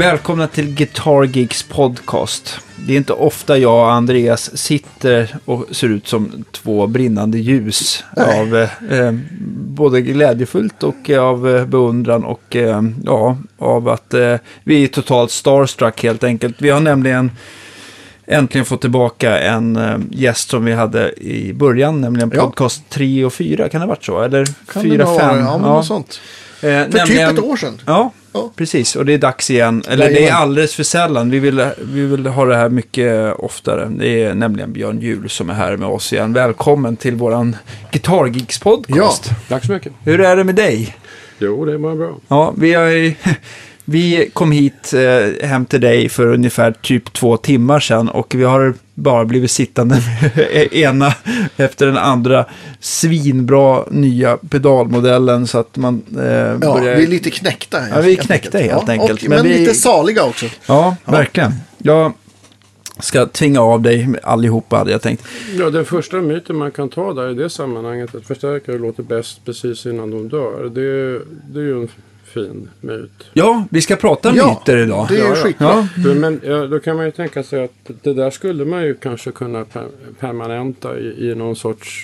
Välkomna till Guitar Geeks podcast. Det är inte ofta jag och Andreas sitter och ser ut som två brinnande ljus av både glädjefullt och av beundran och av att vi är totalt starstruck helt enkelt. Vi har nämligen äntligen fått tillbaka en gäst som vi hade i början, nämligen podcast 3 och 4, kan det ha varit så? Eller 4, 5? Ja, men något sånt. För typ ett år sedan. Ja, precis. Och det är dags igen. Eller det är alldeles för sällan. Vi vill ha det här mycket oftare. Det är nämligen Björn Juhl som är här med oss igen. Välkommen till våran Guitar Geeks podcast. Ja, tack så mycket. Hur är det med dig? Jo, det var bra. Ja, vi kom hit hem till dig för ungefär typ 2 timmar sedan och vi har bara blivit sittande med ena efter den andra svinbra nya pedalmodellen så att man börjar... vi är lite knäckta. Ja, vi är knäckta helt enkelt. Men lite saliga också. Ja, verkligen. Jag ska tvinga av dig allihopa, hade jag tänkt. Ja, den första myten man kan ta där i det sammanhanget, att förstärkare låter bäst precis innan de dör. Det är ju en fin myt. Ja, vi ska prata myter idag. Det är skitbra. Ja. Men då kan man ju tänka sig att det där skulle man ju kanske kunna permanenta i någon sorts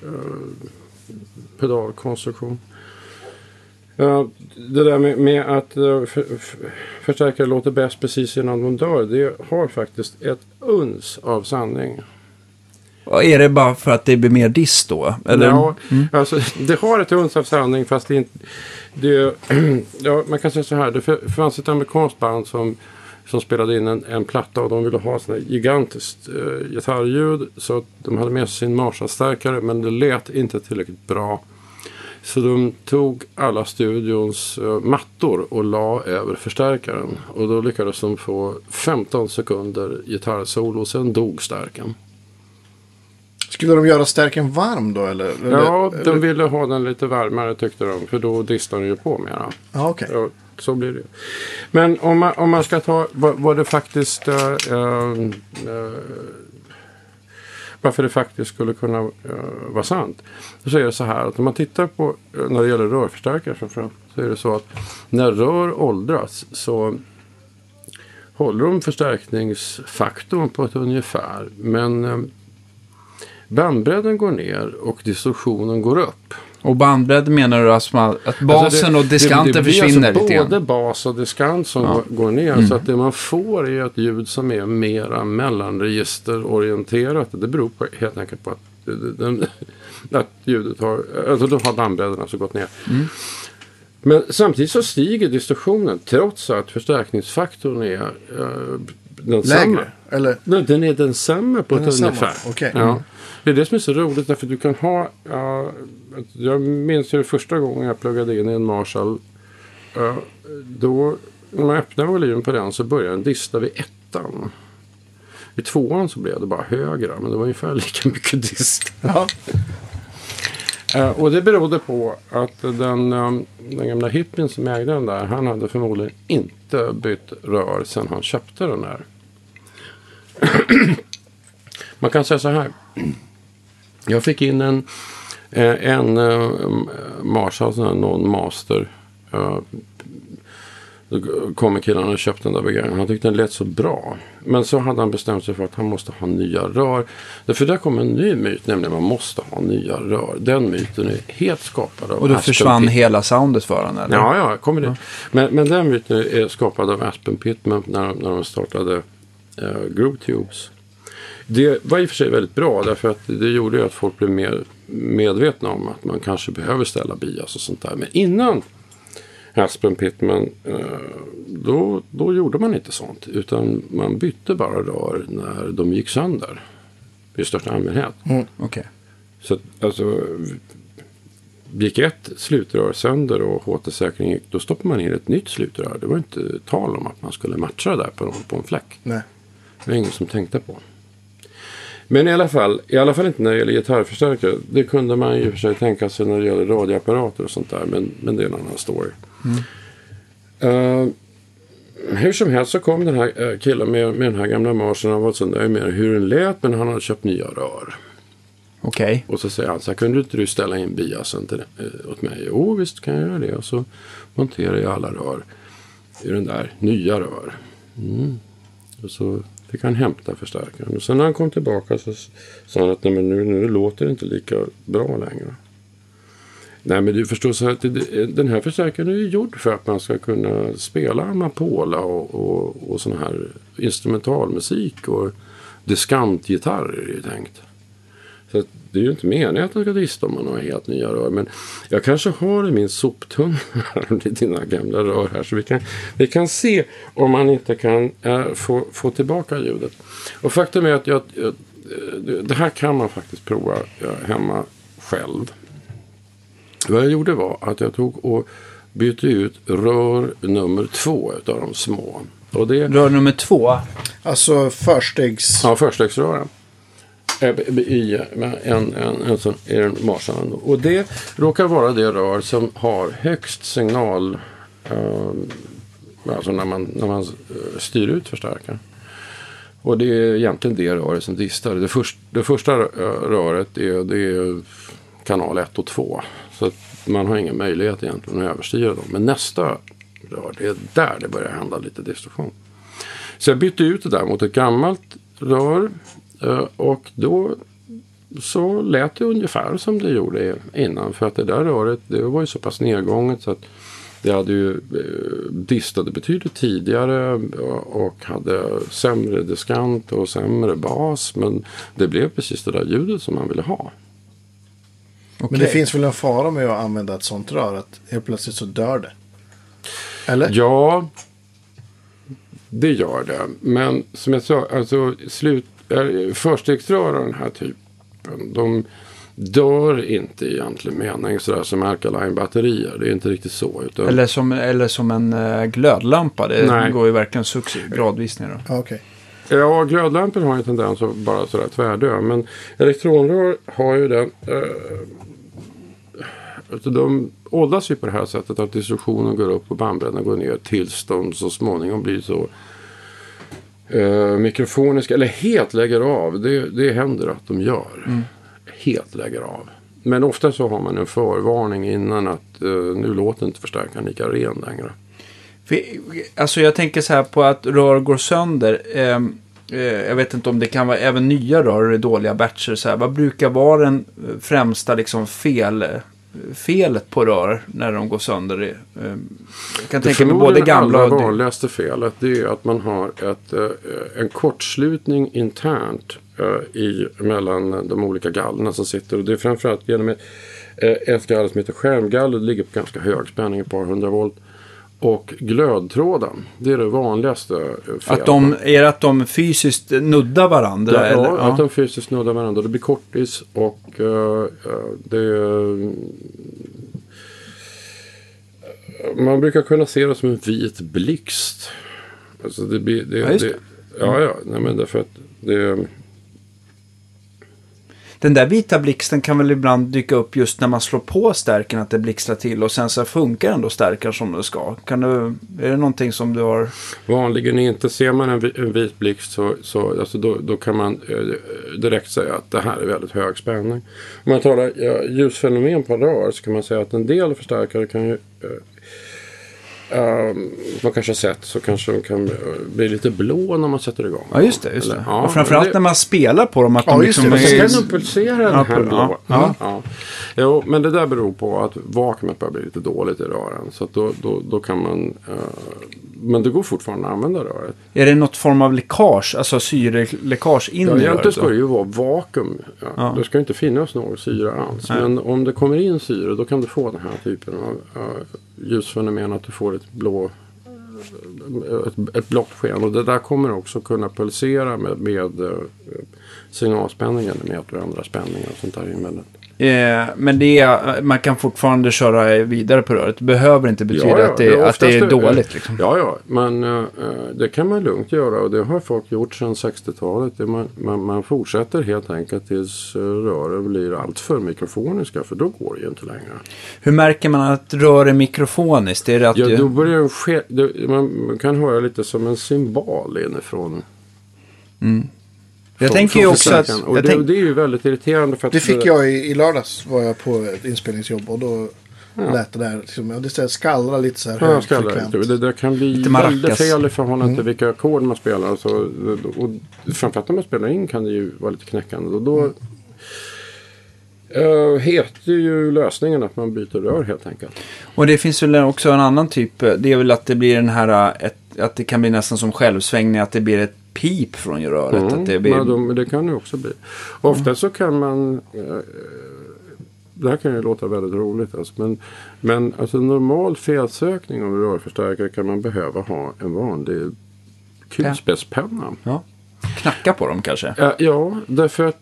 pedalkonstruktion. Det där med att förstärkare låter bäst precis innan de dör, det har faktiskt ett uns av sanning. Är det bara för att det blir mer dist då? Eller? Ja, alltså det har ett uns av sanning fast det inte... man kan säga så här, det fanns ett amerikanskt band som spelade in en platta och de ville ha sån här gigantiskt gitarrljud så att de hade med sig sin Marshall-stärkare men det lät inte tillräckligt bra. Så de tog alla studions mattor och la över förstärkaren och då lyckades de få 15 sekunder gitarrsolo och sen dog stärken. Skulle de göra stärken varm då? Eller? Ja, de ville ha den lite varmare tyckte de. För då distar den ju på mera. Ja, okej. Ja, så blir det. Men om man ska ta vad det faktiskt... varför det faktiskt skulle kunna vara sant. Så är det så här att om man tittar på... När det gäller rörförstärkare framförallt. Så är det så att när rör åldras så håller de förstärkningsfaktorn på ett ungefär. Men... bandbredden går ner och distorsionen går upp. Och bandbredd menar du att basen och diskanten försvinner alltså lite grann? Både bas och diskant som går ner. Så att det man får är ett ljud som är mera mellanregisterorienterat. Det beror på, helt enkelt på att ljudet har... Alltså då har bandbredden alltså gått ner. Men samtidigt så stiger distorsionen trots att förstärkningsfaktorn är densamma. Lägre? Eller? Nej, den är densamma på ett ungefär. Okay. Ja. Det är det som är så roligt därför att du kan ha... jag minns ju första gången jag pluggade in i en Marshall. Då när man öppnar volymen på den så börjar den dista vid 1:an. Vid 2:an så blev det bara högre. Men det var ungefär lika mycket dist. Ja. Och det berodde på att den gamla hippien som ägde den där, han hade förmodligen inte bytt rör sedan han köpte den där. Man kan säga så här. Jag fick in en Marshall, någon master. Då kom killarna och köpte den där begagnad. Han tyckte den lät så bra. Men så hade han bestämt sig för att han måste ha nya rör. Därför där kom en ny myt, nämligen man måste ha nya rör. Den myten är helt skapad av och då försvann hela soundet för honom, eller? Ja, kommer det. Men den myten är skapad av Aspen Pittman när de startade Groove Tubes. Det var i och för sig väldigt bra därför att det gjorde ju att folk blev mer medvetna om att man kanske behöver ställa bias och sånt där. Men innan Aspen Pittman då gjorde man inte sånt utan man bytte bara rör när de gick sönder i största allmänhet. Okay. Så alltså gick ett slutrör sönder och HT-säkring gick, då stoppade man in ett nytt slutrör. Det var inte tal om att man skulle matcha det där på en fläck. Nej. Det var ingen som tänkte på. Men i alla fall inte när det gäller gitarrförstärkare. Det kunde man ju för sig tänka sig när det gäller radioapparater och sånt där. Men det är en annan story. Hur som helst så kom den här killen med den här gamla Marsen. Han var så nöjd med hur den lät, men han hade köpt nya rör. Okej. Och så säger han så här, kunde inte du ställa in biasen åt mig? Jo, visst kan jag göra det. Och så monterar jag alla rör. i den där nya rör. Och så fick han hämta förstärkaren. Och sen när han kom tillbaka så sa han att nej, men nu låter det inte lika bra längre. Nej, men du förstår så att den här förstärkaren är ju gjord för att man ska kunna spela amapola och sån här instrumentalmusik och diskantgitarrer är det ju tänkt. Så att det är ju inte meningen att man ska dista om man har helt nya rör. Men jag kanske har i min soptunna dina gamla rör här. Så vi kan se om man inte kan få tillbaka ljudet. Och faktum är att det här kan man faktiskt prova hemma själv. Vad jag gjorde var att jag tog och bytte ut rör nummer 2 utav de små. Och det, rör nummer 2? Alltså förstegs... Ja, förstegsrören. I en Marshall. Och det råkar vara det rör som har högst signal alltså när man styr ut förstärkaren. Och det är egentligen det röret som distar. Det första röret det är kanal 1 och 2. Så att man har ingen möjlighet egentligen att överstyra dem. Men nästa rör, det är där det börjar hända lite distorsion. Så jag bytte ut det där mot ett gammalt rör. Och då så lät det ungefär som det gjorde innan. För att det där röret, det var ju så pass nedgånget så att det hade ju distade betydligt tidigare och hade sämre diskant och sämre bas. Men det blev precis det där ljudet som man ville ha. Okay. Men det finns väl en fara med att använda ett sånt rör att helt plötsligt så dör det? Eller? Ja, det gör det. Men som jag sa, alltså förstegsrör av den här typen, de dör inte i egentlig mening sådär som alkaline-batterier. Det är inte riktigt så. Utan... Eller som en glödlampa. Det går ju verkligen gradvis ner. Okay. Ja, glödlampor har ju tendens att bara sådär tvärdö. Men elektronrör har ju den... de åldras ju på det här sättet att distorsionen går upp och bandbredden går ner tills de så småningom blir så mikrofoniska eller helt lägger av. Det händer att de gör. Helt lägger av. Men ofta så har man en förvarning innan att nu låter inte förstärkaren lika ren längre. Alltså jag tänker så här på att rör går sönder. Jag vet inte om det kan vara även nya rör i dåliga batcher. Så här. Vad brukar vara den främsta liksom felet på rör när de går sönder? Jag kan tänka mig både gamla och... Det vanligaste felet det är att man har en kortslutning internt mellan de olika gallerna som sitter. Och det är framförallt genom ett galler som heter skärmgaller. Det ligger på ganska hög spänning, ett par 100 volt. Och glödtråden, det är det vanligaste felet. Att de fysiskt nuddar varandra? Ja, eller? Att de fysiskt nuddar varandra. Det blir kortis och man brukar kunna se det som en vit blixt. Alltså det blir... nej men därför att det... Den där vita blixten kan väl ibland dyka upp just när man slår på stärken att det blixtrar till och sen så funkar ändå stärkan som det ska. Är det någonting som du har... Vanligen inte. Ser man en vit blixt så alltså då kan man direkt säga att det här är väldigt hög spänning. Om man talar ljusfenomen på rör så kan man säga att en del förstärkare kan ju man kanske har sett så kanske de kan bli lite blå när man sätter igång. Ja, just det. Ja, och framförallt när man spelar på dem att de liksom... Det ska nog pulsera den här blå. Ja. Jo, men det där beror på att vakuumet börjar bli lite dåligt i rören. Så att då kan man... men det går fortfarande att använda röret. Är det något form av läckage, alltså syreläckage in i röret? Egentligen ska det ju vara vakuum. Ja. Det ska inte finnas någon syre alls. Nej. Men om det kommer in syre då kan du få den här typen av ljusfenomen att du får ett blått sken. Och det där kommer också kunna pulsera med signalspänningen med att du ändrar spänningar och sånt där emellan. Men man kan fortfarande köra vidare på röret. Det behöver inte betyda att det är dåligt. Liksom. Ja, men det kan man lugnt göra och det har folk gjort sedan 60-talet. Man fortsätter helt enkelt tills rören blir allt för mikrofoniska för då går det ju inte längre. Hur märker man att rör är mikrofoniskt? Är det att då börjar man kan höra lite som en cymbal inifrån. Jag tänker ju också att... det är ju väldigt irriterande. För att det fick jag i lördags var jag på ett inspelningsjobb och då lät det där. Liksom, och det skallrar lite så här högfrekvent. Det kan bli väldigt fel i förhållande till vilka ackord man spelar. Så, och framförallt när man spelar in kan det ju vara lite knäckande. Och då heter ju lösningen att man byter rör helt enkelt. Och det finns väl också en annan typ. Det är väl att det blir den här att det kan bli nästan som självsvängning, att det blir ett pip från röret. Att det blir... det kan det också bli. Ofta så kan man det här kan ju låta väldigt roligt alltså, men alltså normal felsökning av rörförstärkare kan man behöva ha en vanlig kulspetspenna. Ja. Knacka på dem kanske? Ja, därför att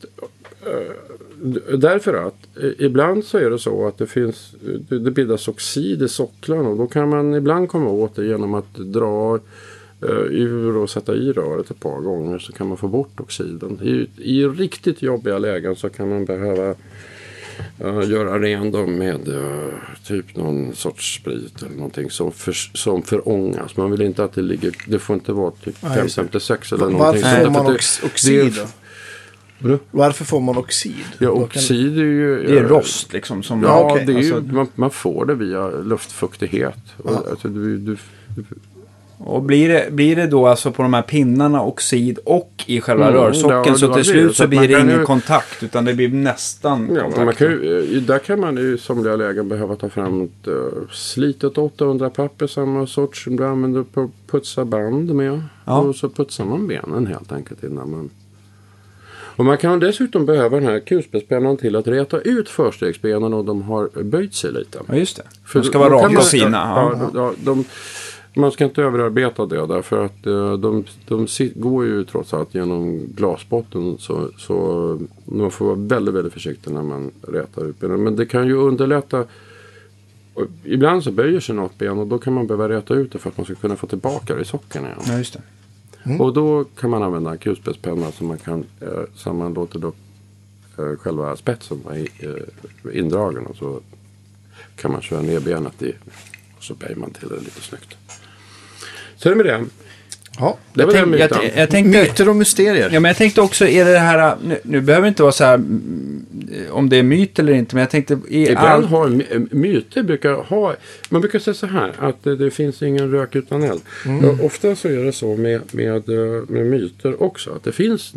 ibland så är det så att det bildas oxid i socklarna, och då kan man ibland komma åt det genom att dra ur och sätta i röret ett par gånger, så kan man få bort oxiden. I riktigt jobbiga lägen så kan man behöva göra ren dem med typ någon sorts sprit eller någonting som förångas. Man vill inte att det får inte vara typ 556 eller någonting. Varför får man oxid då? Varför får man oxid? Ja, oxid är ju... Det är rost liksom. Som det är ju, man får det via luftfuktighet. Alltså, och blir det då alltså på de här pinnarna oxid och i själva rörsocken, så till slut så blir det ingen kontakt, utan det blir nästan kontakt. Där kan man i somliga lägen behöva ta fram ett slitet 800 papper, samma sorts som du använder på att putsa band med. Ja. Och så putsar man benen helt enkelt innan man... Och man kan dessutom behöva den här kulspetspennan till att räta ut förstegsbenen, och de har böjt sig lite. Ja, just det. De ska vara raka och fina. Man ska inte överarbeta det, därför att de går ju trots allt genom glasbotten, så man får vara väldigt, väldigt försiktig när man rätar ut benen. Men det kan ju underlätta. Ibland så böjer sig något ben, och då kan man behöva räta ut det för att man ska kunna få tillbaka det i socken igen. Ja, just det. Och då kan man använda en kulspetspenna som man kan, så man låter då själva spetsen vara indragen, och så kan man köra ner benet i, och så böjer man till det lite snyggt. Så är det med det. Ja, jag tänkte, myter och mysterier. Ja, men jag tänkte också, är det här, nu behöver det inte vara så här om det är myt eller inte, men jag tänkte... Ibland har myter man brukar säga så här, att det finns ingen rök utan eld. Ofta så är det så med myter också, att det finns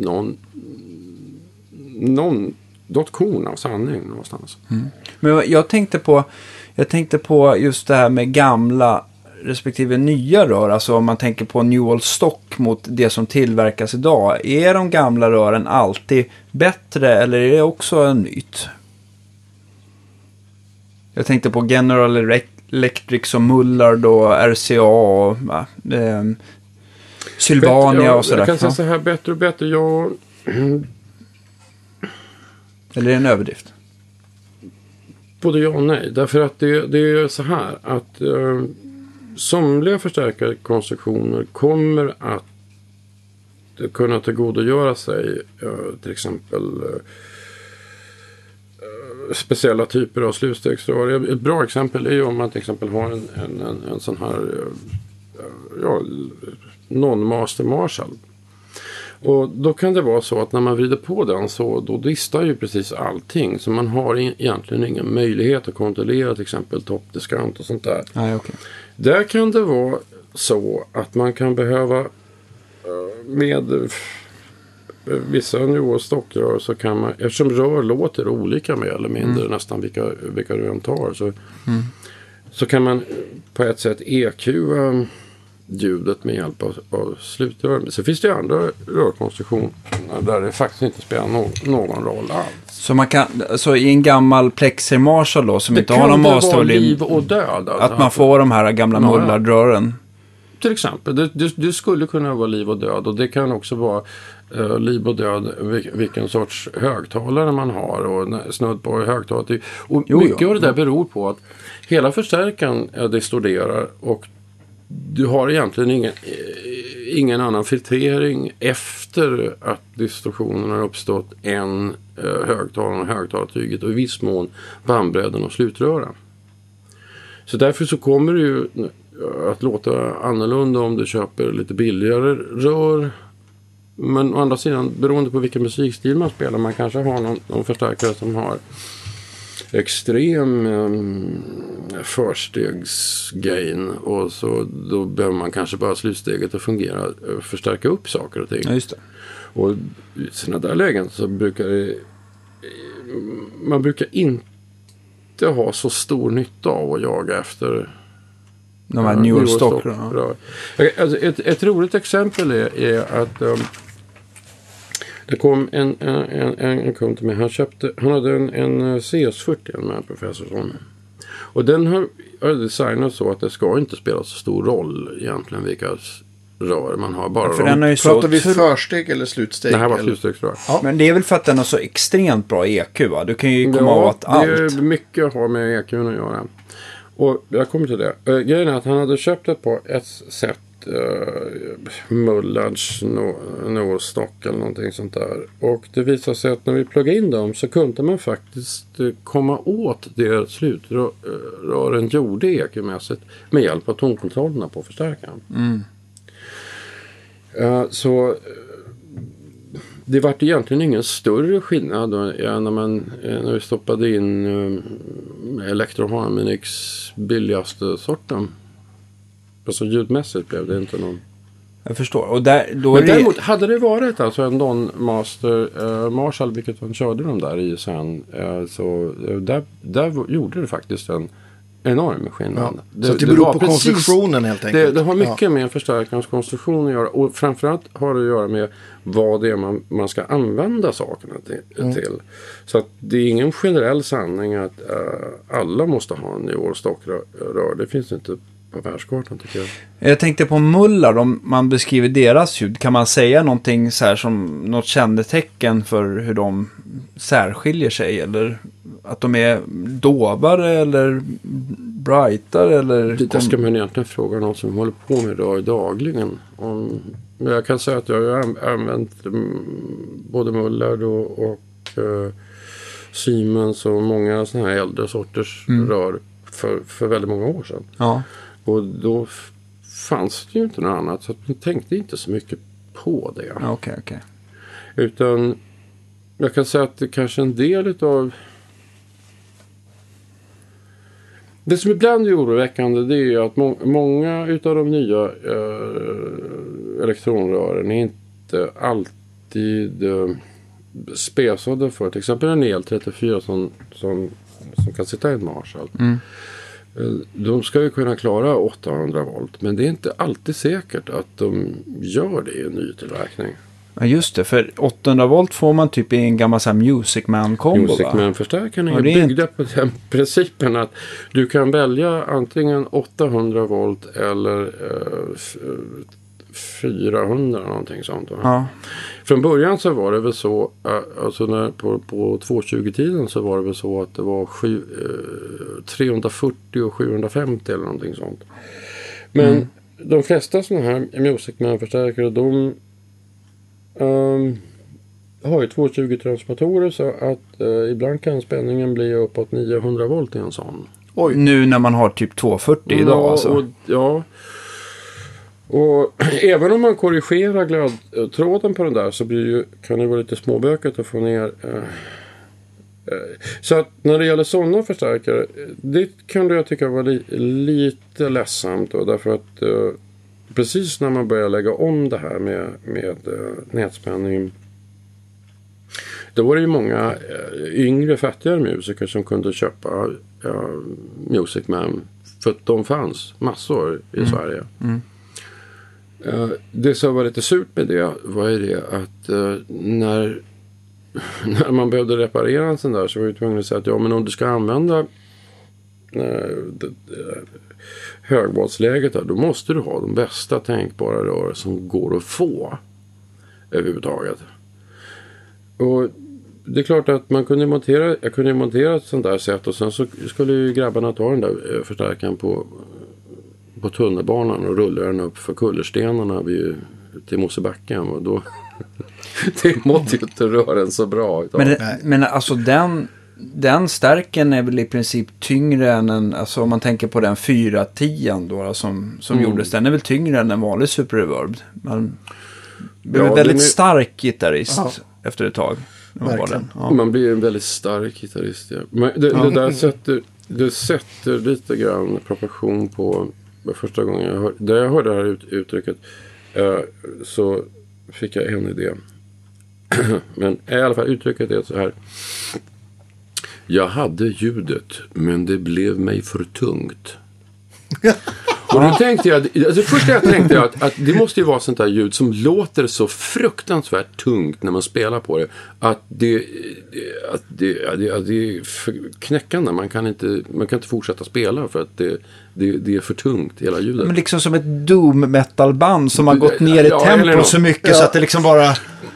något korn av sanning någonstans. Men jag tänkte på just det här med gamla respektive nya rör, alltså om man tänker på Newell stock mot det som tillverkas idag. Är de gamla rören alltid bättre, eller är det också en myt? Jag tänkte på General Electric och Mullard och RCA och Sylvania och sådär. Jag kan säga så här, bättre och bättre. Eller är det en överdrift? Både ja och nej. Därför att det är så här att somliga förstärkarkonstruktioner kommer att kunna tillgodogöra sig till exempel speciella typer av slutstegsrör. Ett bra exempel är ju om man till exempel har en sån här non-master Marshall. Och då kan det vara så att när man vrider på den, så då distar ju precis allting. Så man har egentligen ingen möjlighet att kontrollera till exempel toppdiskant och sånt där. Ah, okay. Där kan det vara så att man kan behöva med vissa nivåstockrör, så kan man, eftersom rör låter olika med eller mindre nästan vilka du än tar, så kan man på ett sätt EQa ljudet med hjälp av slutrör. Så finns det andra rörkonstruktioner där det faktiskt inte spelar någon roll alls. Så man kan, så i en gammal Plexer Marshall då, som det inte har någon mastervolym, liv och död. Att man får de här gamla Mullard-rören. Till exempel, det skulle kunna vara liv och död, och det kan också vara liv och död vilken sorts högtalare man har och snudd på högtalare. Och mycket av det där beror på att hela förstärkan distorderar, och du har egentligen ingen annan filtrering efter att distorsionen har uppstått än högtalaren och högtalartyget, och i viss mån bandbredden och slutrören. Så därför så kommer det ju att låta annorlunda om du köper lite billigare rör. Men å andra sidan, beroende på vilken musikstil man spelar, man kanske har någon förstärkare som har extrem förstegsgain och så då behöver man kanske bara slutsteget att fungera förstärka upp saker och ting. Ja, just det. Och i sådana där lägen så brukar man brukar inte ha så stor nytta av att jaga efter de här New Stock-rör. Alltså ett roligt exempel är att det kom en kund till mig. Han hade en CS40 med professorson. Och den har designat så att det ska inte spela så stor roll egentligen vilka rör man har. Bara för den är ju pratar vi försteg eller slutsteg? Det här var slutstegsrör. Ja. Men det är väl för att den har så extremt bra EQ, va? Du kan ju komma åt allt. Det är mycket har med EQ att göra. Och jag kommer till det. Grejen är att han hade köpt ett set Mullards Stock eller någonting sånt där. Och det visade sig att när vi pluggade in dem så kunde man faktiskt komma åt det slutrören gjorde EQ-mässigt med hjälp av tonkontrollerna på förstärkaren. Så det var egentligen ingen större skillnad när vi stoppade in Electro-Harmonix billigaste sorten. Alltså ljudmässigt blev det inte någon. Jag förstår. Och däremot hade det varit alltså en non-master Marshall, vilket han körde de där i sen, så där gjorde det faktiskt en enorm skillnad. Ja. Så det beror på konstruktionen helt enkelt. Det har mycket med förstärkarens konstruktion att göra. Och framförallt har det att göra med vad det är man ska använda sakerna till. Så att det är ingen generell sanning att alla måste ha en New Stock-rör. Det finns inte på världskartan, tycker jag. Jag tänkte på mullar, om man beskriver deras ljud. Kan man säga någonting så här som något kännetecken för hur de särskiljer sig? Eller att de är dovare eller brightare? Eller det ska man egentligen fråga någon som håller på med det dagligen. Men jag kan säga att jag har använt både Mullard och Siemens och många sådana här äldre sorters rör för väldigt många år sedan. Ja. Och då fanns det ju inte något annat, så man tänkte inte så mycket på det. Okej. Utan jag kan säga att det kanske en del av det som ibland är oroväckande, det är ju att många utav de nya elektronrören är inte alltid spesade för till exempel en EL34 som kan sitta i en Marshall. De ska ju kunna klara 800 volt, men det är inte alltid säkert att de gör det i en ny tillverkning. Ja, just det, för 800 volt får man typ i en gammal så här Music Man-kombo. Music Man-förstärkaren är byggda på den principen att du kan välja antingen 800 volt eller 400 någonting sånt. Ja. Från början så var det väl så, alltså på 220-tiden så var det väl så att det var 340 och 750 eller någonting sånt. Men de flesta sådana här Music Man-förstärkare, de har ju 220-transformatorer, så att ibland kan spänningen bli uppåt 900 volt i en sån. Oj. Nu när man har typ 240 idag alltså. Och även om man korrigerar glödtråden på den där så kan det vara lite småbökigt att få ner. Så att när det gäller sådana förstärkare, det kan jag tycka var lite ledsamt då, därför att precis när man börjar lägga om det här med nätspänning, då var det ju många yngre fattigare musiker som kunde köpa Music Man, för att de fanns massor i Sverige. Det som var lite surt med det var ju det att när man behövde reparera en sån där, så var jag tvungen att säga att men om du ska använda högvoltsläget då måste du ha de bästa tänkbara rör som går att få överhuvudtaget. Och det är klart att jag kunde montera ett sånt där sätt, och sen så skulle ju grabbarna ta den där förstärkaren på tunnelbanan och rulla den upp för kullerstenarna till Mosebacken, och då det måste ju inte röra så bra. Men alltså den stärken är väl i princip tyngre än alltså om man tänker på den 410 då som gjordes, den är väl tyngre än en vanlig Super Reverb. Man blir väldigt stark gitarrist efter ett tag. Man blir en väldigt stark gitarrist. Ja. Men det där sättet, det sätter lite grann proportion på första gången jag hörde det här uttrycket så fick jag en idé. Men i alla fall uttrycket är så här: jag hade ljudet, men det blev mig för tungt. Och då tänkte jag, alltså först jag tänkte att det måste ju vara sånt där ljud som låter så fruktansvärt tungt när man spelar på det, att det är för knäckande. Man kan inte fortsätta spela för att det är för tungt, hela ljudet. Men liksom som ett doom metal band som har gått ner i tempo så mycket så att det liksom bara...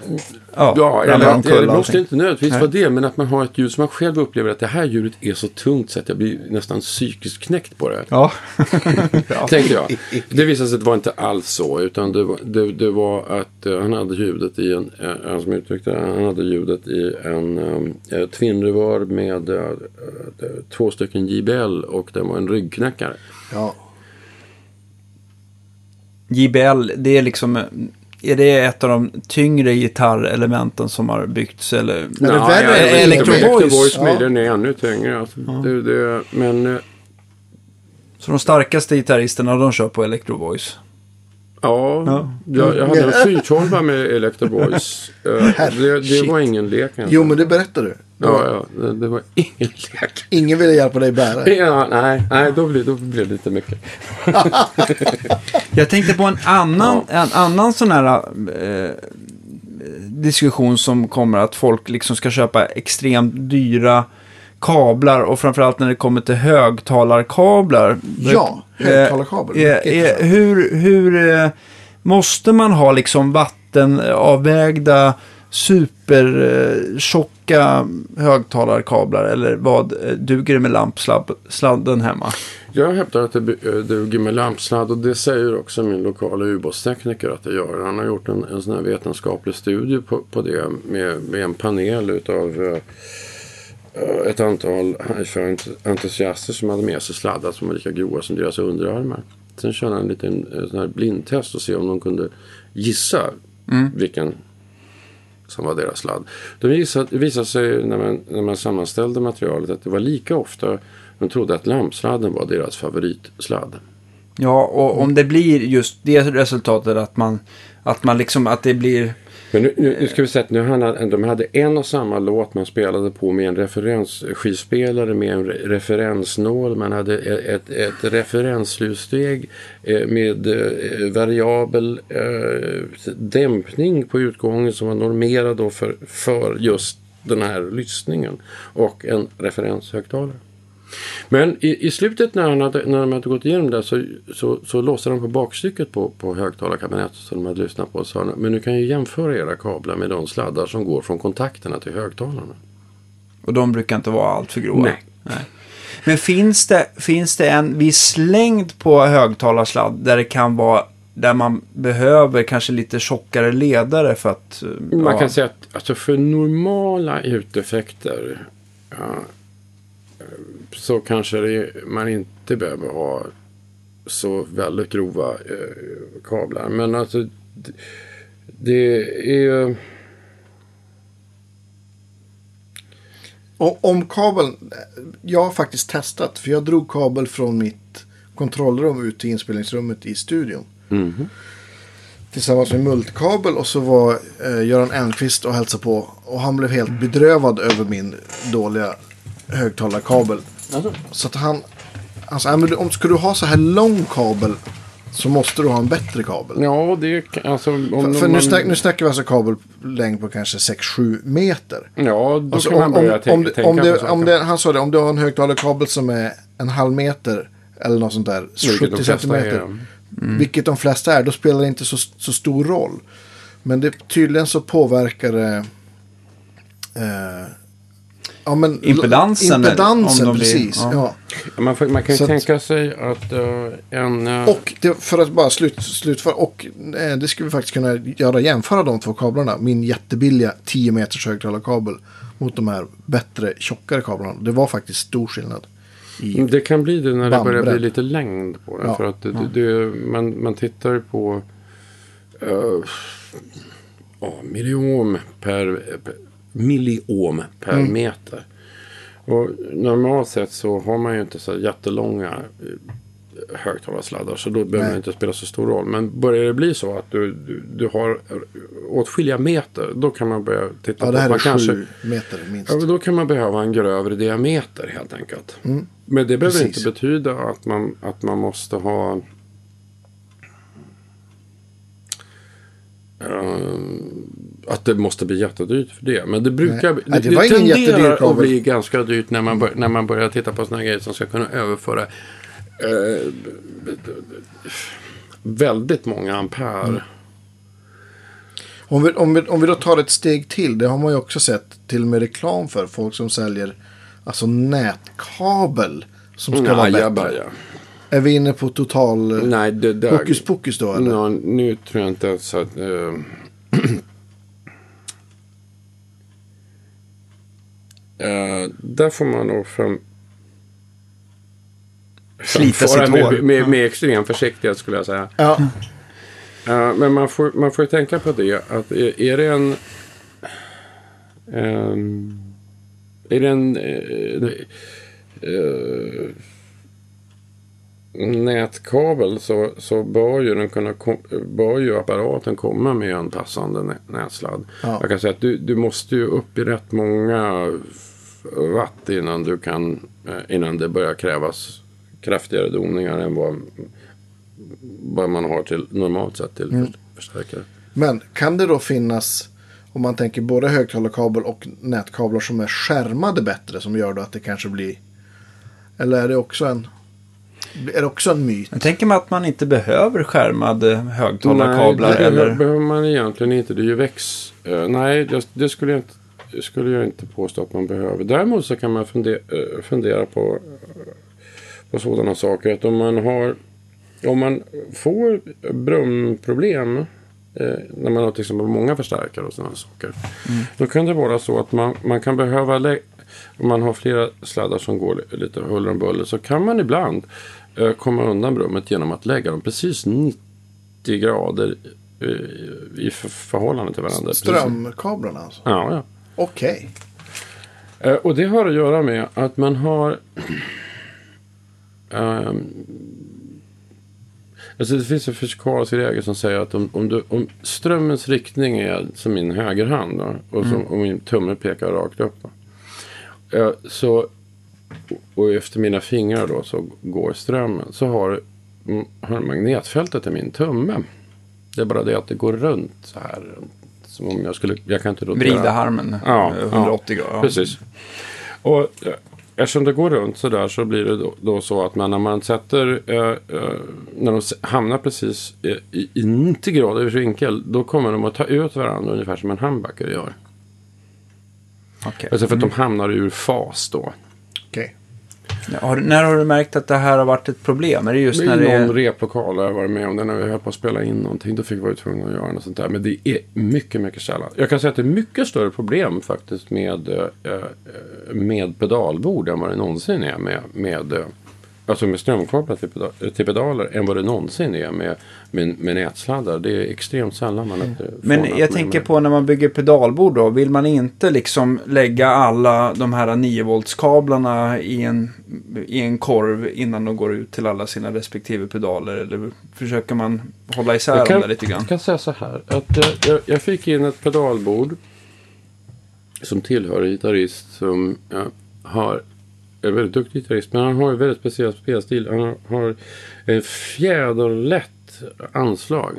eller måste inte nödvändigtvis vara det, men att man har ett ljud som man själv upplever att det här ljudet är så tungt så att jag blir nästan psykiskt knäckt på det. Ja. Tänkte jag. Det visade sig att det var inte alls så, utan det var att han hade ljudet i han hade ljudet i en tvinnrevör med 2 stycken JBL, och det var en ryggknäckare. Ja. JBL, det är liksom... Är det ett av de tyngre gitarrelementen som har byggts? Eller? Electro Voice den är ännu tyngre. Alltså. Men, så de starkaste gitarristerna, de kör på Electro Voice? Ja. Jag hade en 412 med Electro Voice. Det var ingen lek. Jo, men det berättar du. Det var ingen lek. Ingen ville hjälpa dig bära. Ja, nej, då blev det lite mycket. Jag tänkte på en annan sån här diskussion som kommer, att folk liksom ska köpa extremt dyra kablar, och framförallt när det kommer till högtalarkablar. Ja, högtalarkabel. Hur måste man ha liksom vattenavvägda supertjocka högtalarkablar, eller vad duger det med lampsladden hemma? Jag hävdar att det duger med lampsladd, och det säger också min lokala ubåtstekniker att det gör. Han har gjort en sån här vetenskaplig studie på det med en panel utav ett antal entusiaster som hade med sig sladdar som var lika grova som deras underarmar. Sen körde han en liten sån här blindtest och se om de kunde gissa vilken som var deras sladd. Det visade sig när man sammanställde materialet att det var lika ofta de trodde att lampsladden var deras favoritsladd. Ja, och om det blir just det resultatet att det blir... Men nu ska vi säga att de hade en och samma låt man spelade på med en referensskivspelare med en referensnål. Man hade ett referensljussteg med variabel dämpning på utgången som var normerad då för just den här lyssningen, och en referenshögtalare. Men i slutet när de hade gått igenom det så låste de på bakstycket på högtalarkabinettet som de hade lyssnat på och sa, men nu kan ju jämföra era kablar med de sladdar som går från kontakterna till högtalarna. Och de brukar inte vara allt för grova. Nej. Men finns det en viss längd på högtalarsladd där det kan vara, där man behöver kanske lite tjockare ledare för att... Man kan säga att alltså för normala uteffekter så kanske man inte behöver ha så väldigt grova kablar. Men alltså det är... Och om kabeln... Jag har faktiskt testat, för jag drog kabel från mitt kontrollrum ut till inspelningsrummet i studion. Mm-hmm. Tillsammans med multkabel, och så var Göran Enqvist och hälsade på, och han blev helt bedrövad över min dåliga högtalarkabel. Alltså. Så att han sa, men om ska du ha så här lång kabel så måste du ha en bättre kabel. Ja, det alltså nu snackar vi alltså kabellängd på kanske 6-7 meter. Ja, då alltså, kan man börja tänka han sa det, om du har en högtalarkabel som är en halv meter eller något sånt där, 70 centimeter, vilket de flesta är, då spelar det inte så stor roll. Men det tydligen så påverkar det impedansen precis. Ja. Man kan ju tänka sig att och det, för att bara slutföra, och det skulle vi faktiskt kunna jämföra de två kablarna, min jättebilliga 10 meters högtalarkabel mot de här bättre, tjockare kablarna. Det var faktiskt stor skillnad. Det kan bli det när det börjar bli lite längd på det. Ja. För att man tittar på milliom per meter. Och normalt sett så har man ju inte så jättelånga högtalarsladdar, så då behöver det inte spela så stor roll. Men börjar det bli så att du har åtskilliga meter, då kan man börja titta på... det här man är kanske, 7 meter minst. Ja, då kan man behöva en grövre diameter helt enkelt. Men det behöver inte betyda att man måste ha... att det måste bli jättedyrt för det. Men det brukar... Nej, det var ingen jättedyr kabel. Att bli ganska dyrt när man börjar titta på såna grejer som ska kunna överföra väldigt många ampere. Om vi då tar ett steg till, det har man ju också sett till och med reklam för folk som säljer alltså nätkabel som ska vara bättre. Är vi inne på total hokus pokus då eller? Ja, nu tror jag inte så att där får man nog slita sitt hår. Med extrem försiktighet skulle jag säga. Ja. Men man får ju tänka på det att är det en nätkabel så bör ju apparaten komma med en passande nätsladd. Ja. Jag kan säga att du måste ju upp i rätt många watt innan det börjar krävas kraftigare doningar än vad man har till normalt sett till förstärkare. Men kan det då finnas, om man tänker både högtalarkabel och nätkablar som är skärmade bättre, som gör då att det kanske blir, eller är det också en myt? Jag tänker mig att man inte behöver skärmade högtalarkablar. Nej, det behöver man egentligen inte. Det är ju nej, det skulle jag inte påstå att man behöver. Däremot så kan man fundera på sådana saker att om man får brumproblem när man har till exempel många förstärkare och sådana saker, då kan det vara så att man kan behöva om man har flera sladdar som går lite huller om buller, så kan man ibland komma undan brummet genom att lägga dem precis 90 grader i förhållande till varandra. Strömkablarna alltså? Ja. Okej. Och det har att göra med att man har alltså det finns en fysikalisk regel som säger att om strömmens riktning är som min högerhand då, och min tumme pekar rakt upp då, och efter mina fingrar då så går strömmen, så har magnetfältet i min tumme. Det är bara det att det går runt så här, som om jag kan inte rotera. Vrida harmen 180 grader. Precis. Och eftersom det går runt så där, så blir det då så att när man sätter när de hamnar precis i 90 grader vinkel, då kommer de att ta ut varandra ungefär som en handbacker gör. Okay. Alltså för att de hamnar ur fas då. Okej. Ja, när har du märkt att det här har varit ett problem? Är det just när det är... någon replokal har jag varit med om det, när vi höll på att spela in någonting. Då fick vi vara tvungna att göra något sånt där. Men det är mycket, mycket sällan. Jag kan säga att det är mycket större problem faktiskt med pedalbord än vad det någonsin är med strömkopplat till pedaler, än vad det någonsin är med nätsladdar. Det är extremt sällan man inte får. Men jag tänker på när man bygger pedalbord då, vill man inte liksom lägga alla de här 9-voltskablarna i en korv innan de går ut till alla sina respektive pedaler, eller försöker man hålla isär dem där lite grann? Jag kan säga så här, att jag fick in ett pedalbord som tillhör en gitarrist som är väldigt duktig gitarrist, men han har en väldigt speciell spelstil. Han har en fjäderlätt anslag.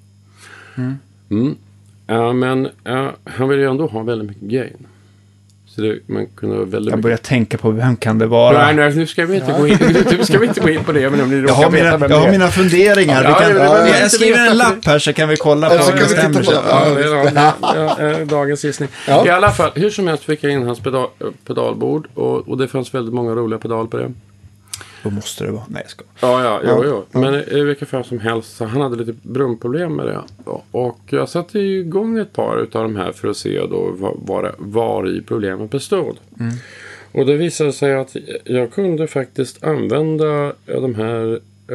Men han vill ju ändå ha väldigt mycket gain. Så man kunde väldigt jag börjar tänka på vem kan det vara. Nej, nu ska vi inte gå in på det. Men om ni jag har mina funderingar. Jag skriver en lapp här så kan vi kolla på vad det stämmer. Dagens gissning. Ja. I alla fall, hur som helst fick jag in hans pedalbord. Och det fanns väldigt många roliga pedal på det. Då måste det vara. Nej, jag ska. Ja. Men i vilket fall som helst, så han hade lite brumproblem med det. Och jag satte igång ett par utav de här för att se då var i problemet bestod. Och det visade sig att jag kunde faktiskt använda de här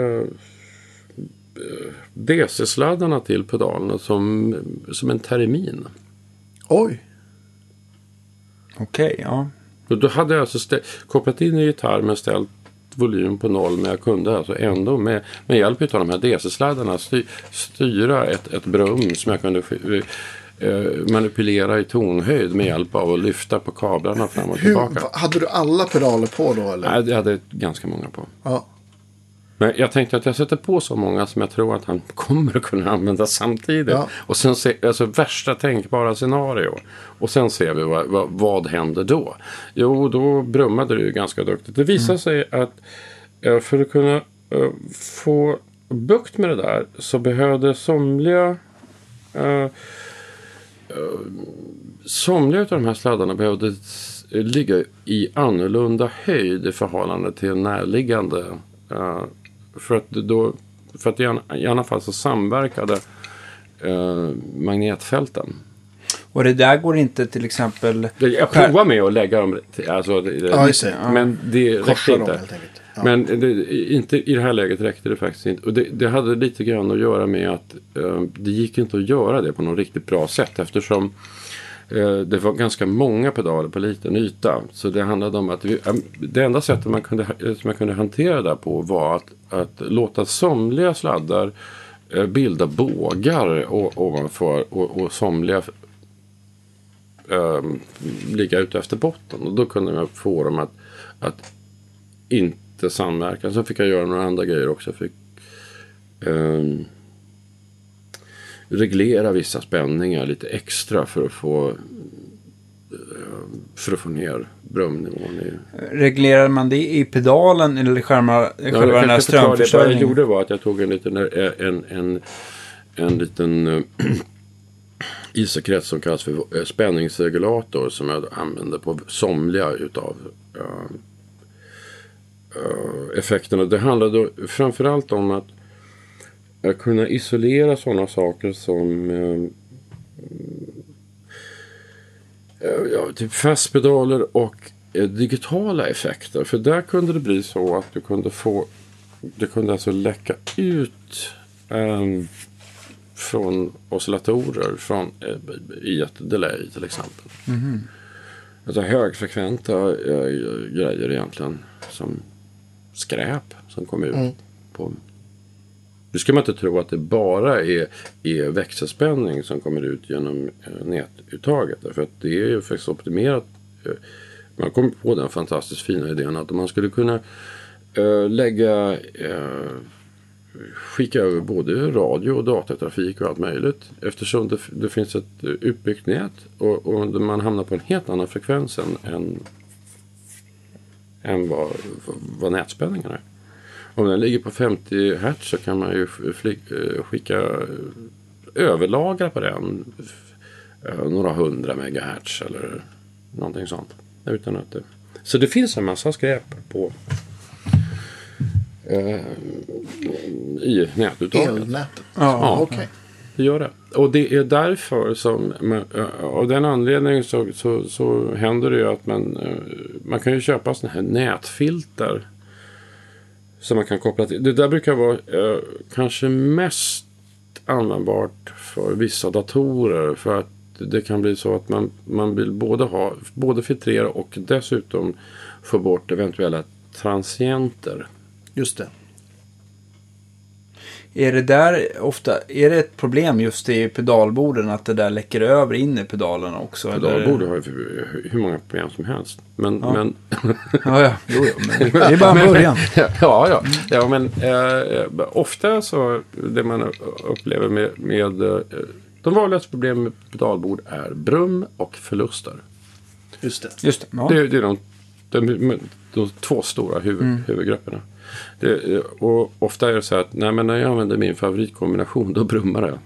DC-sladdarna till pedalerna som en termin. Oj. Okej, ja. Och då hade jag alltså kopplat in en gitarr men ställt volym på 0, men jag kunde alltså ändå med hjälp av de här DC-sladdarna styra ett brum som jag kunde manipulera i tonhöjd med hjälp av att lyfta på kablarna fram och tillbaka. Hade du alla pedaler på då? Eller? Nej, jag hade ganska många på. Ja. Men jag tänkte att jag sätter på så många som jag tror att han kommer att kunna använda samtidigt. Ja. Och sen alltså värsta tänkbara scenario. Och sen ser vi vad händer då. Jo, då brummade det ju ganska duktigt. Det visar sig att för att kunna få bukt med det där så behövde somliga av de här sladdarna behövde ligga i annorlunda höjd i förhållande till närliggande. För att i alla fall så samverkade magnetfälten. Och det där går inte till exempel... Jag provar med att lägga dem... Alltså, men det räckte inte. Ja. Men inte i det här läget räckte det faktiskt inte. Och det hade lite grann att göra med att det gick inte att göra det på något riktigt bra sätt. Eftersom det var ganska många pedaler på liten yta. Så det handlade om att det enda sättet som man kunde hantera det på var att låta somliga sladdar bilda bågar ovanför och somliga ligga ute efter botten. Och då kunde man få dem att inte samverka. Så fick jag göra några andra grejer också. Jag fick reglera vissa spänningar lite extra för att få ner brumnivån. Reglerar man det i pedalen eller själva den här strömförsörjningen? Det jag gjorde var att jag tog en liten IC-krets som kallas för spänningsregulator som jag använde på somliga utav effekterna. Det handlade framförallt om att kunna isolera sådana saker som typ fastpedaler och digitala effekter. För där kunde det bli så att det kunde alltså läcka ut från oscillatorer i ett delay till exempel. Mm-hmm. Alltså högfrekventa grejer egentligen som skräp som kom ut på. Nu ska man inte tro att det bara är växelspänning som kommer ut genom nätuttaget. Därför att det är ju faktiskt optimerat. Man kom på den fantastiskt fina idén att om man skulle kunna skicka över både radio och datatrafik och allt möjligt. Eftersom det finns ett utbyggt nät och man hamnar på en helt annan frekvens än vad nätspänningen är. Om den ligger på 50 Hz så kan man ju överlagra på den några 100 megahertz eller någonting sånt. Utan att så det finns en massa skräp på i nätuttaget. Elnätet? Ja, okej. Det gör det. Och det är därför som av den anledningen så händer det ju att man kan ju köpa såna här nätfilter som man kan koppla till. Det där brukar vara kanske mest användbart för vissa datorer för att det kan bli så att man vill både filtrera och dessutom få bort eventuella transienter. Just det. Är det ett problem just i pedalborden att det där läcker över in i pedalerna också? Pedalbord har ju hur många problem som helst. Men men det är bara en början. Men ofta så det man upplever med de vanligaste problemen med pedalbord är brum och förluster. Just det. Ja. Det är de två stora huvudgrupperna. Och ofta är det så att när jag använder min favoritkombination då brummar det.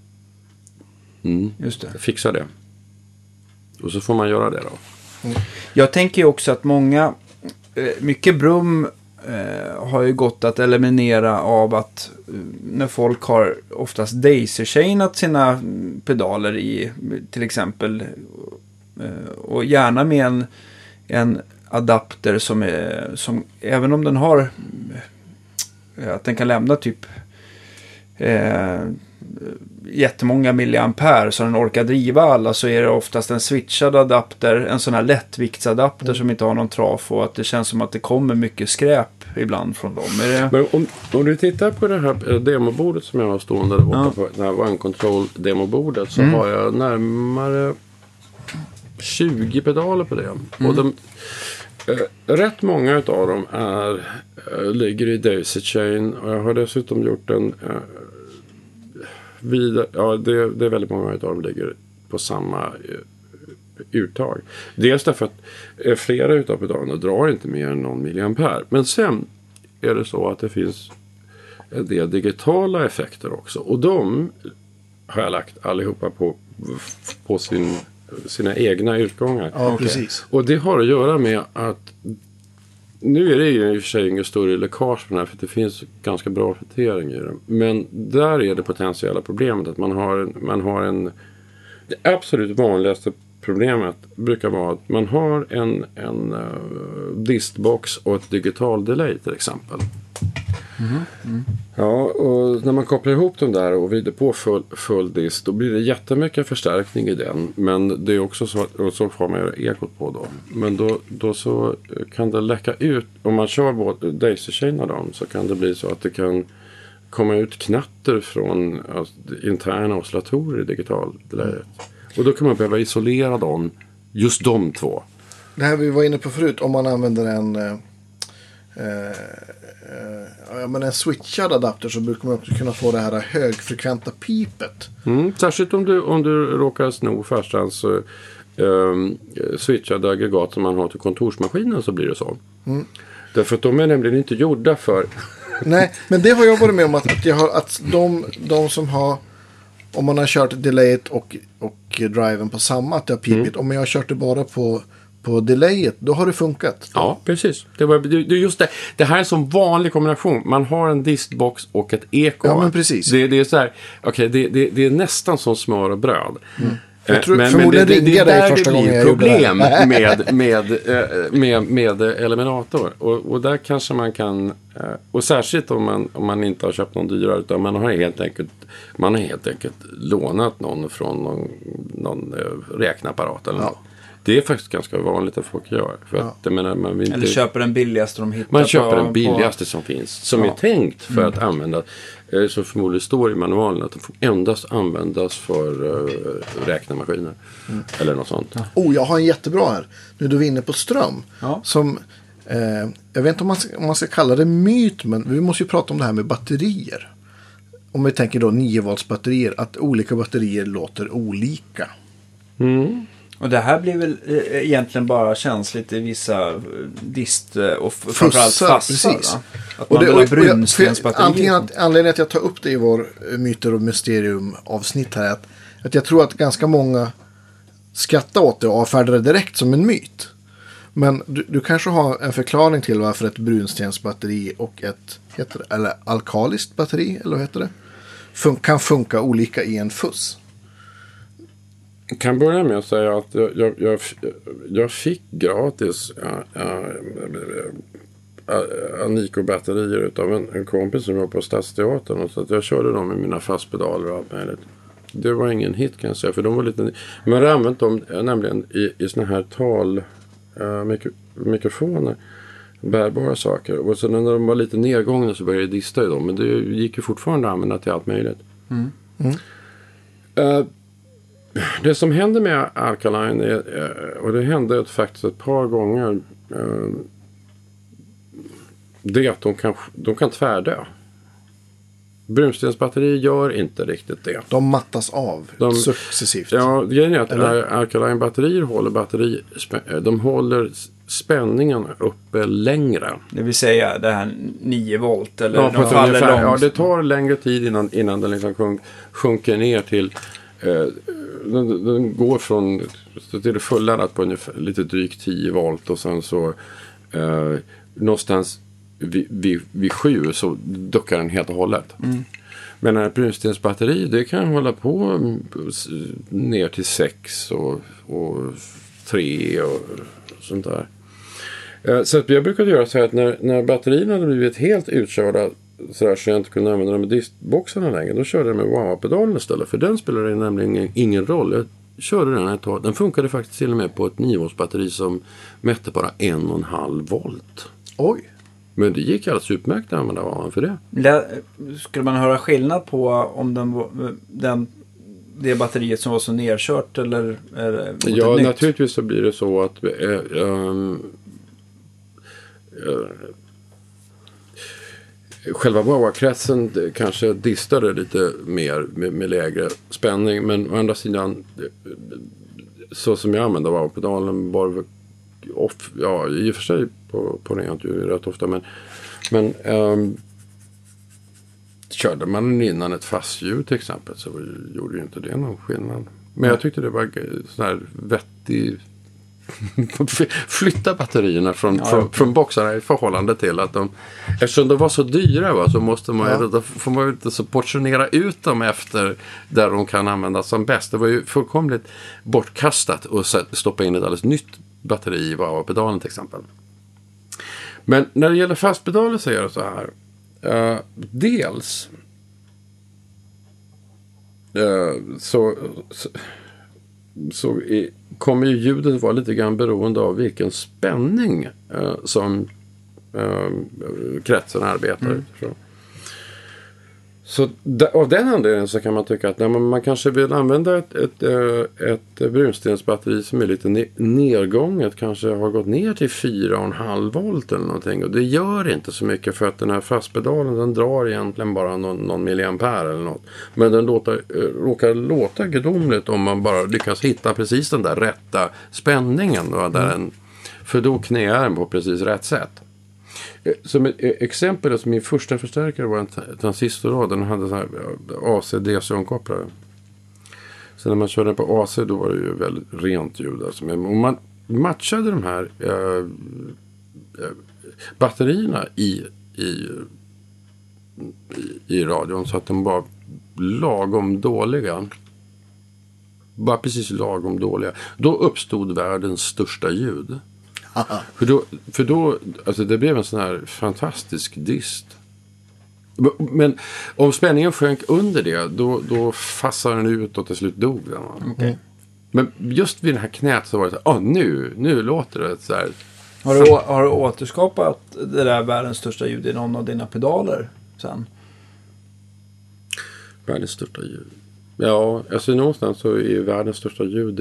Just det. Fixa det. Och så får man göra det då. Jag tänker också att mycket brum har ju gått att eliminera av att när folk har oftast daisy-chainat sina pedaler i till exempel och gärna med en adapter som även om den har att den kan lämna typ jättemånga milliampere så den orkar driva alla, så är det oftast en switchad adapter, en sån här lättviktsadapter som inte har någon traf, och att det känns som att det kommer mycket skräp ibland från dem. Men om du tittar på det här demobordet som jag har stående där borta på det här One Control demobordet, så har jag närmare 20 pedaler på det. Och rätt många av dem ligger i Daisy Chain, och jag har dessutom gjort en det är väldigt många av dem ligger på samma uttag. Dels därför att flera utav pedalerna drar inte mer än någon milliampere. Men sen är det så att det finns en del digitala effekter också. Och de har jag lagt allihopa på sina egna utgångar. Ja, precis. Och det har att göra med att nu är det ju i och för sig inget större läckage på den här, för det finns ganska bra filtrering i den. Men där är det potentiella problemet att man har en det absolut vanligaste problemet brukar vara att man har en distbox och ett digital delay till exempel. Ja, och när man kopplar ihop dem där och vrider på full dist, då blir det jättemycket förstärkning i den. Men det är också så att så får man ekot på då. Men då så kan det läcka ut, om man kör både daisy-chainar dem, så kan det bli så att det kan komma ut knatter från interna oscillatorer i digital delayet. Och då kan man behöva isolera dem, just de två. Det här vi var inne på förut, om man använder en switchad adapter, så brukar man också kunna få det här högfrekventa pipet. Särskilt om du råkar sno farsans switchade aggregat som man har till kontorsmaskinen, så blir det så. Därför att de är nämligen inte gjorda för... Nej, men det har jag varit med om att de som har, om man har kört delayet och driven på samma, att det har pipit. Om jag har kört det bara på delayet, då har det funkat. Ja, precis. Det är just det. Det här är en sån vanlig kombination. Man har en distbox och ett eko. Ja, men precis. Det är så här, okej, det är nästan som smör och bröd. Jag tror förmodligen ringde dig första gången jag problem med eliminator. Och där kanske man kan, och särskilt om man inte har köpt någon dyrare, utan man har helt enkelt lånat någon från någon räknapparat eller något. Det är faktiskt ganska vanligt att folk gör. För att, jag menar, man vill inte... Eller köper den billigaste de hittar. Man köper den billigaste som finns. Som är tänkt för att använda. Som förmodligen står i manualen att det får endast användas för räknemaskiner. Eller något sånt. Jag har en jättebra här. Nu är du inne på ström. Som, jag vet inte om man ska kalla det myt. Men vi måste ju prata om det här med batterier. Om vi tänker då 9 volts batterier. Att olika batterier låter olika. Och det här blir väl egentligen bara känsligt i vissa dist och framförallt fassar. Precis. Att man vill ha brunstensbatterier. Anledningen att jag tar upp det i vår myter och mysterium avsnitt här är att jag tror att ganska många skrattar åt det och avfärdar det direkt som en myt. Men du kanske har en förklaring till varför ett brunstensbatteri och ett eller alkaliskt batteri, eller vad heter det, kan funka olika i en fuss. Jag kan börja med att säga att jag fick gratis Anico-batterier utav en kompis som var på Stadsteatern, så att jag körde dem med mina fastpedaler och allt möjligt. Det var ingen hit, kan jag säga, för de var lite... Men jag hade använt dem nämligen i såna här mikrofoner, bärbara saker. Och så när de var lite nedgångna så började jag dista i dem, men det gick ju fortfarande att använda till allt möjligt. Det som händer med Alkaline är, och det hände faktiskt ett par gånger, det är att de kan tvärdö. Brunstensbatterier gör inte riktigt det. De mattas av successivt. Ja, grejen är att Alkaline-batterier de håller spänningen uppe längre. Det vill säga det här 9 volt eller de faller långt. Ja, det tar längre tid innan den liksom sjunker ner till... Den går från till det fulladdat på ungefär lite drygt 10 volt och sen så någonstans vid 7 så duckar den helt och hållet. Men när brunstensbatteri, det kan hålla på ner till 6 och 3 och sånt där. Så att jag brukar göra så här att när batterierna hade blivit helt utkörda, så jag inte kunde använda de med distboxarna längre. Då körde jag med wah-pedalen istället. För den spelade nämligen ingen roll. Jag körde den ett tag. Den funkade faktiskt till och med på ett 9-voltsbatteri som mätte bara 1,5 volt. Oj! Men det gick alldeles utmärkt att använda wahan för det. Skulle man höra skillnad på om det batteriet som var så nedkört eller ja, naturligtvis så blir det så att själva wah-kretsen kanske distade lite mer med lägre spänning, men å andra sidan så som jag använder wah-pedalen var ja, i och för sig på rent ju rätt ofta, men körde man innan ett fastljud till exempel så gjorde ju inte det någon skillnad. Men jag tyckte det var sån här vettig flytta batterierna från boxarna i förhållande till att eftersom de var så dyra så måste man då får man inte så portionera ut dem efter där de kan användas som bäst. Det var ju fullkomligt bortkastat att stoppa in ett alldeles nytt batteri i pedalen till exempel. Men när det gäller fastpedaler så är det så här. Dels så kommer ju ljudet vara lite grann beroende av vilken spänning som kretsen arbetar utifrån. Så av den anledningen så kan man tycka att man kanske vill använda ett brunstensbatteri som är lite nedgånget, kanske har gått ner till 4,5 volt eller någonting, och det gör inte så mycket för att den här fastpedalen den drar egentligen bara någon milliampere eller något, men den råkar låta gudomligt om man bara lyckas hitta precis den där rätta spänningen då, för då knäar den på precis rätt sätt. Som ett exempel, alltså min första förstärkare var en transistorrad. Den hade så här AC-DC-omkopplare. Så när man körde på AC då var det ju väldigt rent ljud. Alltså. Men om man matchade de här batterierna i radion så att de var lagom dåliga. Bara precis lagom dåliga. Då uppstod världens största ljud. För då alltså det blev en sån här fantastisk dist. Men om spänningen sjönk under det då fassade den ut och till slut dog den. Okay. Men just vid den här knät så var det så nu låter det så här. Har du återskapat det där världens största ljud i någon av dina pedaler sen? Världens största ljud. Ja, alltså någonstans så är världens största ljud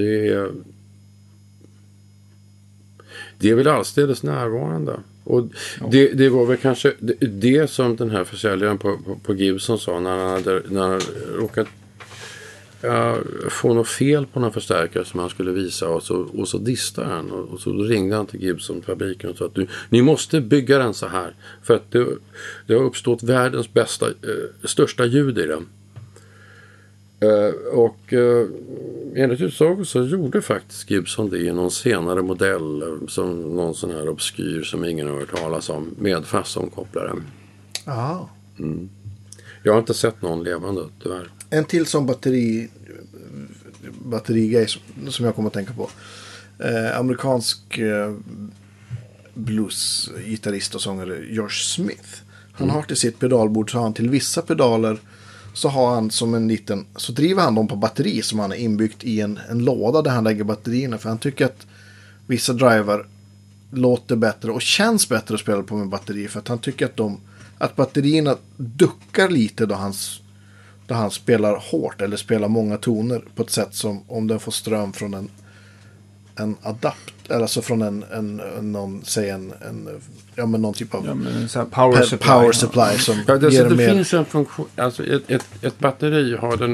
det är väl alldeles närvarande. Och det var väl kanske det som den här försäljaren på Gibson sa när han råkat få något fel på någon förstärkare som han skulle visa och så distade han och så ringde han till Gibson-fabriken och sa att ni måste bygga den så här för att det har uppstått världens största ljud i den. Och enligt utsago så gjorde faktiskt Gibson det i någon senare modell som någon sån här obskyr som ingen har hört talas om med fastomkopplare. Aha. Jag har inte sett någon levande tyvärr. En till som batterigrej som jag kommer att tänka på. Amerikansk bluesgitarrist och sångare George Smith. Han har till sitt pedalbord så har han till vissa pedaler så har han som en liten, så driver han dem på batteri som han har inbyggt i en låda där han lägger batterierna, för han tycker att vissa driver låter bättre och känns bättre att spela på med batteri, för att han tycker att batterierna duckar lite då han spelar hårt eller spelar många toner på ett sätt som om den får ström från en adapt, eller alltså från någon typ av power supply som ger det mer. Finns en funktion, alltså ett batteri har den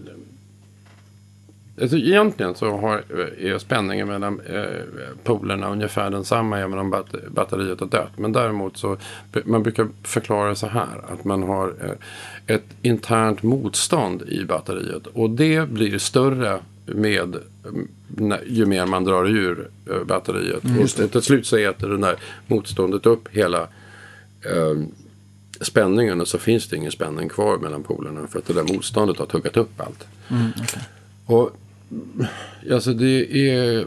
alltså egentligen så är spänningen mellan polerna ungefär densamma även om batteriet är dött, men däremot så man brukar förklara så här att man har ett internt motstånd i batteriet och det blir större med ju mer man drar ur batteriet. Och till slut så äter det där motståndet upp hela spänningen och så finns det ingen spänning kvar mellan polerna för att det där motståndet har tuggat upp allt. Okay. Och alltså det är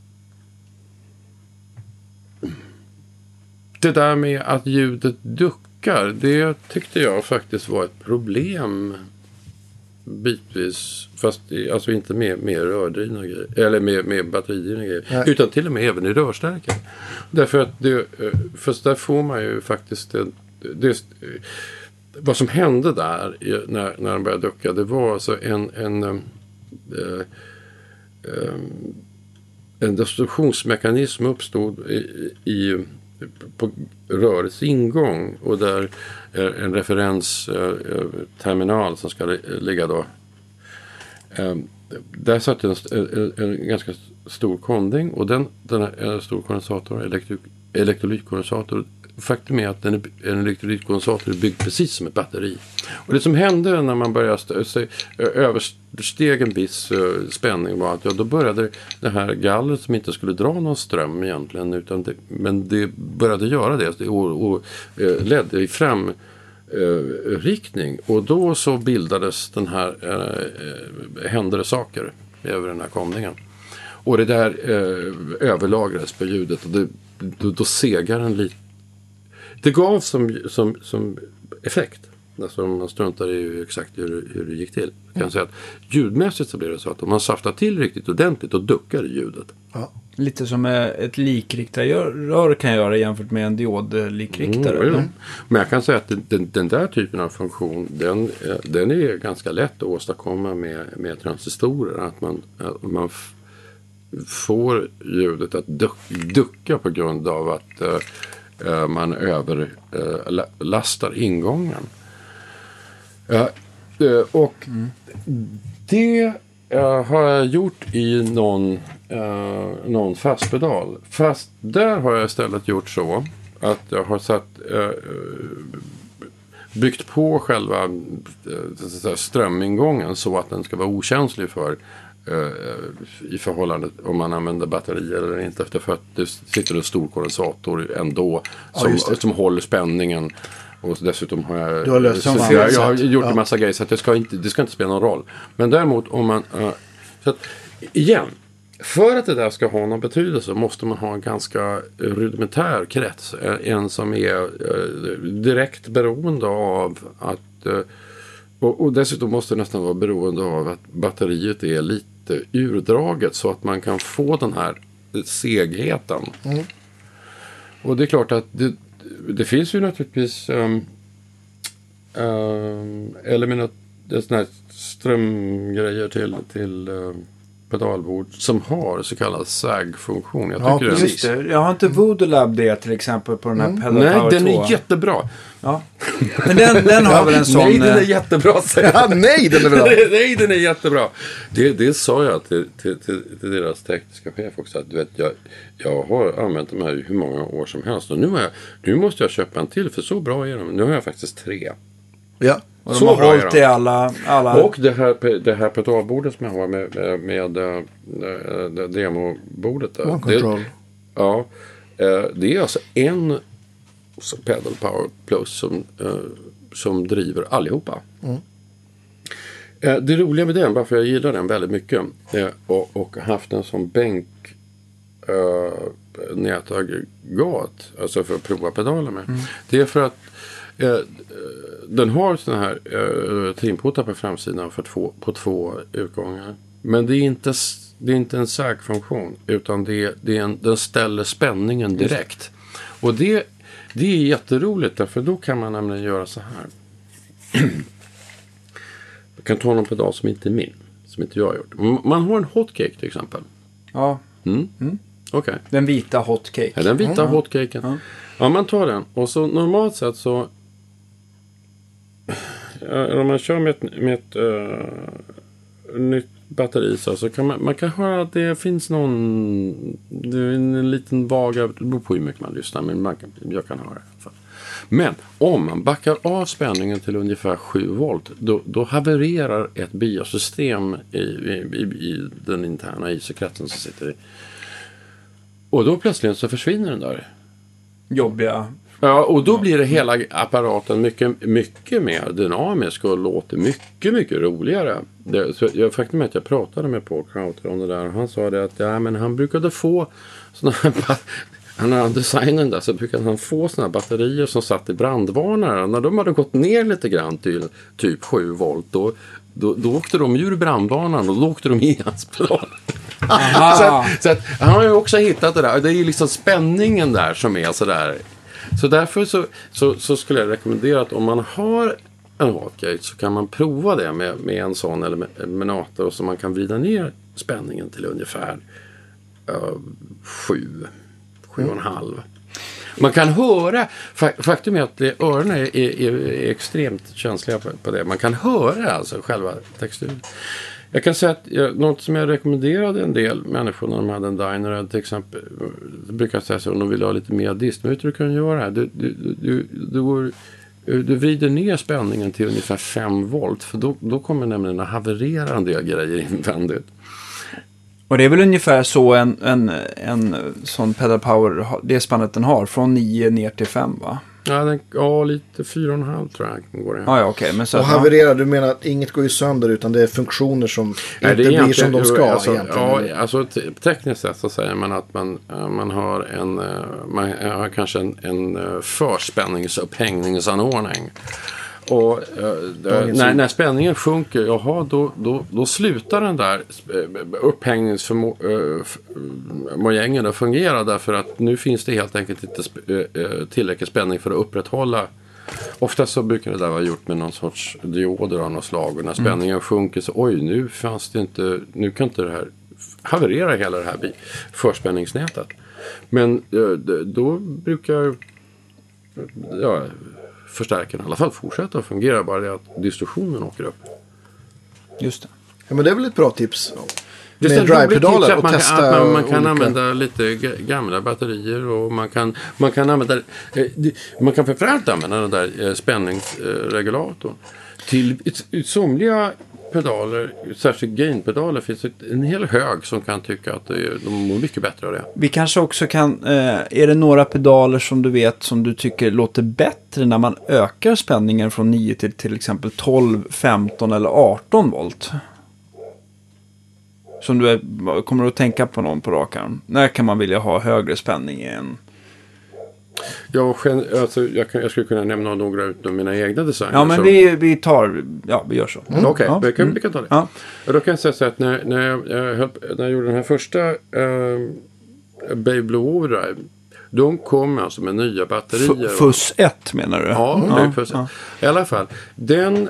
det där med att ljudet duckar, det tyckte jag faktiskt var ett problem bitvis, fast alltså inte med rördrivna grejer, eller med batteridrivna grejer, utan till och med även i rörstärkare. Därför att först där får man ju faktiskt vad som hände där när de började ducka, det var alltså en destruktionsmekanism uppstod på rörets ingång, och där en referensterminal som ska ligga då. Där satt en ganska stor konding, och den här stor kondensator, elektrolytkondensator. Faktum är att en elektrolytkondensator är byggd precis som ett batteri. Och det som hände när man började översteg en viss spänning var att då började det här gallret, som inte skulle dra någon ström egentligen, men det började göra det och ledde i framriktning. Och då så bildades den här, hände det saker över den här kondingen. Och det där överlagrades på ljudet, och då segar den lite. Det gav som effekt. Alltså man struntar i exakt hur det gick till. Jag kan säga att ljudmässigt så blir det så att om man saftar till riktigt ordentligt, då duckar ljudet. Ja. Lite som ett likriktarrör kan göra jämfört med en diodlikriktare. Men jag kan säga att den där typen av funktion, den är ganska lätt att åstadkomma med transistorer. Att man får ljudet att ducka på grund av att man överlastar ingången. Och det har jag gjort i någon fastpedal. Fast där har jag istället gjort så att jag har byggt på själva strömingången så att den ska vara okänslig för i förhållande om man använder batterier eller inte, för att det sitter en stor kondensator ändå som håller spänningen, och dessutom har jag har gjort en massa grejer så att det ska inte spela någon roll. Men däremot om man så att, igen, för att det där ska ha någon betydelse måste man ha en ganska rudimentär krets, en som är direkt beroende av att och dessutom måste det nästan vara beroende av att batteriet är lite urdraget så att man kan få den här segheten. Och det är klart att det finns ju naturligtvis element, såna här strömgrejer till pedalbord som har så kallad sag-funktion. Precis. Jag har inte Voodoo Lab det till exempel på den här Pedal Power 2. Nej, den är jättebra. Ja. Men den har väl en sån... Nej, den är jättebra. Nej, den är bra. Nej, den är jättebra. Det sa jag till deras tekniska chef också. Att, du vet, jag har använt de här hur många år som helst. Och nu måste jag köpa en till, för så bra är de. Nu har jag faktiskt 3. Ja. Och de har hållit i alla... Och det här pedalbordet som jag har med demobordet där. Det är alltså en Pedal Power Plus som driver allihopa. Det roliga med den, varför jag gillar den väldigt mycket och haft den som bänk nätaggregat, alltså för att prova pedaler med. Det är för att den har såna här trimportar på framsidan på 2 utgångar. Men det är inte en sag-funktion, utan den ställer spänningen direkt. Och det är jätteroligt, därför då kan man nämligen göra så här. Jag kan ta någon pedal som inte är min, som inte jag har gjort. Man har en hotcake till exempel. Ja. Okay. Den vita hotcake. Ja, den vita hotcaken. Ja, man tar den. Och så normalt sett så om man kör med ett nytt batteri så kan man kan höra att det finns en liten vaga, det beror på hur mycket man lyssnar, men jag kan höra det. Men om man backar av spänningen till ungefär 7 volt, då havererar ett biosystem i den interna IC-kretsen som sitter i. Och då plötsligt så försvinner den där jobbiga. Ja, och då blir det hela apparaten mycket, mycket mer dynamisk och låter mycket, mycket roligare. Faktum är att jag pratade med Paul Krauter om det där, och han sa det att men han brukade få såna här han designen där så brukade han få såna här batterier som satt i brandvarnare. När de hade gått ner lite grann till typ 7 volt då åkte de ur brandvarnaren och då åkte de i hans pedal. så att han har ju också hittat det där. Det är ju liksom spänningen där som är sådär. Så därför så skulle jag rekommendera att om man har en Heartgate så kan man prova det med en sån eliminator och så man kan vrida ner spänningen till ungefär 7,5. Man kan höra, faktum är att öronen är extremt känsliga på det. Man kan höra alltså själva texturen. Jag kan säga att något som jag rekommenderade en del människor när de hade en Dyner till exempel, brukar jag säga så, om de vill ha lite mer dist. Men vet du kan göra här? Du vrider ner spänningen till ungefär 5 volt för då kommer nämligen att haverera en del grejer invändigt. Och det är väl ungefär så en sån pedal power, det spannet den har, från 9 ner till 5 va? Ja, lite 4,5 tror jag går det. Ja, okej. Men så och haverera, du menar att inget går ju sönder utan det är funktioner som inte blir som de ska egentligen? Ja, alltså tekniskt sett så säger man att man har kanske en förspänningsupphängningsanordning. Och när spänningen sjunker, då slutar den där upphängningsmojängen att fungera därför att nu finns det helt enkelt inte tillräcklig spänning för att upprätthålla. Oftast så brukar det där vara gjort med någon sorts dioder av något slag och när spänningen sjunker så nu fanns det inte, nu kan inte det här haverera hela det här förspänningsnätet. Men då brukar förstärkaren i alla fall fortsätta att fungera, bara det att distorsionen åker upp. Just det. Ja, men det är väl ett bra tips. Med drive-pedaler och testa man kan använda lite gamla batterier och man kan använda man kan framförallt använda den där spänningsregulatorn. Till somliga pedaler, särskilt gainpedaler, finns en hel hög som kan tycka att de mår mycket bättre av det. Vi kanske också kan, är det några pedaler som du vet som du tycker låter bättre när man ökar spänningen från 9 till exempel 12, 15 eller 18 volt? Som du kommer att tänka på någon på rak arm. När kan man vilja ha högre spänning än? Ja, alltså, jag skulle kunna nämna några av mina egna designer. Ja, men vi gör så. Okej, vi kan ta det. Ja. Då kan jag säga så att när jag gjorde den här första Bay Blue Overdrive, de kom alltså med nya batterier. FUS 1 menar du? Ja, FUS 1. I alla fall, den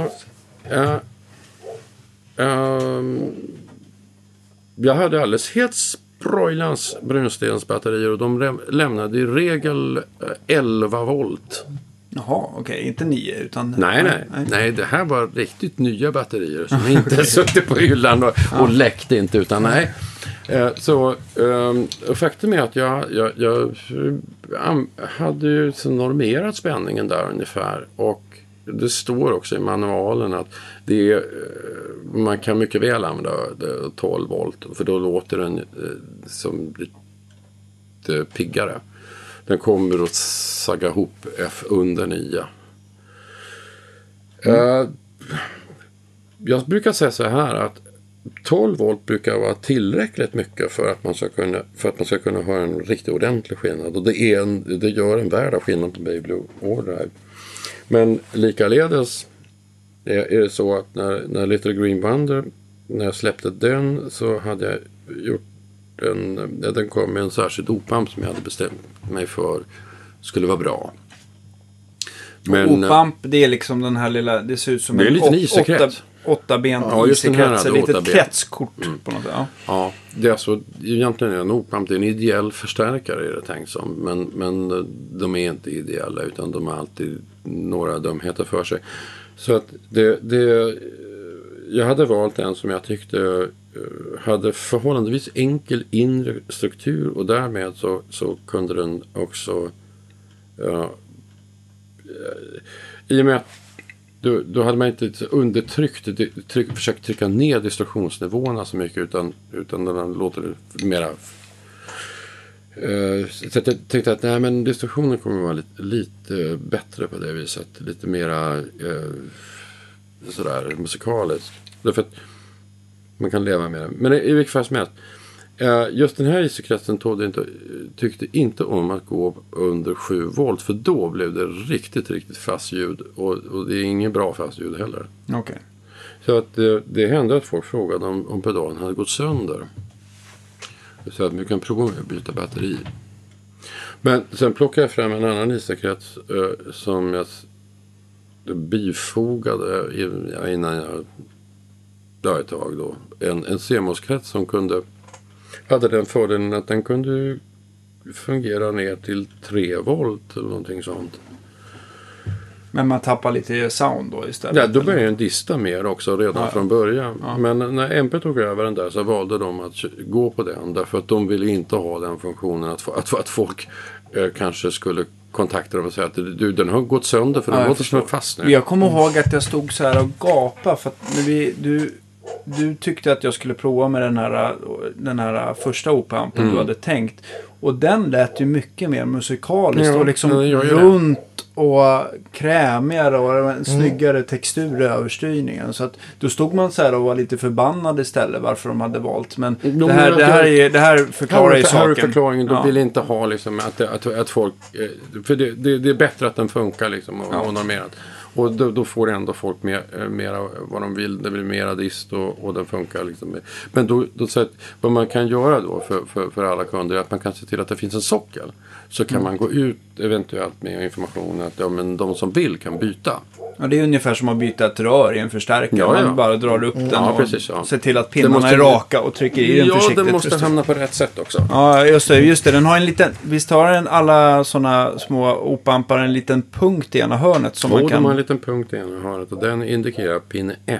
jag hade alldeles helt Broilans brunstensbatterier och de lämnade i regel 11 volt. Jaha, okej. Inte 9 utan... Nej, det här var riktigt nya batterier som inte suttit på hyllan och läckte inte utan nej. Så faktum är att jag hade ju normerat spänningen där ungefär och det står också i manualen att man kan mycket väl använda 12 volt för då låter den som lite piggare. Den kommer att sagga ihop F under 9. Jag brukar säga så här att 12 volt brukar vara tillräckligt mycket för att man ska kunna ha en riktigt ordentlig skillnad och det gör en värld av skillnad på Bay Blue Overdrive. Men likaledes är det så att när Little Green Wonder, när jag släppte den så hade jag gjort den kom med en särskild opamp som jag hade bestämt mig för skulle vara bra. Men opamp, det är liksom den här lilla, det ser ut som en liten isekrets. 8 ben. Ja, just den här hade 8 ben. Lite kretskort på något sätt. Ja, det är alltså egentligen en opamp, det är en ideell förstärkare är det tänkt som. Men de är inte ideella utan de har alltid några dumheter för sig. Så att jag hade valt en som jag tyckte hade förhållandevis enkel inre struktur och därmed så kunde den också i och med att då hade man inte undertryckt försökt trycka ner distorsionsnivåerna så mycket utan den låter mera så jag tänkte att nej, men distorsionen kommer vara lite bättre på det viset, lite mera sådär musikaliskt därför att man kan leva med det. Men i vilket fall som helst Just den här ISO-kretsen tyckte inte om att gå under 7 volt. För då blev det riktigt, riktigt fast ljud. Och det är ingen bra fast ljud heller. Okej. Så att det hände att folk frågade om pedalen hade gått sönder. Så att vi kan prova med att byta batteri. Men sen plockade jag fram en annan ISO-krets som jag bifogade innan jag ett tag då. En CMOS-krets som hade den fördelen att den kunde fungera ner till 3 volt eller någonting sånt. Men man tappar lite sound då istället? Ja, då började den dista mer också redan från början. Ja. Men när MP tog över den där så valde de att gå på den. Därför att de ville inte ha den funktionen att folk kanske skulle kontakta dem och säga att den har gått sönder för den låter som fast nu. Jag kommer ihåg att jag stod så här och gapade för att du tyckte att jag skulle prova med den här första opampen du hade tänkt. Och den lät ju mycket mer musikaliskt och liksom runt och krämigare och en snyggare textur i överstyrningen. Så att då stod man så här och var lite förbannad istället varför de hade valt. Men det här förklarar ju saken. Här är förklaringen. De vill inte ha liksom att folk... För det är bättre att den funkar liksom och normerat. Och då får ändå folk mera vad de vill. Det blir mera dist och den funkar liksom. Men då så att, vad man kan göra då för alla kunder är att man kan se till att det finns en sockel. Så kan man gå ut eventuellt med information att men de som vill kan byta. Ja, det är ungefär som att byta ett rör i en förstärkare. Man bara drar upp den och ser till att pinnarna är raka och trycker i den försiktigt. Ja, den måste hamna på rätt sätt också. Ja, just det. Den har en liten... Visst har den alla sådana små opampar en liten punkt i ena hörnet som man kan... de har en liten punkt i ena hörnet och den indikerar pinne 1.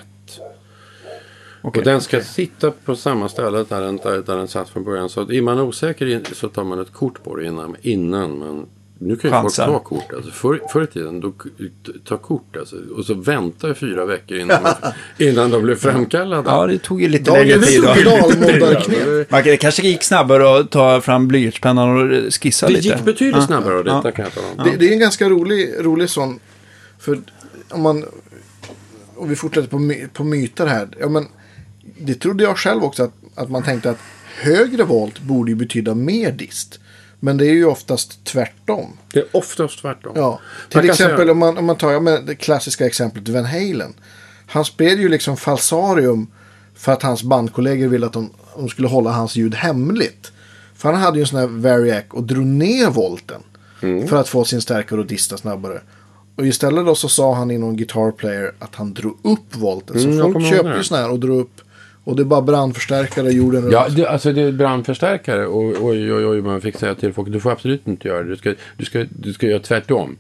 Okay, och den ska sitta på samma ställe där den satt från början. Så är man osäker så tar man ett kort på det innan man... Nu kan ju folk ta kort. Alltså förr i tiden då ta kort alltså, och så vänta i 4 veckor innan de blev framkallade. Ja, det tog ju lite längre tid. Det kanske gick snabbare att ta fram blyertspennan och skissa lite. Det gick betydligt snabbare att rita kan jag tala om. Det är en ganska rolig sån. För om vi fortsätter på myter här. Ja, men det trodde jag själv också att man tänkte att högre volt borde ju betyda mer dist. Men det är ju oftast tvärtom. Det är oftast tvärtom. Ja. Till exempel om man tar med det klassiska exemplet Van Halen. Han spelade ju liksom falsarium för att hans bandkollegor ville att de skulle hålla hans ljud hemligt. För han hade ju en sån här variac och drog ner volten för att få sin stärkare att dista snabbare. Och istället då så sa han i någon Guitar Player att han drog upp volten. Så folk köpte ju sån här och drog upp. Och det är bara brandförstärkare jorden runt. Ja, det är brandförstärkare. Och oj, man fick säga till folk, du får absolut inte göra det. Du ska göra tvärtom.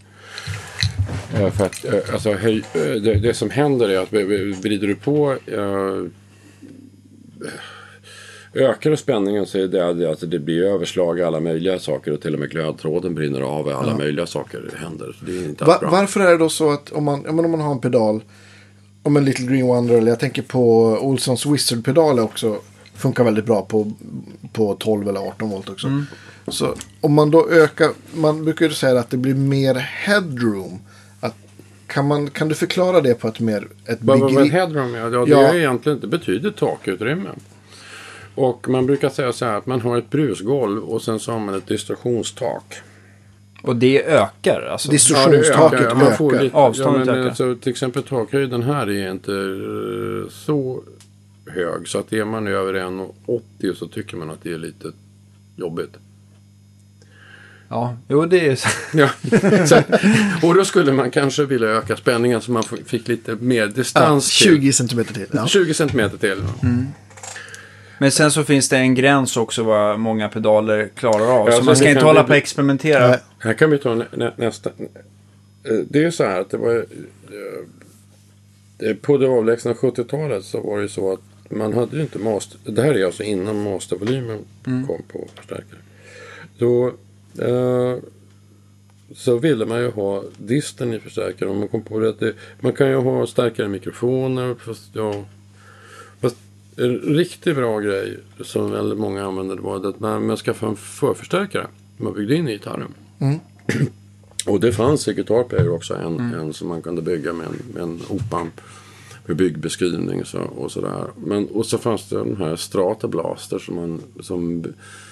För att, alltså, det som händer är att vrider du på ökar du spänningen så är det att det blir överslag i alla möjliga saker och till och med glödtråden brinner av alla möjliga saker händer. Det är inte bra. Varför är det då så att om man har en pedal om en Little Green Wonder, eller jag tänker på Olssons Wizard-pedal också, funkar väldigt bra på 12 eller 18 volt också. Så om man då ökar, man brukar ju säga att det blir mer headroom. Kan du förklara det på ett Vad headroom? Det är egentligen inte betyder takutrymme. Och man brukar säga så här att man har ett brusgolv och sen så har man ett distorsionstak. Och det ökar alltså? Distorsionstaket ökar. Avståndet ökar. Så till exempel takhöjden här är inte så hög. Så att är man över 1,80 så tycker man att det är lite jobbigt. Ja, jo det är så. Ja. Och då skulle man kanske vilja öka spänningen så man fick lite mer distans. 20 centimeter till. Ja. 20 centimeter till. Men sen så finns det en gräns också vad många pedaler klarar av. Så man ska inte hålla på att experimentera. Nej. Här kan vi ta nästa. Det är ju så här att det var på det avlägsna 70-talet så var det så att man hade ju inte master. Det här är alltså innan mastervolymen kom på förstärkare. Då så ville man ju ha disten i förstärkaren. Och man kom på det att man kan ju ha starkare mikrofoner. Fast en riktigt bra grej som väldigt många använder var att man skaffade en förförstärkare. Man byggde in i gitarren. Och det fanns i Guitar Player också en som man kunde bygga med en opamp. byggbeskrivning och sådär. Och så fanns det den här Strata-blaster som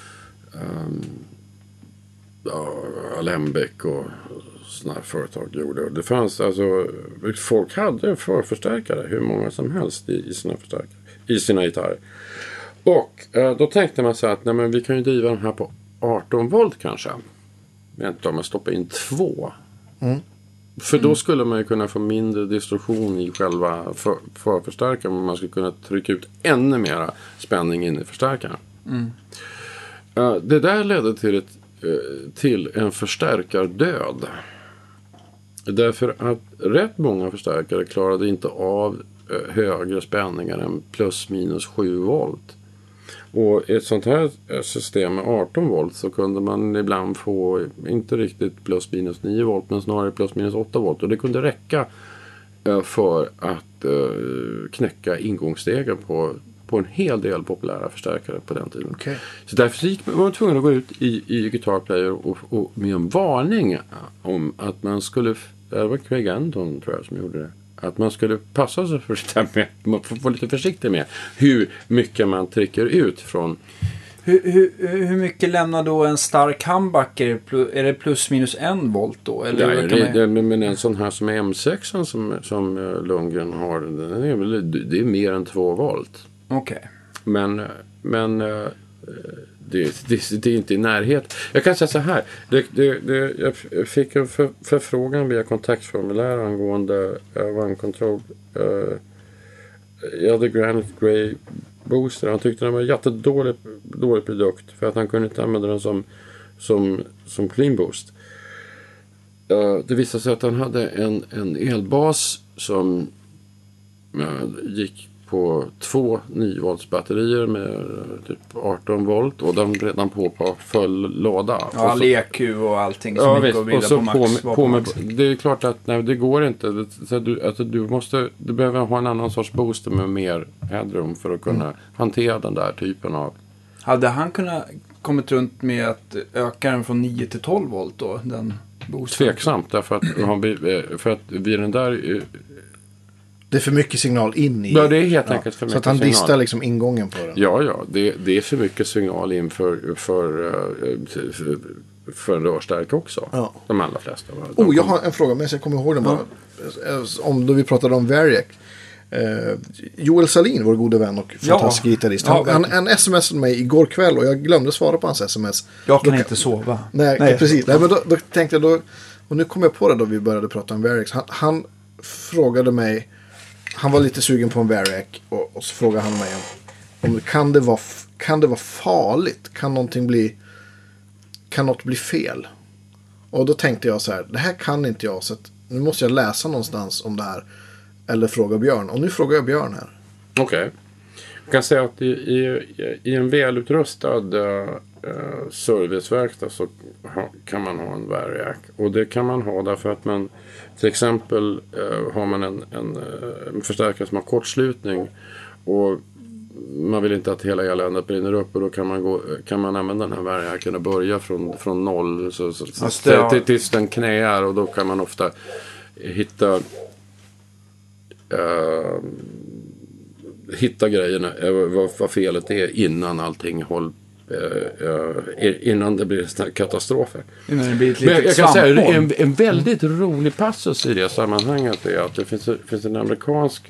Alembic och sådana här företag gjorde. Det fanns alltså, folk hade förförstärkare hur många som helst i sina gitarrer. Och då tänkte man så att nej, men vi kan ju driva den här på 18 volt kanske. Vänta om jag stoppar in 2. För då skulle man ju kunna få mindre distorsion i själva förförstärkaren. Men man skulle kunna trycka ut ännu mera spänning in i förstärkaren. Det där ledde till en förstärkardöd. Därför att rätt många förstärkare klarade inte av högre spänningar än plus minus 7 volt. Och i ett sånt här system med 18 volt så kunde man ibland få inte riktigt plus minus 9 volt men snarare plus minus 8 volt. Och det kunde räcka för att knäcka ingångsstegen på en hel del populära förstärkare på den tiden. Okay. Så därför var man tvungen att gå ut i Guitar Player och med en varning om att man skulle, det var Craig Anton tror jag som gjorde det, att man skulle passa sig för det med, man får vara lite försiktig med hur mycket man trycker ut från. Hur mycket lämnar då en stark humbucker? Är det plus minus 1 volt då? Eller men en sån här som är M6 som Lundgren har, det är mer än 2 volt. Okej. Men det är inte i närhet. Jag kan säga så här. Jag fick en förfrågan via kontaktformulär angående One Control. Jag hade Granite Grey Booster. Han tyckte den var en jättedålig produkt för att han kunde inte använda den som clean boost. Det visade sig att han hade en elbas som gick på 2 9-volts batterier med typ 18 volt och den redan på full låda. Ja, EQ och allting som gick att vrida på max. Det är klart att nej, det går inte. Du behöver ha en annan sorts booster med mer headroom för att kunna hantera den där typen av. Hade han kunnat kommit runt med att öka den från 9 till 12 volt då? Den boostern? Tveksamt, därför att vid den där det är för mycket signal in i. Ja, det är helt enkelt för mycket. Så att han distar liksom ingången på den. Ja, det är för mycket signal in för en rörstärk också. Ja. De allra flesta. Jag har en fråga, men jag kommer ihåg den bara. Om då vi pratade om Variac. Joel Salin, vår gode vän och fantastisk gitarrist. Han smsade mig igår kväll och jag glömde svara på hans sms. Jag kan inte sova. Nej. Precis. Nej, men då tänkte jag och nu kom jag på det då vi började prata om Variac. Han frågade mig. Han var lite sugen på en Variac och så frågade han mig om kan det vara farligt? Kan något bli fel? Och då tänkte jag så här, det här kan inte jag, så att nu måste jag läsa någonstans om det här eller fråga Björn. Och nu frågar jag Björn här. Okej. Jag kan säga att i en välutrustad serviceverkstad så kan man ha en Variac. Och det kan man ha därför att man till exempel har man en förstärkare som har kortslutning och man vill inte att hela eländet brinner upp och då kan man använda den här Variacen och börja från noll tills den knäar och då kan man ofta hitta grejerna vad felet är innan allting innan det blir katastrofer. Innan det blir ett men jag kan säga en väldigt rolig passus i det sammanhanget är att det finns en amerikansk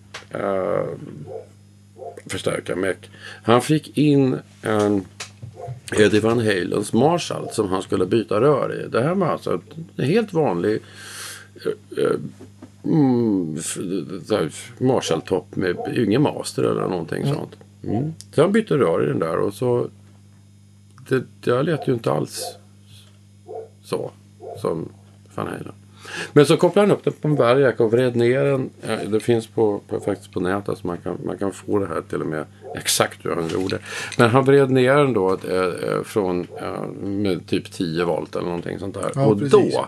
förstärkarmäck. Han fick in en Eddie Van Halens Marshall som han skulle byta rör i. Det här var alltså en helt vanlig Marshall-topp med ingen master eller någonting sånt. Så han bytte rör i den där och så det lät ju inte alls så som Van Halen. Men så kopplade han upp den på en Variac och vred ner den. Det finns faktiskt på nätet så man kan få det här till och med exakt hur han gjorde. Men han vred ner den då från med typ 10 volt eller någonting sånt där. Ja, och precis. Då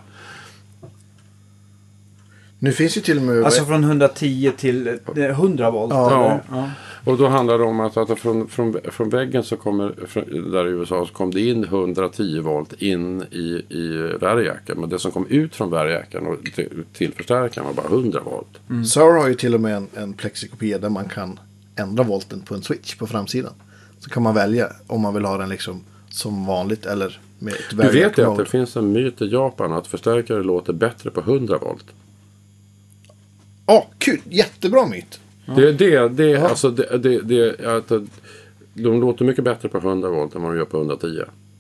nu finns ju till och med alltså från 110 till 100 volt. Ja. Och då handlar det om att från väggen så kommer, där i USA så kom det in 110 volt in i variacken. Men det som kom ut från variacken och till förstärkaren var bara 100 volt. Sauer har ju till och med en plexikopia där man kan ändra volten på en switch på framsidan. Så kan man välja om man vill ha den liksom som vanligt eller med ett Du vet ju att det finns en myt i Japan att förstärkare låter bättre på 100 volt. Ja, kul. Jättebra myt. Alltså att de låter mycket bättre på 100 volt än vad de gör på 110.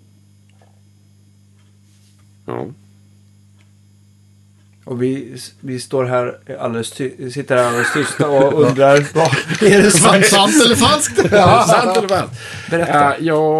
Ja. Och vi står här sitter här alldeles tysta och undrar vad är det Sant eller falskt? Ja, sant eller falskt? Berätta.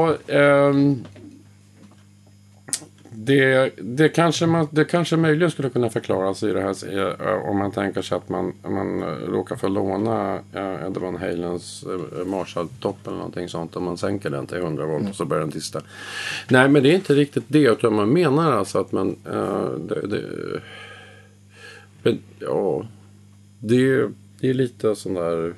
Det kanske möjligen skulle kunna förklaras i det här om man tänker sig att man råkar få låna Eddie Van Halens Marshall-topp eller någonting sånt, om man sänker den till 100 volt och så börjar den tista. Nej, men det är inte riktigt det, utan man menar alltså att man det är lite sån där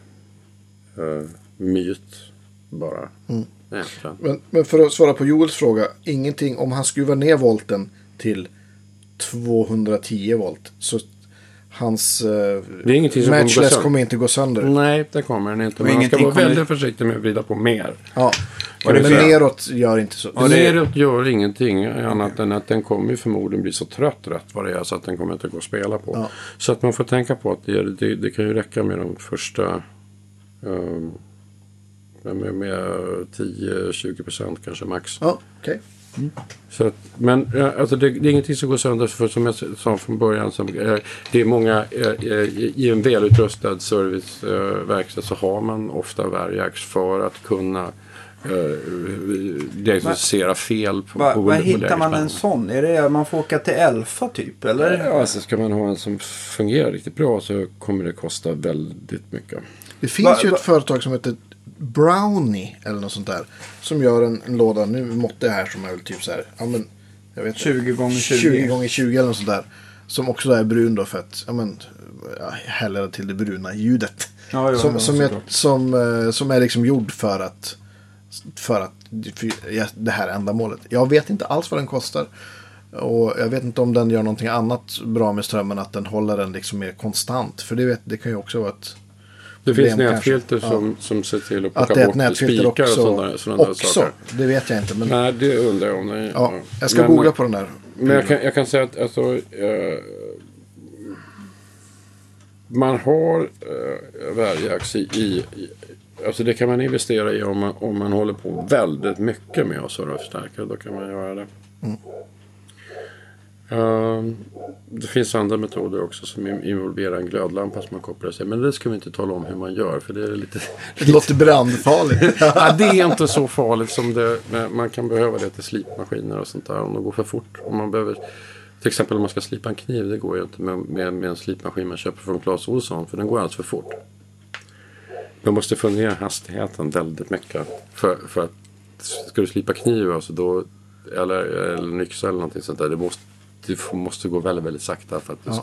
myt bara. Men för att svara på Joels fråga, ingenting om han skruvar ner volten till 210 volt så hans matchless kommer inte gå sönder. Nej, det kommer den inte. Men man ska vara väldigt försiktig med att vrida på mer. Ja, men neråt gör inte så. Neråt gör ingenting annat än att den kommer förmodligen bli så trött rätt vad det är så att den kommer inte gå att spela på. Ja. Så att man får tänka på att det kan ju räcka med de första med 10-20% kanske max. Ja, okej. Så att, men alltså det är ingenting som går sönder, för som jag sa från början, det är många i en välutrustad serviceverkstad så har man ofta Variax för att kunna diagnostisera fel på vad hittar man en sån? Är det man får åka till Elfa typ, eller? Ja, alltså ska man ha en som fungerar riktigt bra så kommer det kosta väldigt mycket. Det finns ju ett företag som heter Brownie eller något sånt där som gör en låda, nu måtte här som är väl typ så här, ja men jag vet 20x20 eller något sånt där, som också där är brun då för att häller till det bruna ljudet. Som är liksom gjord för det här ändamålet. Jag vet inte alls vad den kostar. Och jag vet inte om den gör någonting annat bra med strömmen, att den håller den liksom mer konstant. För det kan ju också vara ett det finns nätfilter som ser till att plocka bort spikar och sådana saker. Det vet jag inte. Men nej, det undrar jag om det. Ja, jag ska googla på den där. Men jag kan säga att alltså, man har Variax i alltså det kan man investera i om man håller på väldigt mycket med oss och förstärkare, då kan man göra det. Det finns andra metoder också som involverar en glödlampa som man kopplar sig, men det ska vi inte tala om hur man gör, för det är lite det låter brandfarligt. Ja, det är inte så farligt som det, man kan behöva det till slipmaskiner och sånt där om det går för fort. Om man behöver, till exempel om man ska slipa en kniv, det går ju inte med en slipmaskin man köper från Clas Ohlson, för den går alldeles för fort. Man måste få ner hastigheten väldigt mycket för att ska du slipa kniv alltså då, eller nyxa eller någonting sånt där, det måste gå väldigt, väldigt sakta för att det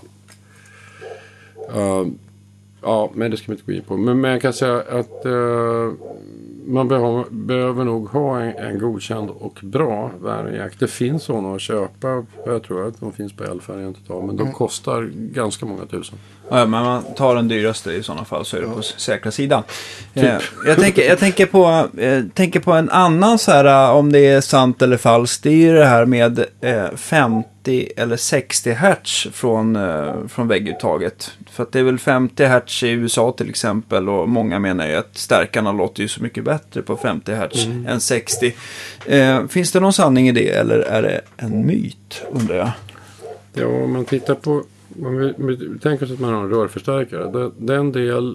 men det ska vi inte gå in på. Men jag kan säga att man behöver nog ha en godkänd och bra Variax. Det finns sådana att köpa. Jag tror att de finns på Elfa, men de kostar ganska många tusen. Ja, men man tar den dyraste i sådana fall så är det på säkra sidan. Jag tänker på en annan så här, om det är sant eller falskt. Det är ju det här med 50 eller 60 hertz från vägguttaget. För att det är väl 50 hertz i USA till exempel, och många menar ju att stärkarna låter ju så mycket bättre på 50 hertz än 60. Finns det någon sanning i det, eller är det en myt, undrar jag? Ja, om man tittar på, om vi tänker oss att man har en rörförstärkare, den del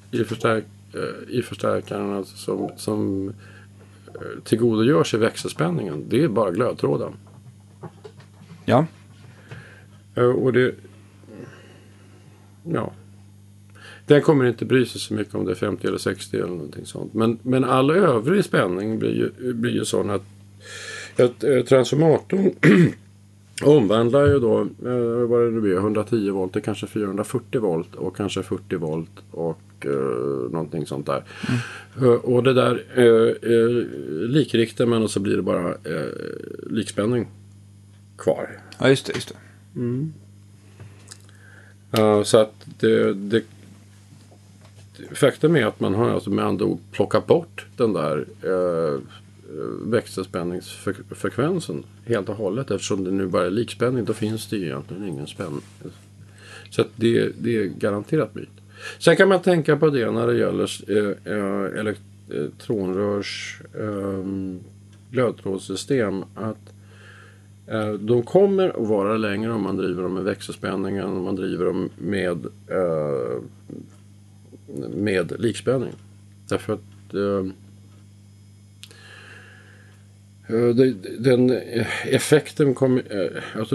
i förstärkaren alltså som tillgodogör sig växelspänningen, det är bara glödtråden. Ja. Och det, den kommer inte bry sig så mycket om det är 50 eller 60 eller någonting sånt. Men all övrig spänning blir ju sån att transformatorn omvandlar ju då vad det nu blir, 110 volt till kanske 440 volt och kanske 40 volt och någonting sånt där. Och det där likriktar man och så blir det bara likspänning kvar. Ja, just det. Så att det faktum är att man har alltså med andra ord plockat bort den där växelspänningsfrekvensen helt och hållet, eftersom det nu bara är likspänning, då finns det ju egentligen ingen spänning. Så att det är garanterat myt. Sen kan man tänka på det när det gäller elektronrörs glödtrådssystem, att de kommer att vara längre om man driver dem med växelspänning än om man driver dem med likspänning. Därför att den effekten kommer, alltså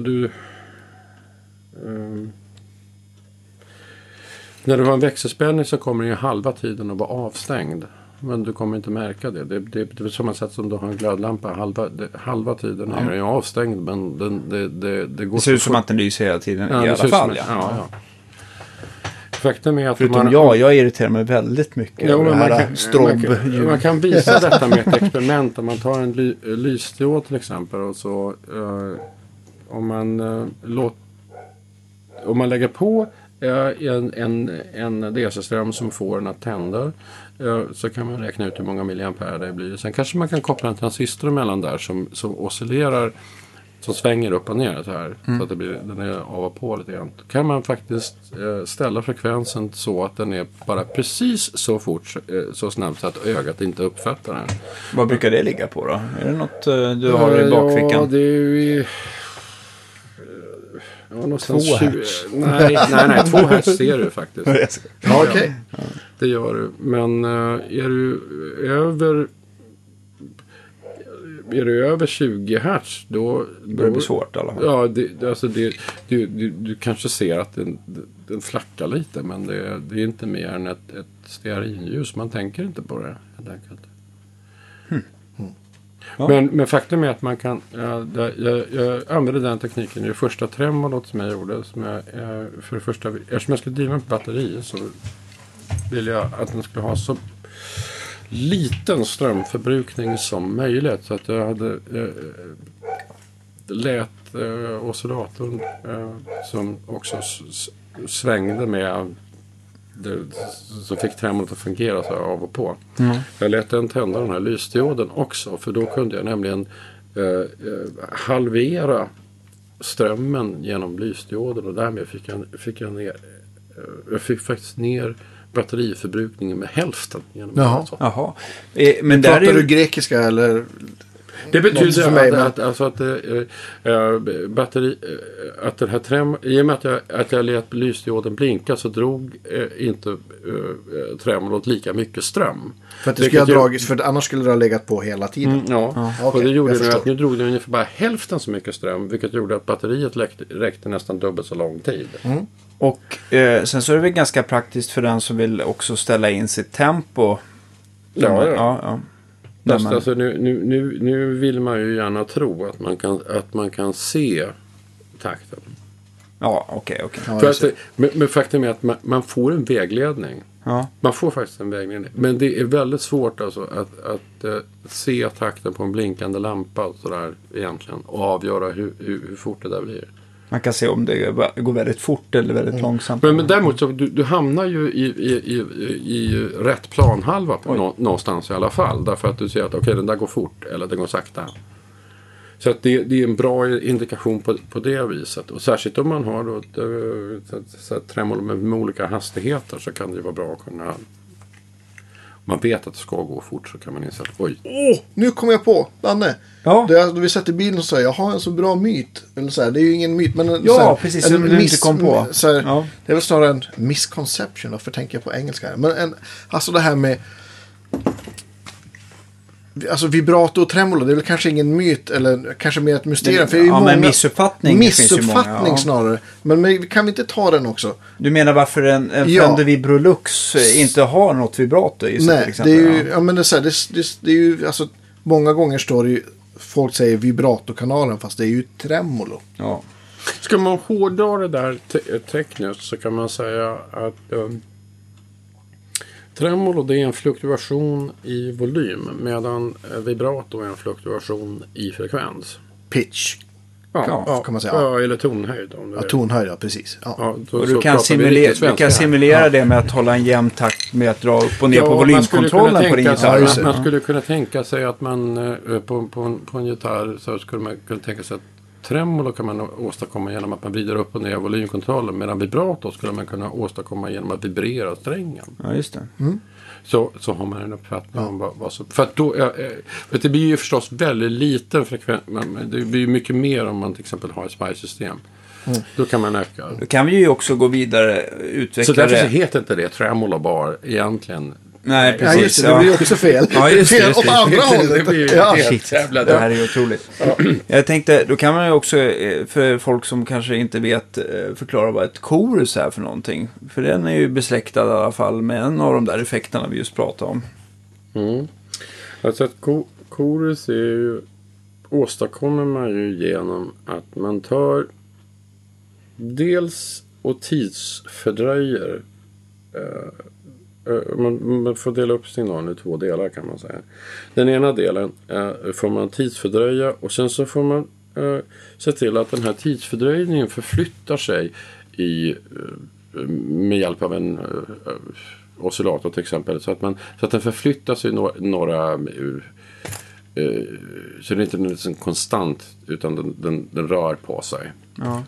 när du har en växelspänning så kommer ju halva tiden att vara avstängd, men du kommer inte märka det. Det är samma sätt som du har en glödlampa, halva tiden är den avstängd, men det går. Det ser ut som att den lyser hela tiden i alla fall. Ja. Faktum är att förutom jag irriterar mig väldigt mycket över det här man kan visa detta med ett experiment. Om man tar en lysdiod till exempel, och så om man lägger på en DC-ström som får den att tända, så kan man räkna ut hur många milliampere det blir. Sen kanske man kan koppla en transistor emellan där som oscillerar, som svänger upp och ner så här, så att den är av och på lite grann. Då kan man faktiskt ställa frekvensen så att den är bara precis så fort, så snabbt så att ögat inte uppfattar den. Vad brukar det ligga på då? Är det något du har i bakfickan? Ja, det är ju... någonstans 2 hertz. Nej, 2 hertz ser du faktiskt. Ja, okej. Det gör du. Men är du över 20 hertz, då blir det svårt i alla fall. Ja, du kanske ser att den flackar lite, men det är inte mer än ett stearinljus. Man tänker inte på det helt enkelt. Ja. Men faktum är att man kan, jag använde den tekniken i det första tremolot som jag gjorde, för det första, eftersom jag skulle driva med batteri, så ville jag att den skulle ha så liten strömförbrukning som möjligt, så att jag hade lät oscillatorn som också svängde med som fick tremolot att fungera så här av och på. Jag lät den tända den här lysdioden också, för då kunde jag nämligen halvera strömmen genom lysdioden, och därmed fick faktiskt ner batteriförbrukningen med hälften genom Jaha. Jaha. Men pratar du grekiska eller? Det betyder att den här i och med att jag lät lysdioden blinka, så drog inte tremolot lika mycket ström. För att det skulle ha dragits, för annars skulle det ha legat på hela tiden. Okay, och det gjorde att nu drog det ungefär bara hälften så mycket ström, vilket gjorde att batteriet räckte nästan dubbelt så lång tid. Och sen så är det väl ganska praktiskt för den som vill också ställa in sitt tempo. Ja. Alltså, nu vill man ju gärna tro att man kan se takten. Ja, okej. Men faktum är att man får en vägledning. Ja. Man får faktiskt en vägledning. Men det är väldigt svårt alltså att se takten på en blinkande lampa och sådär egentligen, och avgöra hur fort det där blir. Man kan se om det går väldigt fort eller väldigt långsamt. Men däremot så du hamnar ju i rätt planhalva någonstans i alla fall. Därför att du ser att den där går fort eller den går sakta. Så att det är en bra indikation på det viset. Och särskilt om man har då tremolo med olika hastigheter, så kan det vara bra att kunna... Om man vet att det ska gå fort, så kan man inse att nu kommer jag på, Danne. Ja. Då vi satt i bilen och sa, jag har en så bra myt. Eller så här, det är ju ingen myt, men precis, som du inte kom på. Så här, det är väl snarare en misconception, varför tänker jag på engelska? Men alltså det här med alltså vibrato och tremolo, det är väl kanske ingen myt, eller kanske mer ett mysterium. För det är ju men missuppfattning snarare. Men kan vi inte ta den också? Du menar varför en Fender Vibrolux inte har något vibrato i sig? Nej, till exempel? Det är ju, men det är ju, alltså många gånger står det ju, folk säger vibratokanalen, fast det är ju tremolo. Ja. Ska man hårdra det där tekniskt, så kan man säga att Tremolo, det är en fluktuation i volym, medan vibrato är en fluktuation i frekvens. Pitch. Ja, kan man säga. Ja, eller tonhöjd. Om du Ja, tonhöjd, ja, precis. Ja. Ja, Och du kan simulera det med att hålla en jämn takt med att dra upp och ner på volymkontrollen på din gitarr. Man skulle kunna tänka sig att man på en gitarr så skulle man kunna tänka sig att tremolo kan man åstadkomma genom att man vrider upp och ner volymkontrollen, medan vibrato skulle man kunna åstadkomma genom att vibrera strängen. Ja, just det. Så har man en uppfattning om vad som... För att då... det blir ju förstås väldigt liten frekvens. Men det blir ju mycket mer om man till exempel har ett SPICE-system. Då kan man öka. Då kan vi ju också gå vidare, utveckla så därför det. så heter inte det tremolo bar egentligen. Nej, precis. Ja, just det. Det blir också fel. Ja, just det. Fel åt andra hållet. Det blir Shit, det här är ju otroligt. Jag tänkte, då kan man ju också, för folk som kanske inte vet, förklara vad ett chorus är för någonting. För den är ju besläktad i alla fall med en av de där effekterna vi just pratade om. Alltså att chorus är ju, åstadkommer man ju genom att man tar dels och tidsfördröjer man får dela upp signalen i 2 delar, kan man säga. Den ena delen får man tidsfördröja, och sen så får man se till att den här tidsfördröjningen förflyttar sig med hjälp av en oscillator till exempel, så att den förflyttar sig några så det är inte liksom konstant, utan den rör på sig. Ja.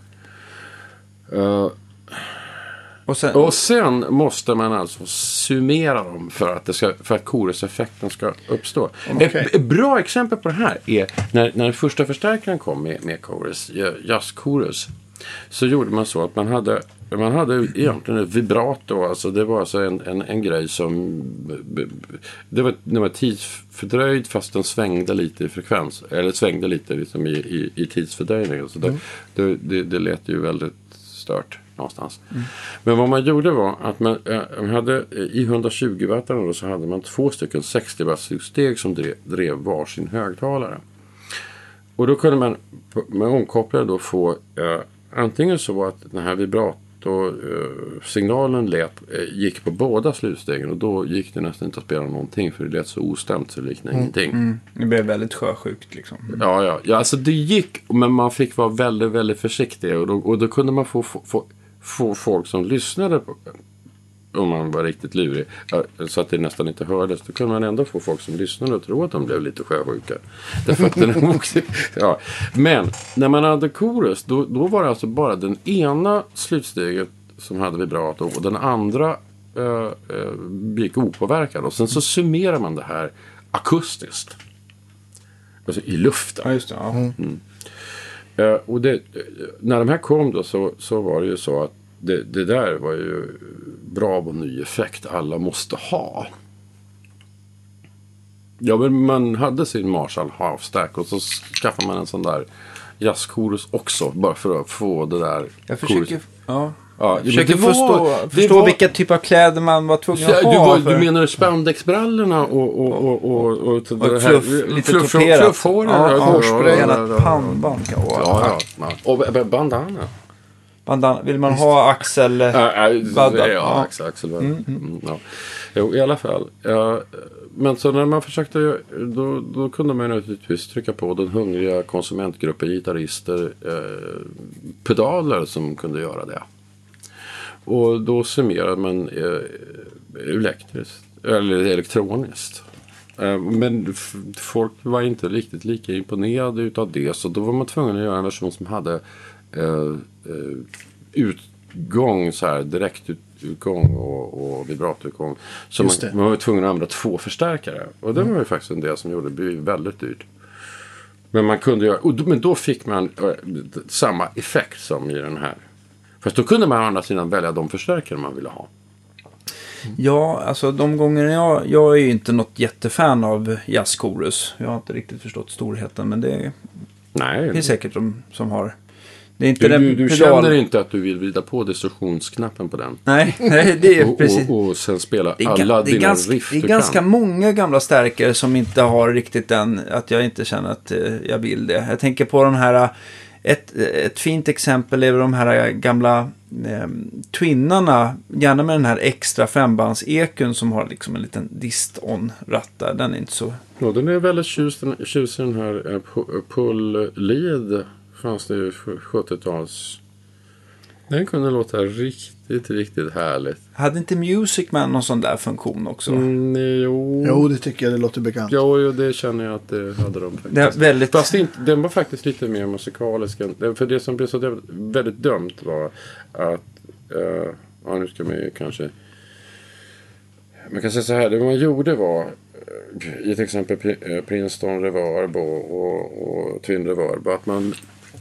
Och sen måste man alltså summera dem för att choruseffekten ska uppstå. Okay. Ett bra exempel på det här är när den första förstärkaren kom med chorus, jazzchorus, så gjorde man så att man hade egentligen ett vibrato. Alltså det var alltså en grej som det var tidsfördröjd, fast den svängde lite i frekvens, eller svängde lite liksom i tidsfördröjning. Så det lät ju väldigt stört någonstans. Men vad man gjorde var att man hade i 120-wattarna så hade man 2 stycken 60-wattssteg som drev varsin högtalare. Och då kunde man med omkopplare då få antingen så att den här vibrato-signalen gick på båda slutstegen, och då gick det nästan inte att spela någonting, för det lät så ostämt så det liknade ingenting. Det blev väldigt sjösjukt liksom. Ja, alltså det gick, men man fick vara väldigt, väldigt försiktig, och då kunde man få folk som lyssnade på, om man var riktigt lurig, så att det nästan inte hördes, då kunde man ändå få folk som lyssnade och tro att de blev lite sjösjuka. Därför att den också, ja. Men när man hade chorus, då var det alltså bara den ena slutsteget som hade vibrato, och den andra gick opåverkad, och sen så summerar man det här akustiskt, alltså i luften. Ja, just det. Ja. Och när de här kom då, så var det ju så att det där var ju bra och ny effekt alla måste ha. Ja, men man hade sin Marshall Half-stack, och så skaffade man en sån där jazzchorus också, bara för att få det där. Jag försöker, jag försöker förstå vilka typ av kläder man var tvungen att ha. Du menar spandexbrallorna och det här, lite tuperat. Hårspray. Pannband. Och bandana. Vill man ha axel? Axelvadd. Jo, i alla fall. Men så när man försökte, då kunde man naturligtvis trycka på den hungriga konsumentgruppen gitarrister pedaler som kunde göra det. Och då summerade man elektriskt eller elektroniskt. Men folk var inte riktigt lika imponerade utav det, så då var man tvungen att göra en version som hade utgång, så här direktutgång och vibratoutgång. Så man var tvungen att använda 2 förstärkare. Och det var ju faktiskt en del som gjorde det väldigt dyrt. Men man kunde göra, men då fick man samma effekt som i den här. Fast då kunde man å andra sidan välja de förstärkare man ville ha. Ja, alltså de gånger jag är ju inte något jättefan av jazzchorus. Jag har inte riktigt förstått storheten, men det är säkert de som har. Det är inte du känner inte att du vill vrida på distorsionsknappen på den. Nej, det är precis. Och sen spela alla dina riff. Det är ganska många gamla stärkare som inte har riktigt den, att jag inte känner att jag vill det. Jag tänker på den här Ett fint exempel är de här gamla Twinnarna, gärna med den här extra 5-bands-ekun som har liksom en liten dist-on-ratt där. Den är inte så... Ja, den är väldigt tjus den här pull-lead fanns det ju 70-tals. Den kunde låta riktigt härligt. Hade inte Music Man någon sån där funktion också? Jo, det tycker jag, det låter bekant. Jo, det känner jag att det hade de faktiskt. Det är väldigt... Fast den var faktiskt lite mer musikalisk. För det som blev så väldigt dumt var att nu ska man ju kanske... Man kan säga så här, det man gjorde var i till exempel Princeton Reverb och Twin Reverb att man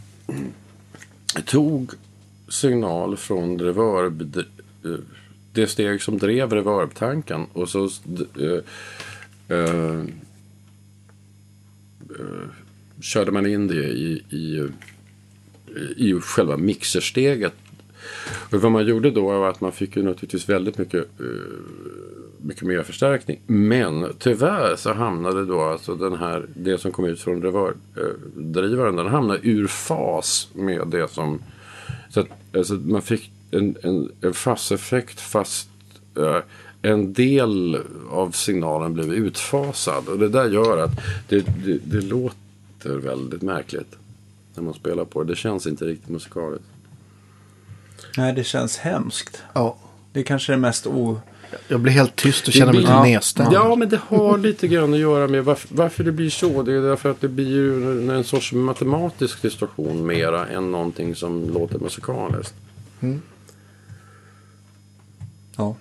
tog signal från reverb, det steg som drev reverb-tanken, och så körde man in det i själva mixersteget. Och vad man gjorde då var att man fick ju naturligtvis väldigt mycket mer förstärkning. Men tyvärr så hamnade då alltså det som kom ut från reverb-drivaren, den hamnade ur fas med det som... Så att alltså, man fick en fast effekt fast en del av signalen blev utfasad. Och det där gör att det låter väldigt märkligt när man spelar på det. Det känns inte riktigt musikaliskt. Nej, det känns hemskt. Ja. Det är kanske det mest Jag blir helt tyst och känner mig lite nedstämd. Ja, men det har lite grann att göra med varför det blir så. Det är därför att det blir ju en sorts matematisk distorsion mera än någonting som låter musikaliskt. Mm. Ja.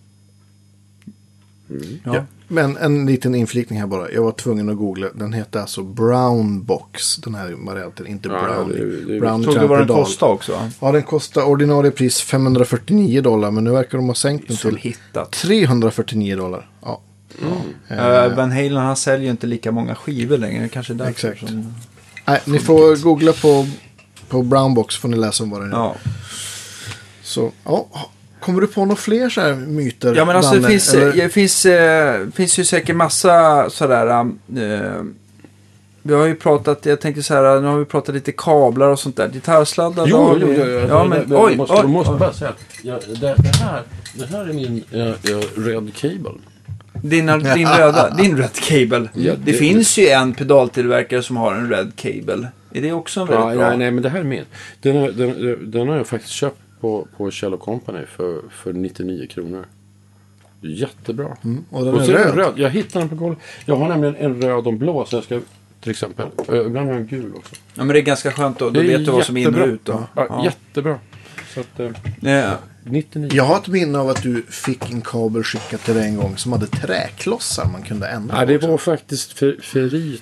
Ja. Men en liten inflikning här bara. Jag var tvungen att googla. Den heter alltså Brown Box. Den här varianten, inte Brownie. Brown såg du vad den kostar också? Ja, den kostar ordinarie pris $549. Men nu verkar de ha sänkt den till $349. Ja. Van Halen, han säljer ju inte lika många skivor längre. Kanske därför. Exakt. Nej, ni får googla på Brown Box, får ni läsa om vad det är. Ja. Så, ja. Kommer du på några fler så här myter? Ja, men alltså Danne, det finns ju säkert massa sådär... vi har ju pratat, jag tänker så här, nu har vi pratat lite kablar och sånt där. Gitarrsladdar. Du måste bara säga att det här är min Red Cable. Din Red Cable. Ja, det finns ju en pedaltillverkare som har en Red Cable. Är det också en väldigt bra? Nej, men det här är min. Den har jag faktiskt köpt på Kjell & Company för 99 kronor. Jättebra. Och den är röd. Jag hittade den på golvet. Jag har nämligen en röd och blå, så jag ska till exempel. Ibland har jag en gul också. Ja, men det är ganska skönt då. Då vet du vad som är in och ut då. Ja. Jättebra. Så att, 99. Jag har ett minne av att du fick en kabel skickad till dig en gång som hade träklossar man kunde ändra. Ja, det var faktiskt ferrit.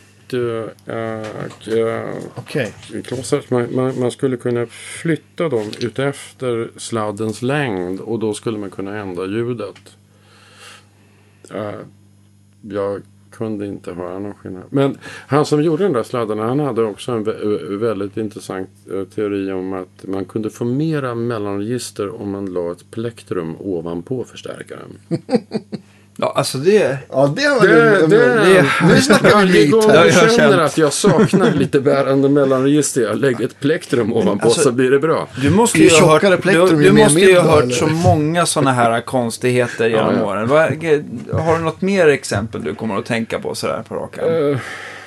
Okej. Man skulle kunna flytta dem utefter sladdens längd, och då skulle man kunna ändra ljudet. Jag kunde inte höra någon skillnad. Men han som gjorde den där sladdarna, han hade också en väldigt intressant teori om att man kunde få mera mellanregister om man la ett plektrum ovanpå förstärkaren. Ja, alltså det... Ja, det var nu snackar vi lite. Jag känner att jag saknar lite bärande mellanregister. Jag lägger ett plektrum ovanpå, så blir det bra. Du måste ju ha hört så många sådana här konstigheter genom åren. Har du något mer exempel du kommer att tänka på sådär på rakan?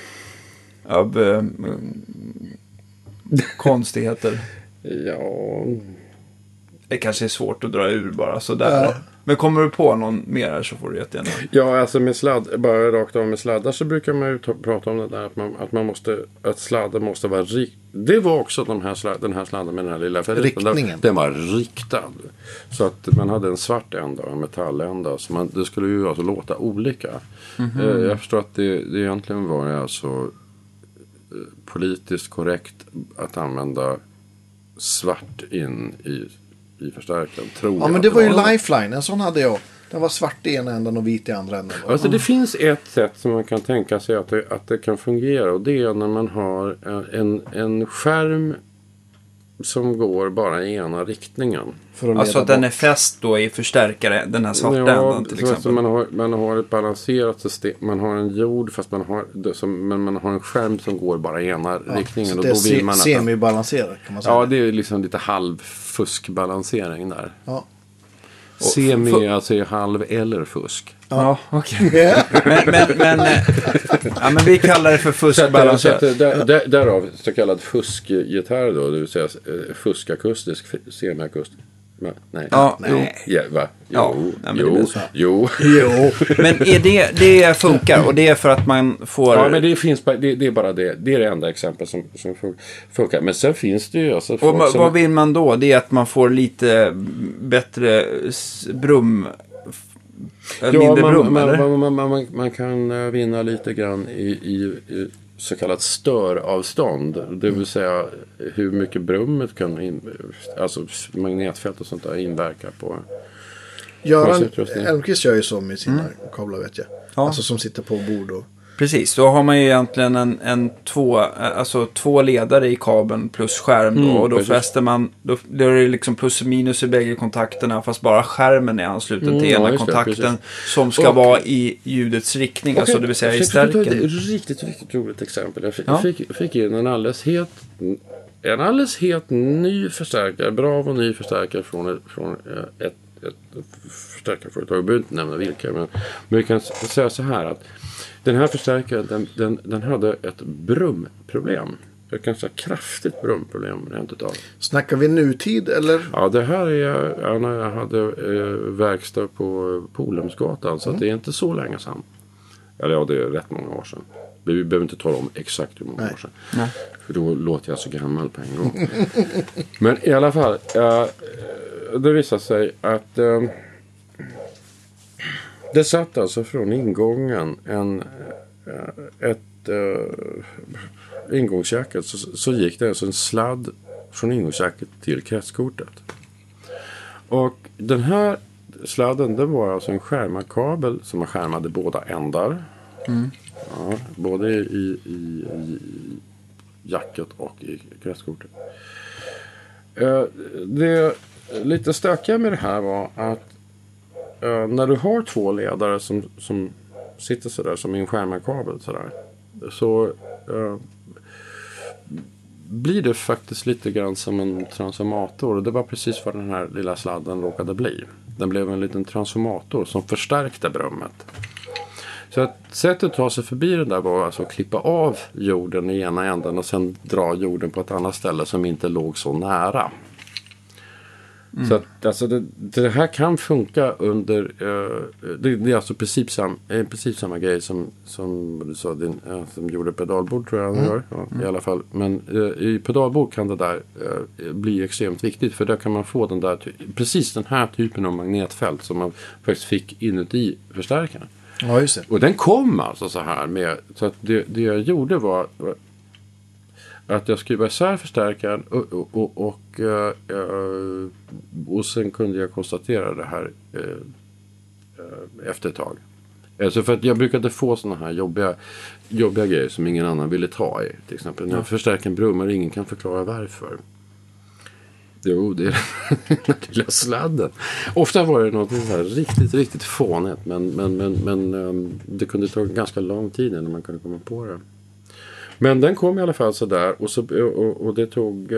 Konstigheter. Ja... Det kanske är svårt att dra ur bara sådär. Ja. Men kommer du på någon mer här så får du jättegärna. Ja, alltså med bara rakt av med sladdar så brukar man ju prata om det där att sladden måste vara det var också den här sladden med den här lilla riktningen. Den var riktad. Så att man hade en svart ända och en metallända. Så det skulle ju alltså låta olika. Mm-hmm. Jag förstår att det egentligen var alltså politiskt korrekt att använda svart in i förstärkaren, tror jag. Ja, men det var ju Lifeline. En sån hade jag. Den var svart i ena änden och vit i andra änden. Alltså det finns ett sätt som man kan tänka sig att det kan fungera. Och det är när man har en skärm som går bara i ena riktningen. För att Alltså att den är fäst då i förstärkare, den här svarta ändan till exempel. Så man har ett balanserat system. Man har en jord fast man har en skärm som går bara i ena riktningen. Så och det då vill man är semibalanserat kan man säga. Ja, det är liksom lite halvfuskbalansering där. Ja. Semi alltså är halv eller fusk. Ja, okej. Men vi kallar det för fuskbalanserat. Därav så kallad fuskgitarr då, det vill säga fuskakustisk, semiakustisk. Nej. Ja, Nej. Ja, va? Ja, Jo. Men är det funkar och det är för att man får... Ja, men det finns bara, det är bara det. Det är det enda exempel som funkar. Men sen finns det ju alltså och vad vill man då? Det är att man får lite bättre brum... mindre brum, eller? Man kan vinna lite grann i så kallat störavstånd. Det vill säga hur mycket brummet kan alltså magnetfält och sånt där inverkar på. Göran Elmqvist gör ju så med sina kablar, vet jag. Ja. Alltså som sitter på bord och... Precis, då har man ju egentligen två ledare i kabeln plus skärm då, och då fäster man, då är det liksom plus och minus i bägge kontakterna, fast bara skärmen är ansluten till ena kontakten som ska vara i ljudets riktning, alltså det vill säga i stärken. Det är ett riktigt roligt exempel. Jag fick in en alldeles helt ny förstärkare, bra och ny förstärkare från ett förstärkarföretag. Jag behöver inte nämna vilka, men vi kan säga så här att den här förstärkaren den hade ett brumproblem. Ett ganska kraftigt brumproblem rent utav. Snackar vi nutid eller? Ja, det här är när jag hade verkstad på Polhemsgatan, så att det är inte så länge sedan. Eller ja, det är rätt många år sedan. Vi behöver inte tala om exakt hur många år sedan. Nej. För då låter jag så gammal på en gång. Men i alla fall, det visade sig att det satt alltså från ingången ingångsjacket så gick det alltså en sladd från ingångsjacket till kretskortet. Och den här sladden, den var alltså en skärmarkabel som skärmade båda ändar. Ja, både i jacket och i kretskortet. Det lite stökiga med det här var att när du har två ledare som sitter sådär som i en skärmarkabel sådär, så blir det faktiskt lite grann som en transformator, och det var precis vad den här lilla sladden råkade bli. Den blev en liten transformator som förstärkte brummet. Så att sättet att ta sig förbi den där var alltså att klippa av jorden i ena änden och sen dra jorden på ett annat ställe som inte låg så nära. Så att alltså det här kan funka under det är alltså precis samma grej som du sa, som gjorde pedalbord, tror jag han gör, i alla fall. Men i pedalbord kan det där bli extremt viktigt, för där kan man få den där precis den här typen av magnetfält som man faktiskt fick inuti förstärkaren. Ja, just det. Och den kom alltså så här med, så att det jag gjorde var att jag skruvade isär förstärkaren och sen kunde jag konstatera det här efter ett tag. Alltså för att jag brukade få såna här jobbiga grejer som ingen annan ville ta i. Till exempel när förstärkaren brummar, ingen kan förklara varför. Jo, det är den lilla sladden. Ofta var det något så här riktigt fånigt, men det kunde ta ganska lång tid innan man kunde komma på det. Men den kom i alla fall så där, och det tog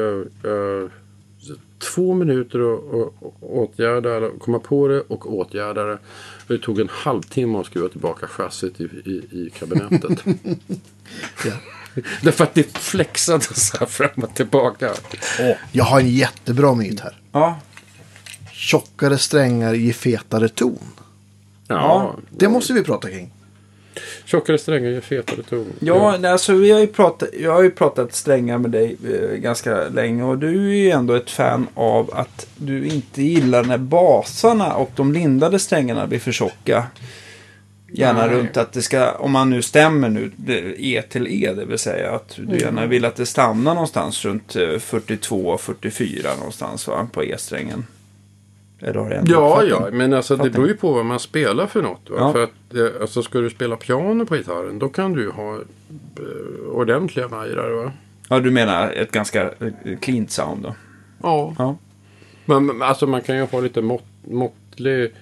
2 minuter att åtgärda, komma på det och åtgärda det. Det tog en halvtimme att skruva tillbaka chassit i kabinettet. Ja. Därför att det flexade så här fram och tillbaka. Jag har en jättebra myt här. Ja. Tjockare strängar ger fetare ton. Ja. Det måste vi prata kring. Tjockare strängar ger fetare ton. Ja, alltså jag har ju pratat strängar med dig ganska länge, och du är ju ändå ett fan av att du inte gillar när basarna och de lindade strängarna blir för tjocka. Gärna runt att det ska, om man nu stämmer nu E till E, det vill säga att du gärna vill att det stannar någonstans runt 42-44 någonstans, va, på E-strängen. Ja, men alltså det beror ju på vad man spelar för något. Va? Ja. För att alltså, ska du spela piano på gitarren, då kan du ha ordentliga vajrar, va? Ja, du menar ett ganska clean sound då? Ja. Men alltså man kan ju ha lite måttlig...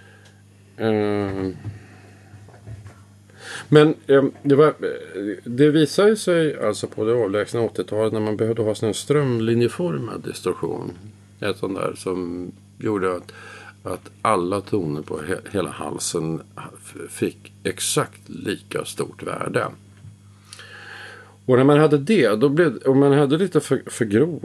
Men det visar ju sig alltså på det avlägsna 80-talet när man behövde ha sån här strömlinjeformad distorsion. Ett sånt där som gjorde att alla toner på hela halsen fick exakt lika stort värde. Och när man hade det, om man hade lite för grov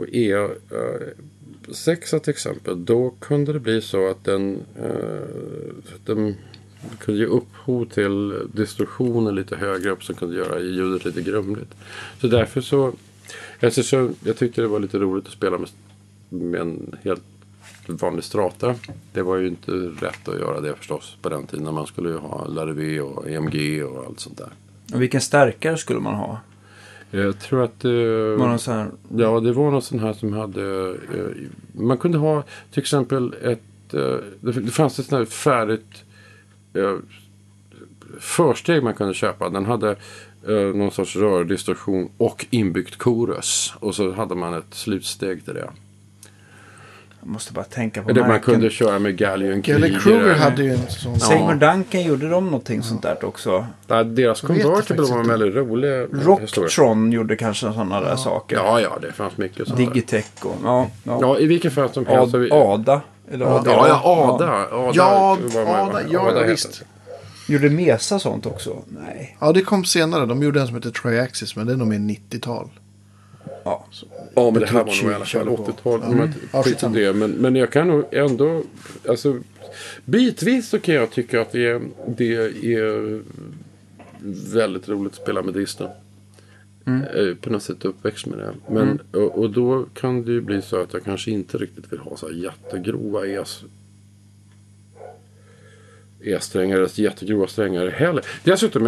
E6 till exempel, då kunde det bli så att den kunde ge upphov till distorsioner lite högre upp som kunde göra ljudet lite grumligt. Så därför så jag tyckte det var lite roligt att spela med en helt vanlig strata. Det var ju inte rätt att göra det förstås på den tiden när man skulle ju ha Larrivée och EMG och allt sånt där. Och vilken stärkare skulle man ha? Jag tror att var någon sån här... Ja, det var någon sån här som hade man kunde ha till exempel det fanns ett sånt här färdigt försteg man kunde köpa. Den hade någon sorts rördistorsion och inbyggt chorus. Och så hade man ett slutsteg till det. Jag måste bara tänka på det man kunde köra med Gallion Galley Kruger hade ju en sån. Seymour Duncan gjorde de någonting sånt där också. Ja, deras Convertible var en väldigt rolig Rocktron gjorde kanske sådana där saker. Ja, det fanns mycket sånt. Digitech och ja, i vilken fall som helst. Ada. Eller Ada. Ja, visst. Gjorde Mesa sånt också? Nej. Ja, det kom senare. De gjorde en som heter Triaxis, men det är nog mer 90-tal. Ja, men det här var nog i alla fall 80-tal. Men jag kan nog ändå... Alltså, bitvis så kan jag tycka att det är väldigt roligt att spela med Disney. På något sätt uppväxt med det. Men, och då kan det ju bli så att jag kanske inte riktigt vill ha så här jättegrova E-strängar, jättegrova strängar heller. Dessutom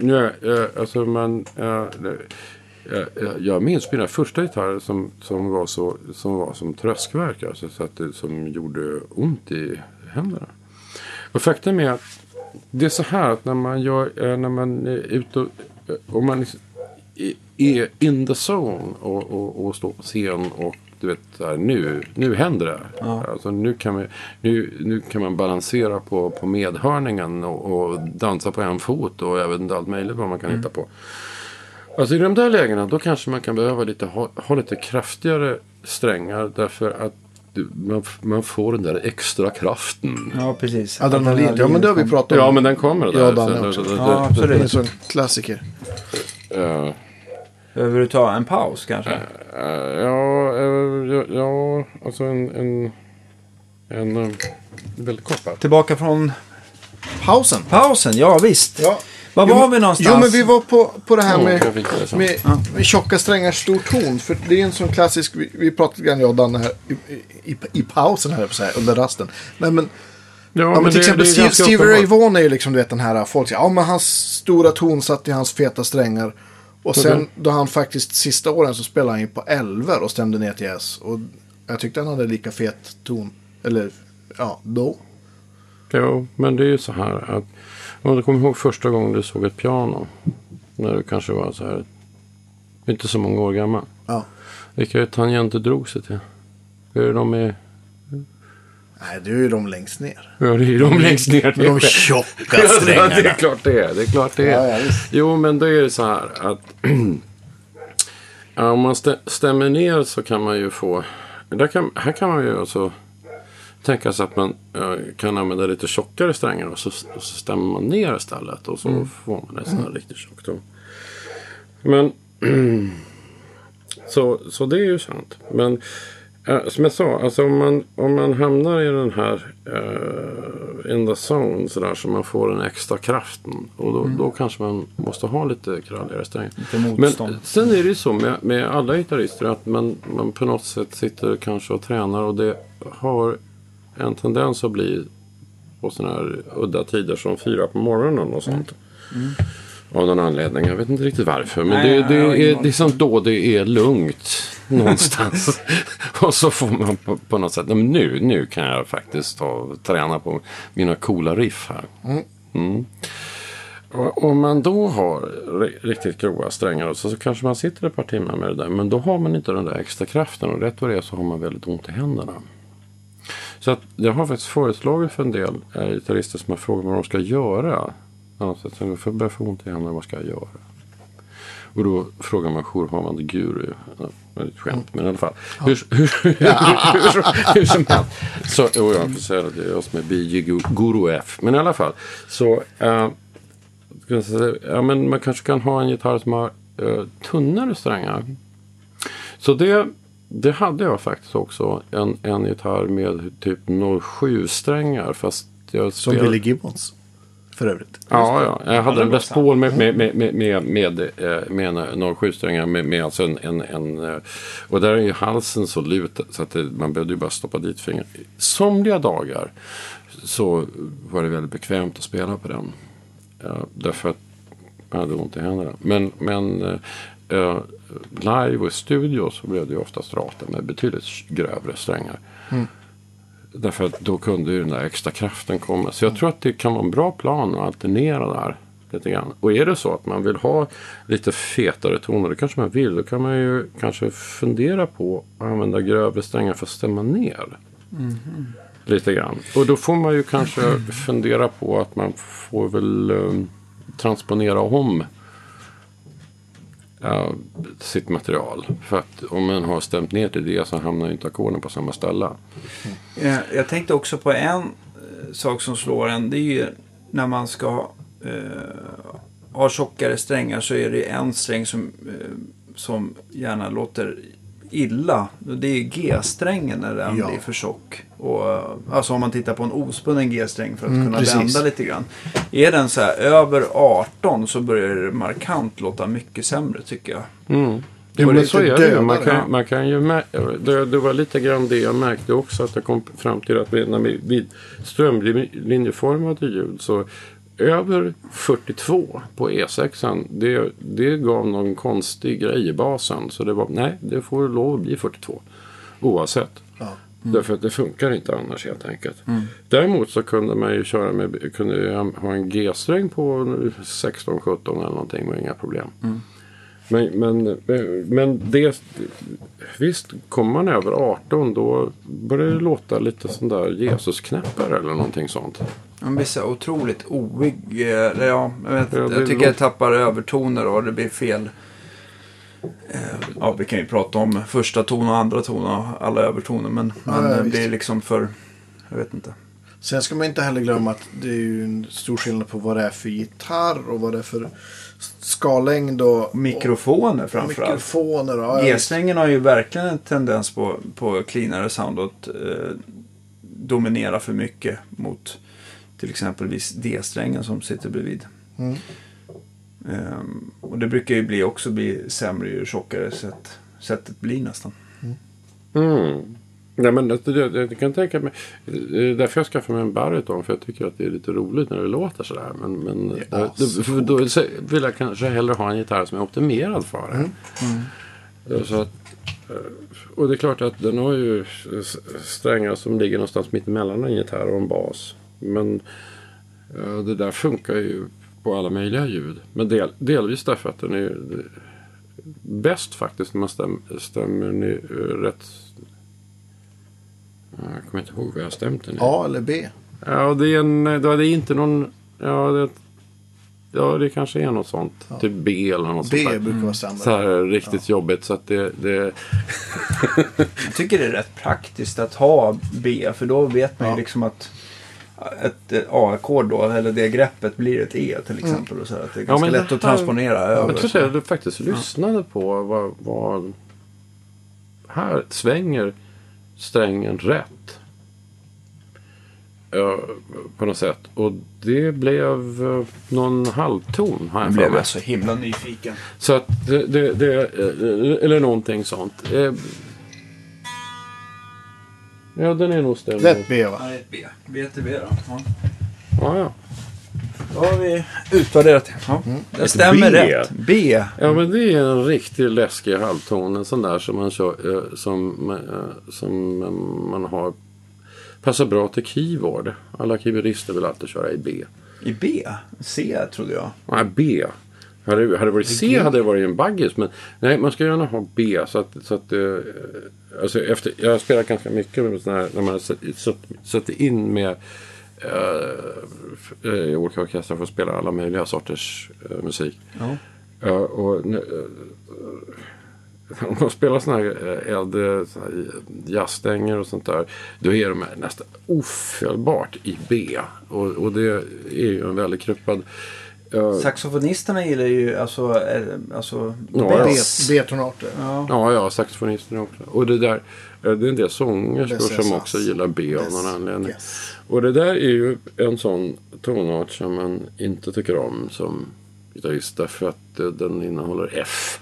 jag minns mina första gitarrer som var som tröskverk, alltså, så att det som gjorde ont i händerna. Och faktum är att det är så här att när man är ute och man är in the zone och står på scen och du vet där, nu händer det. Ja. Alltså, nu kan man balansera på medhörningen och dansa på en fot och även allt möjligt vad man kan hitta på. Alltså i de där lägena då kanske man kan behöva ha lite kraftigare strängar därför att man får den där extra kraften. Ja, precis. Adrenalin. Ja, men det har vi pratat om. Ja, men den kommer där. Ja, den också. Ja, absolut. Det är en sån klassiker. Behöver du ta en paus kanske? Ja, alltså en väldigt kort. Tillbaka från Pausen, ja visst. Ja. Var var vi någonstans? Jo, men vi var på det här med tjocka strängar, stor ton. För det är en sån klassisk, vi pratade grann jag och Danne här i pausen här på så här, under rasten. Men till exempel Steve Ray Vaughan är ju liksom, du vet, den här folk säger, men hans stora ton satt i hans feta strängar. Och sen då han faktiskt sista åren så spelade han ju på 11 och stämde ner till S. Och jag tyckte han hade lika fet ton. Eller, då. Jo, men det är ju så här att om du kommer ihåg första gången du såg ett piano. När du kanske var så här inte så många år gammal. Ja. Vilka tangenter drog sig till? Hur är de med? Nej, det är ju de längst ner. Ja, det är de längst ner. De tjocka strängarna. Ja, det är klart det är. Ja, jo, men då är det så här att om man stämmer ner så kan man ju få... Här kan man ju alltså tänka sig att man kan använda lite tjockare strängar och så stämmer man ner istället och så får man en sån här riktigt tjock ton. Men så det är ju sant. Men som jag sa, alltså om man hamnar i den här in the zone så där, så man får den extra kraften och då kanske man måste ha lite kralligare strängar. Men sen är det ju så med alla gitarrister att man på något sätt sitter kanske och tränar och det har en tendens att bli på såna här udda tider som 4 på morgonen och sånt. Av någon anledning. Jag vet inte riktigt varför. Men det är som då det är lugnt någonstans. Och så får man på något sätt. Men nu kan jag faktiskt träna på mina coola riff här. Om man då har riktigt grova strängar så kanske man sitter ett par timmar med det där. Men då har man inte den där extra kraften. Och rätt vad det är så har man väldigt ont i händerna. Så att jag har faktiskt föreslagit för en del gitarrister som har frågat vad de ska göra. Alltså, jag får börja få ont i händerna, vad ska jag göra? Och då frågar man jourhavande guru. Ja, det är ett skämt, men i alla fall. Ja. Hur som helst. Så, jag får säga att det är jag som är Guru F. Men i alla fall. Så men man kanske kan ha en gitarr som har tunnare strängar. Så det hade jag faktiskt också. En gitarr med typ 07-strängar. Fast jag som Billy Gibbons. För övrigt. Ja. Jag hade en Les Paul med 07-strängar med alltså en och där är ju halsen så lutad så att man behövde ju bara stoppa dit fingret. Somliga dagar så var det väldigt bekvämt att spela på den. Därför att man hade ont i händerna. Men live och i studio så blev det ju oftast rata med betydligt grövre strängar. Mm. Därför att då kunde ju den där extra kraften komma. Så jag tror att det kan vara en bra plan att alternera där lite grann. Och är det så att man vill ha lite fetare toner, det kanske man vill. Då kan man ju kanske fundera på att använda grövre strängar för att stämma ner. Mm. Lite grann. Och då får man ju kanske fundera på att man får väl transponera om sitt material. För att om man har stämt ner till det så hamnar ju inte ackorden på samma ställe. Jag tänkte också på en sak som slår en. Det är ju när man ska ha tjockare strängar så är det en sträng som gärna låter illa. Det är G-strängen när den blir för tjock. Och, alltså om man tittar på en ospunnen G-sträng för att kunna vända lite grann. Är den så här över 18 så börjar det markant låta mycket sämre tycker jag. Mm. Jo, men så är det. Man kan ju det var lite grann det jag märkte också att jag kom fram till att vid strömlinjeformade ljud så över 42 på E6 det gav någon konstig grej i basen. Så det var, det får lov att bli 42 oavsett. Ja. Därför att det funkar inte annars helt enkelt. Mm. Däremot så kunde man ju ha en G-sträng på 16-17 eller någonting med inga problem. Mm. Men det, visst, kommer man över 18 då börjar det låta lite sån där Jesus-knäppare eller någonting sånt. Man blir så otroligt oig. Jag tycker jag tappar övertoner och det blir fel. Vi kan ju prata om första ton och andra ton och alla övertoner. Men det blir liksom för, jag vet inte. Sen ska man inte heller glömma att det är ju en stor skillnad på vad det är för gitarr och vad det är för skallängd och mikrofoner framförallt. G-strängen har ju verkligen en tendens på cleanare sound att dominera för mycket mot till exempelvis D-strängen som sitter bredvid. Mm. Och det brukar ju också bli sämre ju tjockare sättet blir nästan. Mm. Nej, men jag kan tänka mig därför jag skaffar mig en baryton för jag tycker att det är lite roligt när det låter sådär men då vill jag kanske hellre ha en gitarr som är optimerad för det. Så att, och det är klart att den har ju strängar som ligger någonstans mitt emellan en gitarr och en bas men det där funkar ju på alla möjliga ljud men delvis därför att den är bäst faktiskt när man stämmer rätt. Jag kommer inte ihåg vad jag stämt den i. A eller B? Ja, det är inte någon. Det kanske är något sånt. Ja. Typ B eller något B sånt. B brukar vara sämre. Så här riktigt jobbigt så att det Jag tycker det är rätt praktiskt att ha B för då vet man ju liksom att ett A-ackord då eller det greppet blir ett E till exempel och så att det är ganska lätt att transponera över. Jag tror att du faktiskt lyssnade på vad här svänger strängen rätt på något sätt och det blev någon halvton har jag blev jag så himla nyfiken så att det eller någonting sånt den är nog stämd lätt B va? Ja, ett B. BTB då. Ja. Då har vi utvärderat det stämmer B. rätt. B. Ja, men det är en riktigt läskig halvton. En sån där som man kör, som man har. Passar bra till keyboard. Alla keyboardister vill alltid köra i B. I B? C trodde jag. Nej, B. Hade det varit C hade det varit en baggis. Men nej, man ska gärna ha B. Så att alltså jag har spelat ganska mycket med såna här, när man sätter in med olika orkestrar för att spela alla möjliga sorters musik. Ja. Och om man spelar såna här äldre jazzstänger och sånt där, då är de nästan ofelbart i B. Och det är ju en väldigt krympad. Saxofonisterna gillar ju alltså B-tonarter. Ja, saxofonisterna också. Och det där, det är en del sångerskor som också gillar B av någon anledning. Yes. Och det där är ju en sån tonart som man inte tycker om som gitarrist, därför att den innehåller F.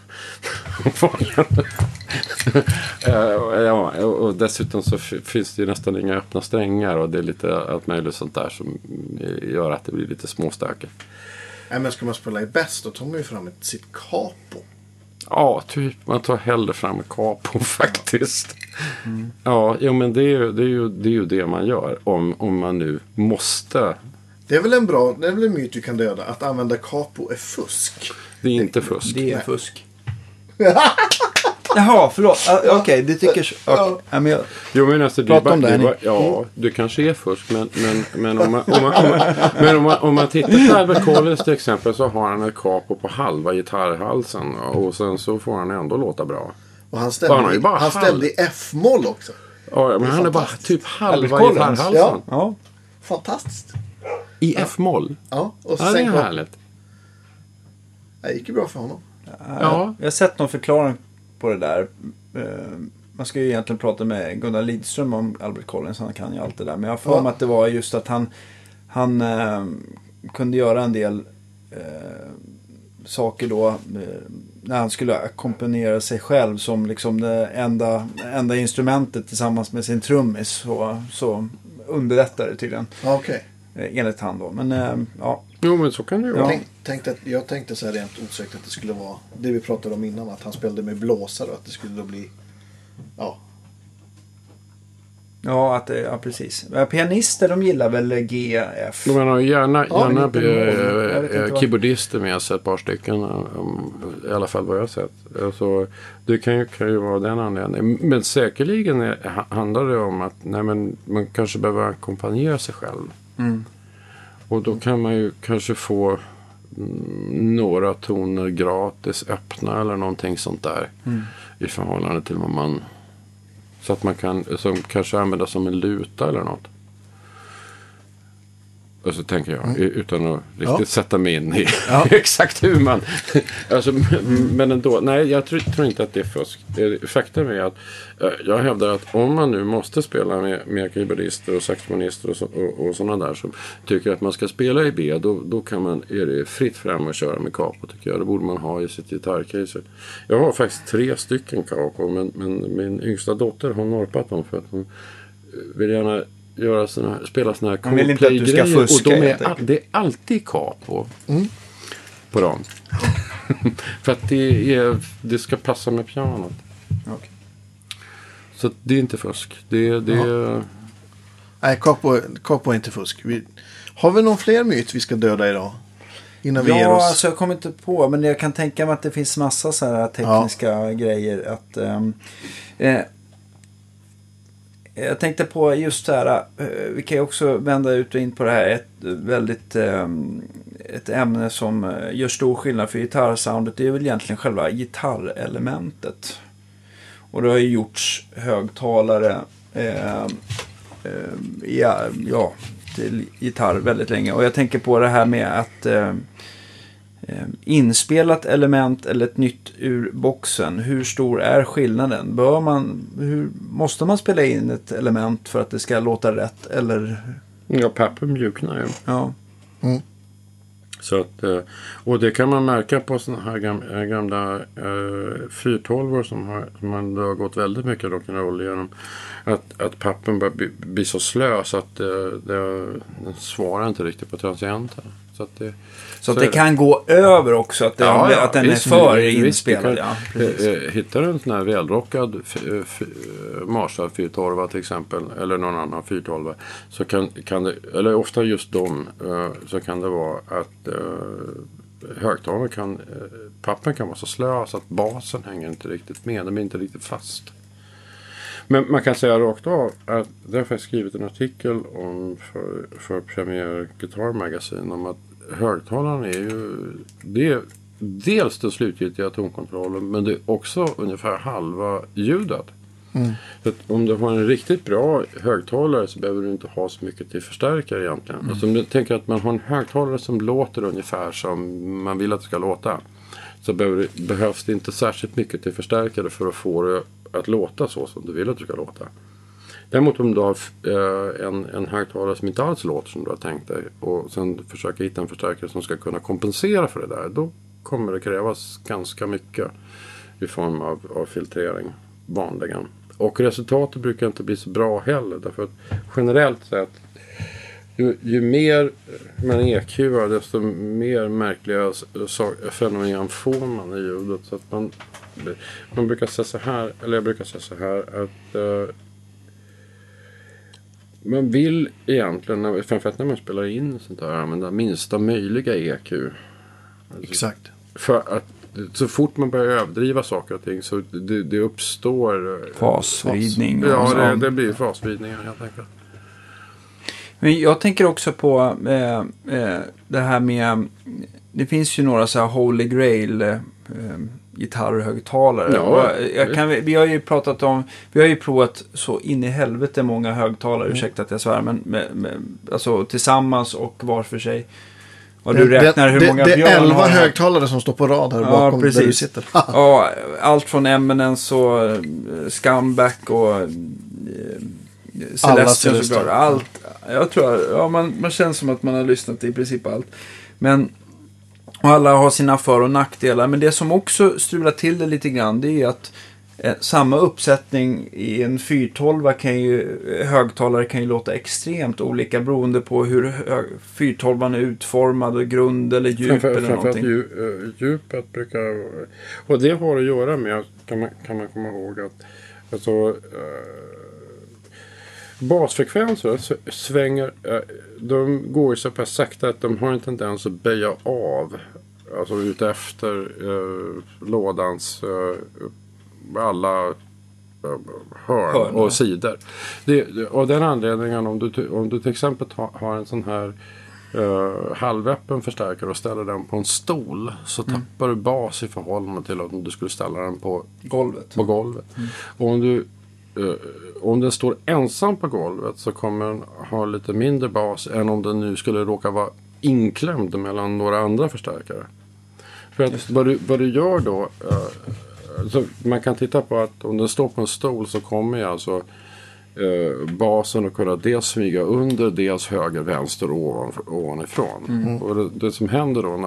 Ja, och dessutom så finns det ju nästan inga öppna strängar, och det är lite allt möjligt sånt där som gör att det blir lite småstökigt. Nej, men ska man spela i bäst, då tar man ju fram sitt capo. Ja, typ. Man tar hellre fram en capo faktiskt. Ja, men det är ju det man gör om man nu måste. Det är väl en myt du kan döda, att använda capo är fusk. Det är inte fusk. Det är fusk. Jaha, förlåt. Okej, det tycker jag. Men jo, men alltså, det kanske är fusk, men om man tittar på Albert Collins till exempel, så har han ett capo på halva gitarrhalsen, och sen så får han ändå låta bra. Och han ställde i F-moll också. Ja, men han är bara typ halva gitarrhalsen. Ja. Fantastiskt. I F-moll? Ja, och det är härligt. Det gick ju bra för honom. Ja. Jag har sett någon förklaring på det där. Man ska ju egentligen prata med Gunnar Lidström om Albert Collins. Han kan ju allt det där. Men jag har för mig att det var just att han kunde göra en del saker då när han skulle ackompanjera sig själv som liksom det enda instrumentet tillsammans med sin trummis. Så underlättar det tydligen. Okej. Enligt han då. Men ja. Jo, men så kan det ju vara. Jag tänkte så här rent osäkert att det skulle vara det vi pratade om innan, att han spelade med blåsare och att det skulle då bli Ja, precis. Pianister, de gillar väl GF. Men har gärna keyboardister med sig ett par stycken, i alla fall vad jag har sett. Alltså, det kan ju vara den anledningen. Men säkerligen handlar det om att man kanske behöver ackompanjera sig själv. Mm. Och då kan man ju kanske få några toner gratis öppna eller någonting sånt där i förhållande till vad man, så att man kan som kanske använda som en luta eller något. Och så tänker jag, utan att riktigt sätta mig in i exakt hur man alltså, men ändå, nej, jag tror inte att det är fusk. Faktum är att jag hävdar att om man nu måste spela med keyboardister och saxofonister och sådana där som tycker att man ska spela i B, då är det fritt fram att köra med capo, tycker jag. Det borde man ha i sitt gitarrcase. Jag har faktiskt 3 stycken capo, men min yngsta dotter har norpat dem för att hon vill gärna spela såna här Coldplay-grejer, och det är alltid capo på dem. För att det ska passa med pianot. Okay. Så det är inte fusk. Nej, capo är inte fusk. Har vi någon fler myt vi ska döda idag? Innan vi ger oss. Alltså jag kommer inte på, men jag kan tänka mig att det finns massa så här tekniska grejer att jag tänkte på just det här, vi kan ju också vända ut och in på det här, ett ämne som gör stor skillnad för gitarrsoundet, det är väl egentligen själva gitarrelementet. Och det har ju gjorts högtalare till gitarr väldigt länge. Och jag tänker på det här med att inspelat element eller ett nytt ur boxen. Hur stor är skillnaden? Måste man spela in ett element för att det ska låta rätt? Eller? Ja, pappen mjuknar ju. Ja. Mm. Så att, och det kan man märka på sådana här gamla 412 som har gått väldigt mycket rock'n'roll igenom. Att pappen börjar bli så slö så att den svarar inte riktigt på transienten. Så att det kan gå över också, att, att den visst, är för visst, inspelad. Hittar du en sån här välrockad Marshall 412 till exempel, eller någon annan 412, så kan det, eller ofta just dem, så kan det vara att högtalaren pappen kan vara så slö så att basen hänger inte riktigt med, den är inte riktigt fast. Men man kan säga rakt av att därför har jag skrivit en artikel för Premier Guitar Magazine om att högtalaren är ju, det är dels den slutgiltiga tonkontrollen, men det är också ungefär halva ljudet. Så att om du har en riktigt bra högtalare så behöver du inte ha så mycket till förstärkare egentligen. Alltså om du tänker att man har en högtalare som låter ungefär som man vill att det ska låta, så behövs det inte särskilt mycket till förstärkare för att få det att låta så som du vill att det ska låta. Däremot om du har en högtalare som inte alls låter som du har tänkt dig och sen försöka hitta en förstärkare som ska kunna kompensera för det där, då kommer det krävas ganska mycket i form av filtrering vanligen. Och resultatet brukar inte bli så bra heller, därför att generellt sett ju mer man EQar, desto mer märkliga fenomen får man i ljudet. Så att man brukar säga så här, eller jag brukar säga så här, att man vill egentligen, framförallt när man spelar in sånt här, använda minsta möjliga EQ. Alltså, exakt. För att så fort man börjar överdriva saker och ting så det uppstår fasvridning. Ja, det blir fasvridningar helt enkelt. Men jag tänker också på det här med, det finns ju några så här Holy Grail gitarrhögtalare. Ja, vi har ju pratat om, vi har ju provat så in i helvete många högtalare, ursäkta att jag svär, men alltså tillsammans och var för sig. Och du räknar hur många det är 11 har högtalare som står på rad här bakom där du sitter. Ja, allt från Eminence och Scumbag och Celestial såklart. Allt. Jag tror, man känns som att man har lyssnat i princip allt. Men och alla har sina för- och nackdelar. Men det som också strular till det lite grann, det är att samma uppsättning i en 412 högtalare kan ju låta extremt olika beroende på hur 412 är utformad och grund eller djup eller någonting. Djupet brukar, och det har att göra med, kan man komma ihåg att alltså, basfrekvenser svänger, de går ju så pass sakta att de har en tendens att böja av, alltså ut efter lådans alla hörn och sidor. Och den anledningen, om du till exempel har en sån här halvöppen förstärkare och ställer den på en stol, så tappar du bas i förhållande till om du skulle ställa den på golvet. Och om den står ensam på golvet så kommer den ha lite mindre bas än om den nu skulle råka vara inklämd mellan några andra förstärkare. För att vad du gör då, så man kan titta på att om den står på en stol så kommer ju alltså basen att kunna dels smyga under, dels höger, vänster och ovanifrån. Och det som händer då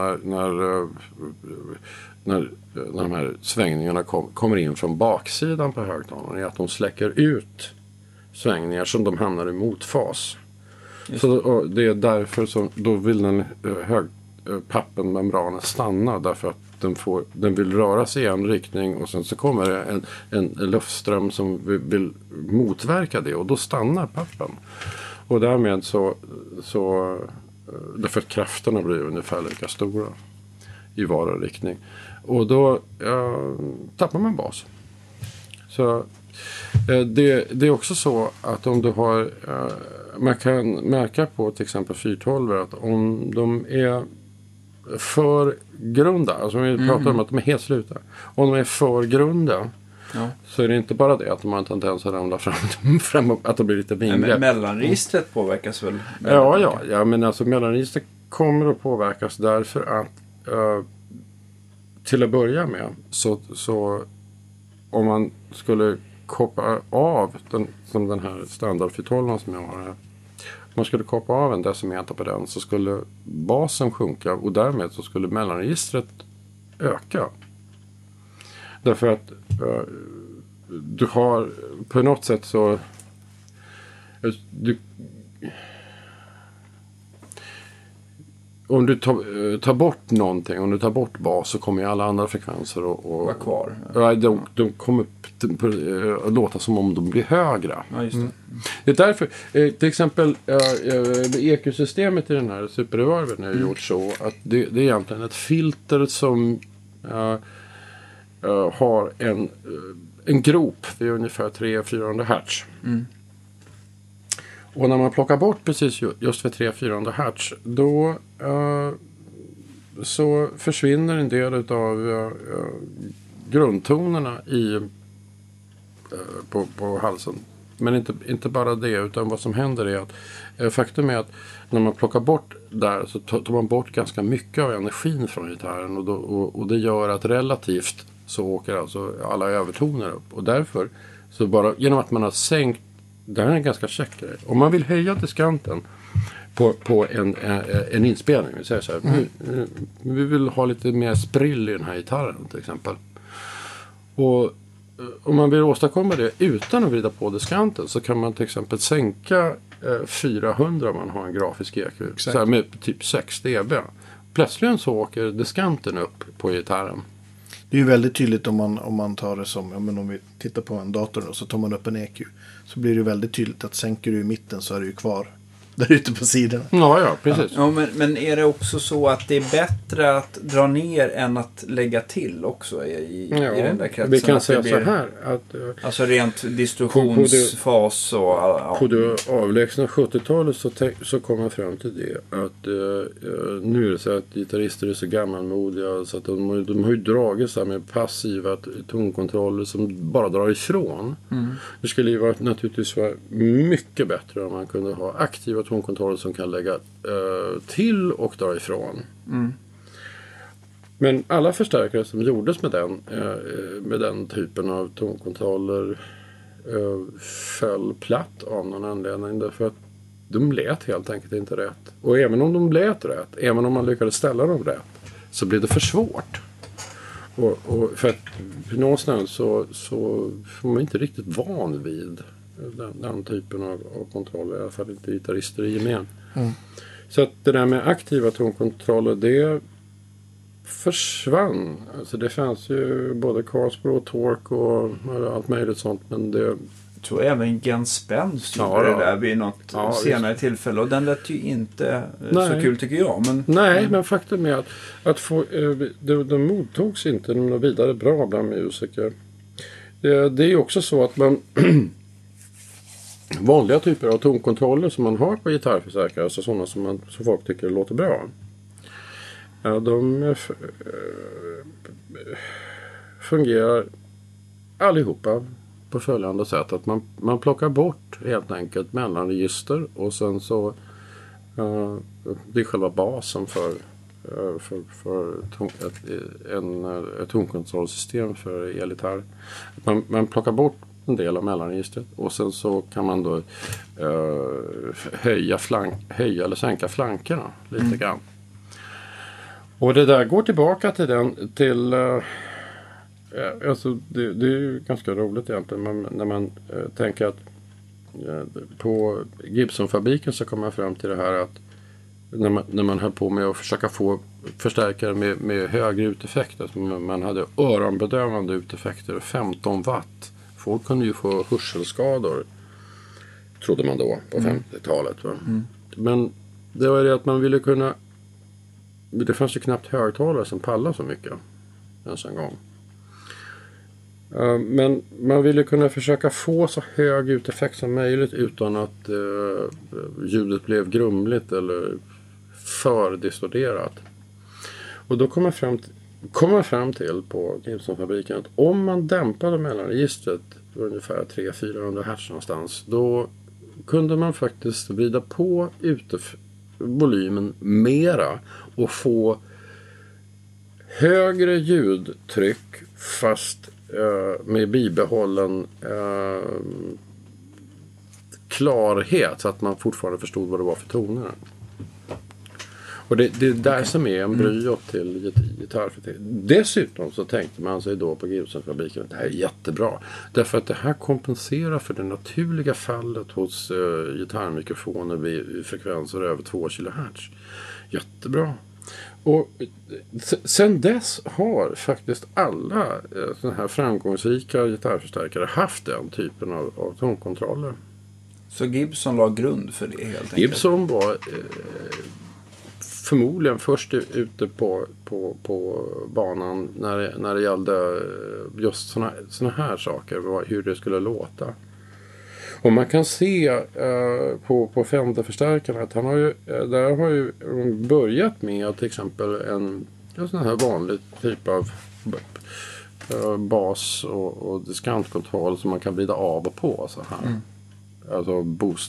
när de här svängningarna kommer in från baksidan på högtalaren är att de släcker ut svängningar som de hamnar i motfas. Så det är därför som då vill den pappenmembranen stanna, därför att den vill röra sig i en riktning och sen så kommer det en luftström som vill motverka det och då stannar pappen. Och därmed så därför att krafterna blir ungefär lika stora i var riktning. Och då tappar man bas. Så det är också så att om du har man kan märka på till exempel 412 att om de är för grunda, alltså vi pratar om att de är helt sluta. Om de är för grunda så är det inte bara det att de har en tendens att ramla fram att de blir lite mindre. Men mellanregistret påverkas väl? Ja, men alltså mellanregistret kommer att påverkas därför att till att börja med så om man skulle koppla av som den här standard 412 som jag har här. Om man skulle koppla av en decimeter på den så skulle basen sjunka och därmed så skulle mellanregistret öka. Därför att du har på något sätt så om du tar bort någonting, om du tar bort bas så kommer ju alla andra frekvenser och Var kvar. Ja, de kommer att låta som om de blir högre. Ja, just det. Det är därför, till exempel ekosystemet i den här superreverben är gjort så att det är egentligen ett filter som har en grop vid ungefär 300-400 Hz. Och när man plockar bort precis just vid 300-400 Hz då så försvinner en del av grundtonerna på halsen. Men inte bara det, utan vad som händer är att faktum är att när man plockar bort där så tar man bort ganska mycket av energin från gitarren och det gör att relativt så åker alltså alla övertoner upp. Och därför så bara genom att man har sänkt, det här är en ganska check grej. Om man vill höja diskanten på en inspelning, vi säger så här, vi vill ha lite mer sprill i den här gitarren till exempel. Och om man vill åstadkomma det utan att vrida på diskanten så kan man till exempel sänka 400 om man har en grafisk EQ. Så här med typ 6 dB. Plötsligt så åker diskanten upp på gitarren. Det är ju väldigt tydligt om man tar det som, om vi tittar på en dator då, så tar man upp en EQ. Så blir det väldigt tydligt att sänker du i mitten så är det ju kvar där ute på sidorna. Ja, precis. Ja, men är det också så att det är bättre att dra ner än att lägga till också i den där kretsen? Vi kan säga så här. Att, alltså rent distorsionsfas och... Ja. På det avlägsna 70-talet så kom man fram till det. Att nu är det så att gitarrister är så gammalmodiga så att de har ju dragit så här med passiva tonkontroller som bara drar ifrån. Det skulle ju naturligtvis vara mycket bättre om man kunde ha aktiva tonkontroller som kan lägga till och dra ifrån. Men alla förstärkare som gjordes med den typen av tonkontroller föll platt av någon anledning därför att de lät helt enkelt inte rätt. Och även om de lät rätt, även om man lyckades ställa dem rätt, så blev det för svårt. Och för att någonstans så får man inte riktigt van vid den typen av kontroller, i alla fall inte gitarrister i gemen. Så att det där med aktiva tonkontroller, det försvann. Alltså det fanns ju både Casper och Torque och allt möjligt sånt, men det... Jag tror även Gen Spence gjorde det där vid något senare tillfälle, och den lät ju inte så kul tycker jag. Men... Nej, men faktum är att få, de mottogs inte något vidare bra bland musiker. Det är ju också så att man vanliga typer av tonkontroller som man har på gitarrförstärkare, alltså sådana som folk tycker låter bra. Ja, de fungerar allihopa på följande sätt att man plockar bort helt enkelt mellanregister och sen så det är själva basen för ett tonkontrollsystem för elgitarr. Man plockar bort en del av mellanregistret och sen så kan man då höja eller sänka flankerna lite grann. Och det där går tillbaka till alltså det är ju ganska roligt egentligen när man tänker att på Gibson-fabriken så kommer man fram till det här att när man höll på med att försöka få förstärkare med högre uteffekter, alltså man hade öronbedövande uteffekter, 15 watt. Folk kunde ju få hörselskador, trodde man då på 50-talet. Va? Men det var det att man ville kunna, det fanns ju knappt högtalare som pallade så mycket ens en gång. Men man ville kunna försöka få så hög uteffekt som möjligt utan att ljudet blev grumligt eller för distorderat. Och då kom man fram till på Gibson-fabriken att om man dämpade mellanregistret ungefär 300-400 Hz någonstans, då kunde man faktiskt vrida på volymen mera och få högre ljudtryck fast med bibehållen klarhet så att man fortfarande förstod vad det var för toner. Och det är där som är embryot till gitarrförstärkare. Dessutom så tänkte man sig då på Gibson-fabriken att det här är jättebra. Därför att det här kompenserar för det naturliga fallet hos gitarrmikrofoner vid frekvenser över 2 kHz. Jättebra. Och sen dess har faktiskt alla sådana här framgångsrika gitarrförstärkare haft den typen av tonkontroller. Så Gibson la grund för det helt enkelt? Gibson var förmodligen först ute på banan när det gällde just såna här saker, hur det skulle låta. Och man kan se på Fender-förstärkarna att där har ju börjat med till exempel en sån här vanlig typ av bas och diskantkontroll som man kan vrida av och på så här. Alltså boost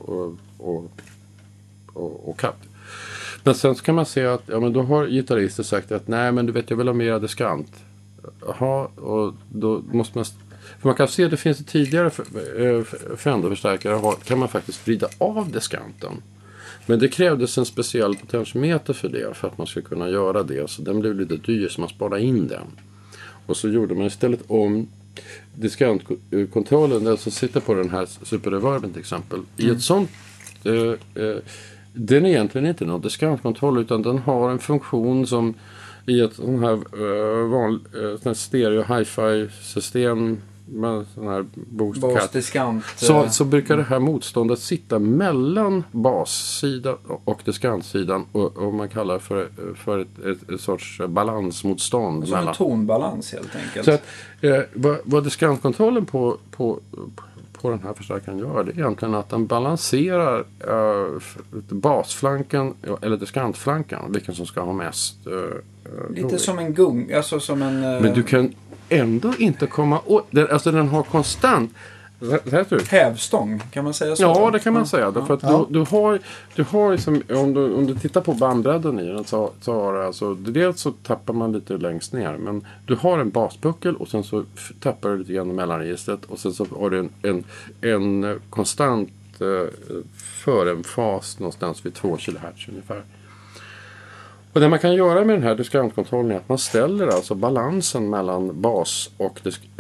och cut. Men sen så kan man se att men då har gitarrister sagt att nej, men du vet, jag vill ha mer diskant. Jaha, och då måste man... För man kan se att det finns tidigare Fender-förstärkare kan man faktiskt vrida av diskanten. Men det krävdes en speciell potentiometer för det, för att man skulle kunna göra det. Så den blev lite dyr, så man sparade in den. Och så gjorde man istället om diskantkontrollen, den som sitter på den här superreverben till exempel. I ett sånt... den är egentligen inte någon diskantkontroll, utan den har en funktion som i ett sån här stereo hi-fi system med sån här diskant. Så brukar det här motståndet sitta mellan bassidan och diskantsidan, och man kallar för ett sorts balansmotstånd. Som en tonbalans helt enkelt. Så att, vad diskantkontrollen på den här förstärkaren gör, det är egentligen att den balanserar basflanken eller diskantflanken, vilken som ska ha mest. Lite som en gung, alltså som en... Men du kan ändå inte komma åt, den har konstant hävstång, kan man säga så? Ja, det kan man säga. Därför att du har liksom, om du tittar på bandbredden i den så har det alltså, dels så tappar man lite längst ner, men du har en basbuckel och sen så tappar du lite grann i mellanregistret, och sen så har du en konstant förenfas någonstans vid 2 kHz ungefär. Och det man kan göra med den här diskantkontrollen är att man ställer alltså balansen mellan bas och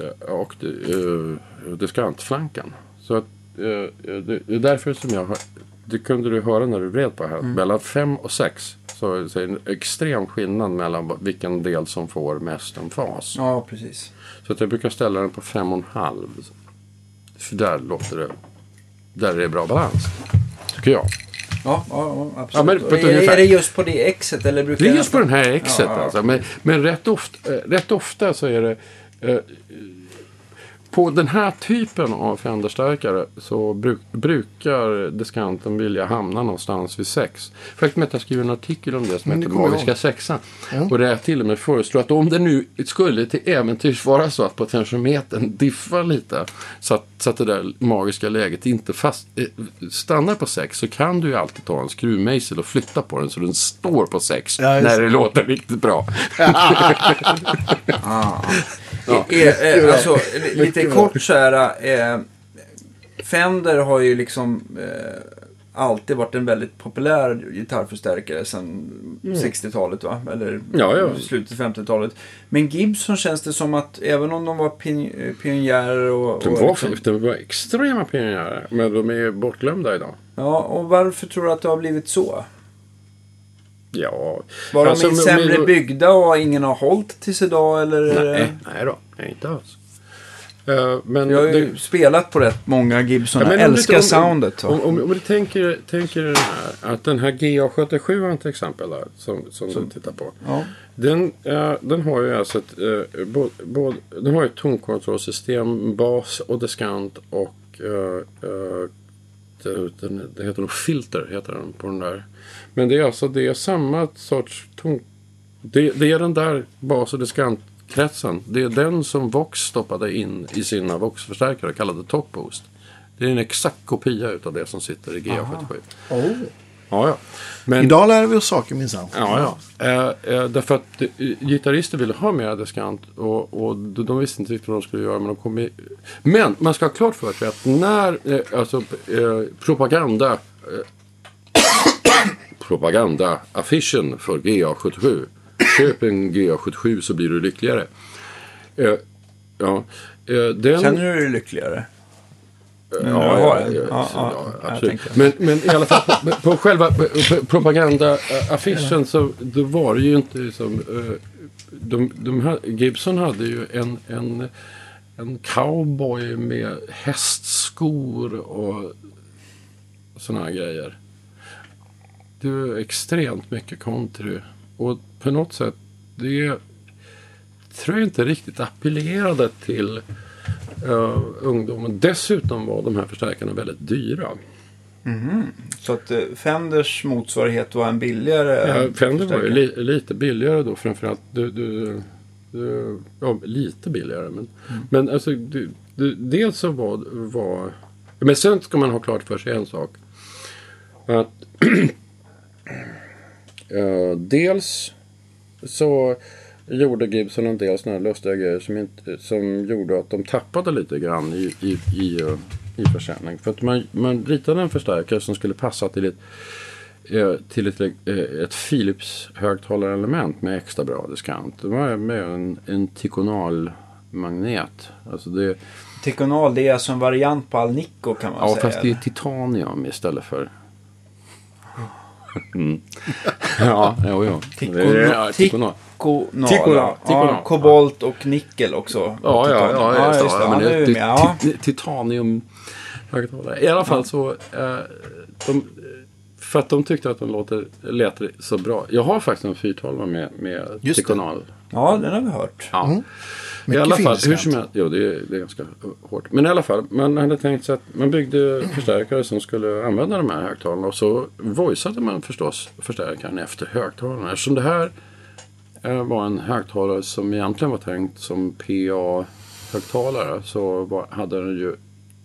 diskantflanken. Så att, det är därför som jag har, det kunde du höra när du vred på här, mellan 5 och 6 så är det en extrem skillnad mellan vilken del som får mest en fas. Ja, precis. Så att jag brukar ställa den på 5,5. För där låter det, där är det bra balans, tycker jag. Ja, absolut. Ja, men är det just på det exet? Eller brukar det är just på den här exet. Ja. Alltså. Men rätt ofta så är det... på den här typen av Fender-stärkare så brukar diskanten vilja hamna någonstans vid 6. Faktiskt jag skriver en artikel om det som heter Magiska sexan. Ja. Och det är till och med föreslår att om det nu skulle till äventyrs vara så att potentiometern diffar lite så att det där magiska läget inte stannar på 6, så kan du ju alltid ta en skruvmejsel och flytta på den så den står på 6 när det låter riktigt bra. Alltså, lite kort så här, Fender har ju liksom alltid varit en väldigt populär gitarrförstärkare sedan 60-talet, va? Eller slutet av 50-talet. Men Gibson känns det som att även om de var pionjärer de var extrema pionjärer, men de är bortglömda idag. Ja, och varför tror du att det har blivit så? Ja, var de sämre byggda och ingen har hållit tills idag? Eller? Nej då, inte alls. Men jag har ju spelat på rätt många Gibson. Jag älskar soundet. Om du tänker den här, att den här GA77 till exempel där, som du tittar på. Ja. Den har ju alltså den har ett tonkontrollsystem, bas och diskant och det heter nog filter heter den på den där. Men det är samma sorts det är den där bas- och diskantkretsen. Det är den som Vox stoppade in i sina Vox-förstärkare kallade Top Boost. Det är en exakt kopia utav det som sitter i GA77. Ja. Men, idag lär vi oss saker minsann. Ja. Därför att gitarrister ville ha mer diskant och de visste inte riktigt vad de skulle göra, men man ska ha klart för sig att när propaganda propagandaaffischen för GA77. Köp en GA77 så blir du lyckligare. Känner du dig lyckligare? Absolut. Men i alla fall på själva propagandaaffischen så då var det ju inte som Gibson hade ju en cowboy med hästskor och såna här grejer. Det var extremt mycket country och på något sätt det tror jag inte riktigt appellerade till ungdomen. Dessutom var de här förstärkarna väldigt dyra. Så att Fenders motsvarighet var en billigare Fender var ju lite billigare då framförallt. Lite billigare. Men alltså dels så var men sen ska man ha klart för sig en sak. Att dels så gjorde Gibson en del såna här lustiga grejer som gjorde att de tappade lite grann i försäljning. För att man ritade en förstärkare som skulle passa till ett Philips högtalarelement med extra bra diskant. Det var med en Ticonal-magnet. Alltså Ticonal, det är alltså en variant på Alnico kan man säga. Ja, fast det är titanium istället för... Ticonal. Kobolt och nickel också. Titanium högtalare. I alla fall så för att de tyckte att de lät så bra. Jag har faktiskt en 412 med Ticonal. Ja, den har vi hört. Ja. I alla fall, hur som helst, det är ganska hårt. Men i alla fall, man hade tänkt sig att man byggde förstärkare som skulle använda de här högtalarna. Och så voiceade man förstås förstärkaren efter högtalarna. Eftersom det här var en högtalare som egentligen var tänkt som PA-högtalare så hade den ju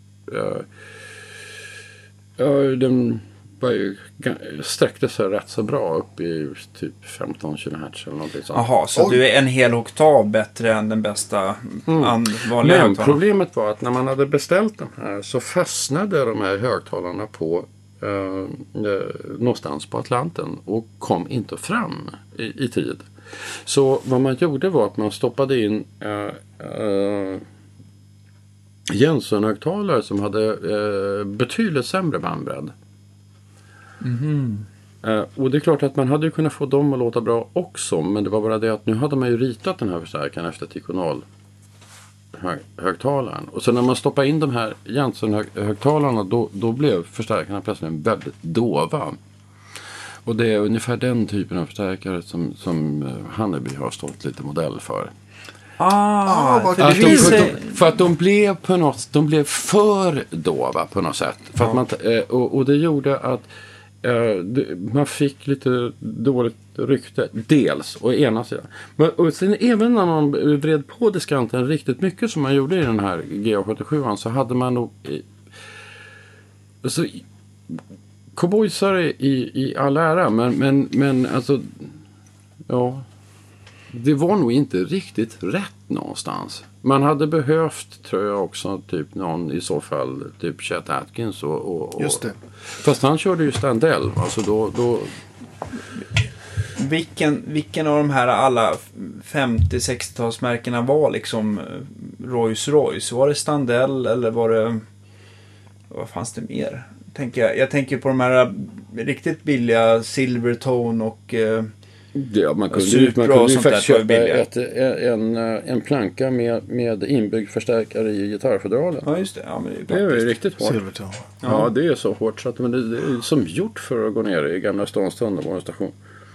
den sträckte sig rätt så bra upp i typ 15 kHz eller någonting sånt. Jaha, så du är en hel oktav bättre än den bästa vanliga. Men problemet var att när man hade beställt den här så fastnade de här högtalarna på någonstans på Atlanten och kom inte fram i tid. Så vad man gjorde var att man stoppade in Jensen-högtalare som hade betydligt sämre bandbredd. Och det är klart att man hade kunnat få dem att låta bra också, men det var bara det att nu hade man ju ritat den här förstärkaren efter Ticonal högtalaren. Och så när man stoppar in de här Jensen-högtalarna då blev förstärkarna plötsligt väldigt dova. Och det är ungefär den typen av förstärkare som Hanneby har stått lite modell för. För att de blev på något, de blev för dova på något sätt. För att man, och det gjorde att man fick lite dåligt rykte. Dels, å ena sidan. Men och sen även när man vred på diskanten riktigt mycket som man gjorde i den här GA77 så hade man nog alltså, cowboysare i all ära, men alltså ja, det var nog inte riktigt rätt någonstans. Man hade behövt, tror jag också, typ någon i så fall, typ Chet Atkins och just det. Fast han körde ju Standell, alltså då... Vilken av de här alla 50-60-talsmärkena var liksom Rolls-Royce? Var det Standell eller var det... Vad fanns det mer? Jag tänker på de här riktigt billiga Silvertone och... Ja, man kunde ju faktiskt köpa en planka med inbyggd förstärkare i gitarrfodralen. Ja, just det. Ja, men det är ju riktigt hårt. Silvertone. Ja, det är så hårt så att men det är som gjort för att gå ner i Gamla Stans tunnelbanestation.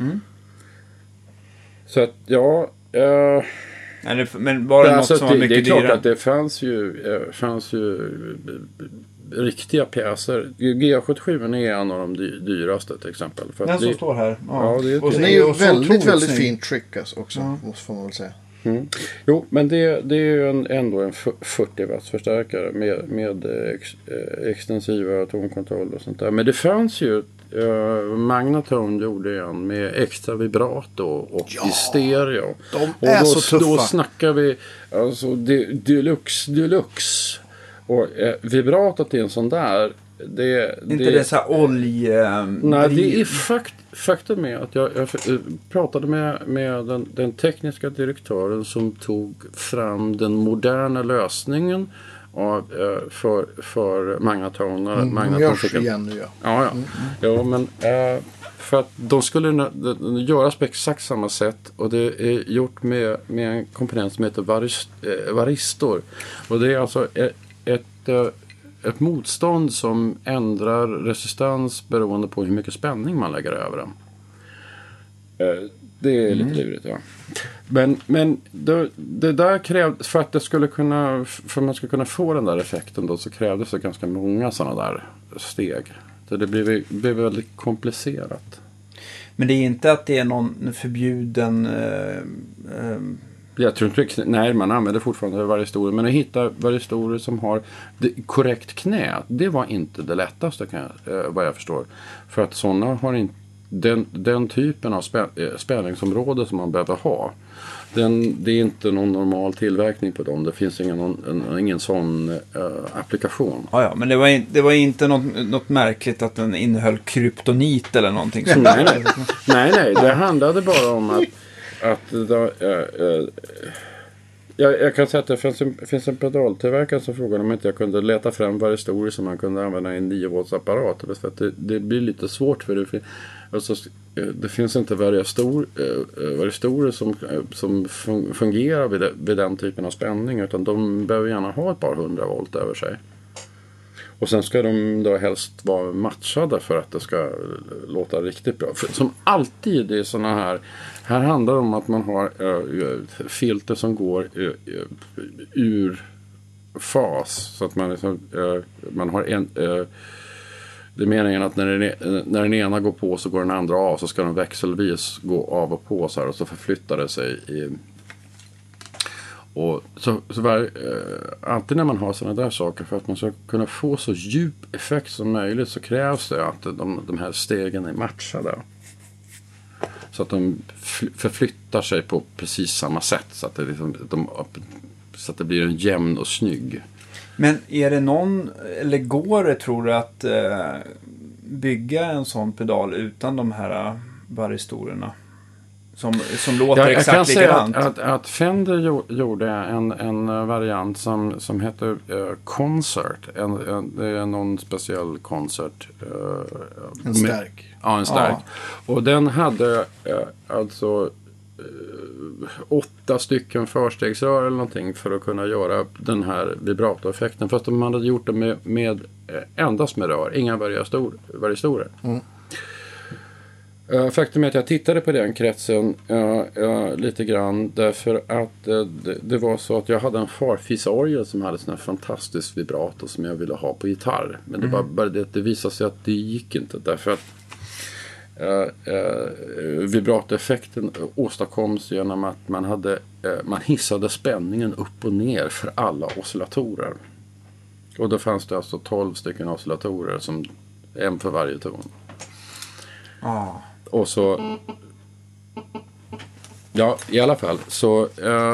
Så att, ja... men var det något som var mycket dyrare? Det är klart att det fanns ju riktiga pjäser. GA77 är en av de dyraste till exempel. För den som det står här. Ja, det är ju väldigt fint trick också, måste man väl säga. Jo, men det är ju ändå en 40 watts förstärkare med extensiva tonkontroll och sånt där. Men det fanns ju Magnatone gjorde en med extra vibrato och i stereo. De är så tuffa. Då snackar vi alltså deluxe. Och vibratot i en sån där Inte det så här olje... Nej, det är faktum är att jag pratade med den tekniska direktören som tog fram den moderna lösningen för magnetoner. De görs igen nu, Ja, men för att de skulle göras på exakt samma sätt, och det är gjort med en komponent som heter varistor. Och det är alltså ett motstånd som ändrar resistans beroende på hur mycket spänning man lägger över den. Det är lite lurigt, ja. Men det där krävdes, för att det skulle kunna, för man skulle kunna få den där effekten då, så krävdes det ganska många sådana där steg. Så det blev väldigt komplicerat. Men det är inte att det är någon förbjuden... Jag tror inte, nej, man använder fortfarande varistorer, men att hitta varistorer som har korrekt knä, det var inte det lättaste, vad jag förstår. För att sådana har inte den typen av spänningsområde som man behöver ha. Det är inte någon normal tillverkning på dem. Det finns ingen sån applikation. Ja, men det var inte något märkligt att den innehöll kryptonit eller någonting. Nej, det handlade bara om att jag kan säga att det finns en pedaltillverkare som frågade om inte jag kunde leta fram varistorer som man kunde använda i en 9-volts apparat. För att det blir lite svårt för det. Alltså, det finns inte varistorer som fungerar vid den typen av spänning, utan de behöver gärna ha ett par 100 volt över sig. Och sen ska de då helst vara matchade för att det ska låta riktigt bra. För, som alltid är sådana här handlar det om att man har filter som går ur fas. Så att man, liksom, man har det är meningen att när den ena går på så går den andra av, så ska den växelvis gå av och på så här, och så förflyttar det sig och alltid när man har sådana där saker, för att man ska kunna få så djup effekt som möjligt, så krävs det att de här stegen är matchade. Så att de förflyttar sig på precis samma sätt, så att så att det blir en jämn och snygg. Men är det eller går det, tror du, att bygga en sån pedal utan de här varistorerna? Som låter exakt likadant. Jag kan säga att Fender gjorde en variant som heter Concert. Det är någon speciell Concert. En stärk. Ja, en stärk. Ja. Och den hade alltså 8 stycken förstegsrör eller någonting för att kunna göra den här vibratoreffekten. Fast de hade gjort det med endast med rör. Inga varistorer. Faktum är att jag tittade på den kretsen lite grann, därför att det var så att jag hade en farfisorgel som hade sån här fantastisk vibrato som jag ville ha på gitarr. Men det var bara det visade sig att det gick inte, därför att vibratoeffekten åstadkoms genom att man hissade spänningen upp och ner för alla oscillatorer. Och då fanns det alltså 12 stycken oscillatorer, som en för varje ton. Och så ja, i alla fall så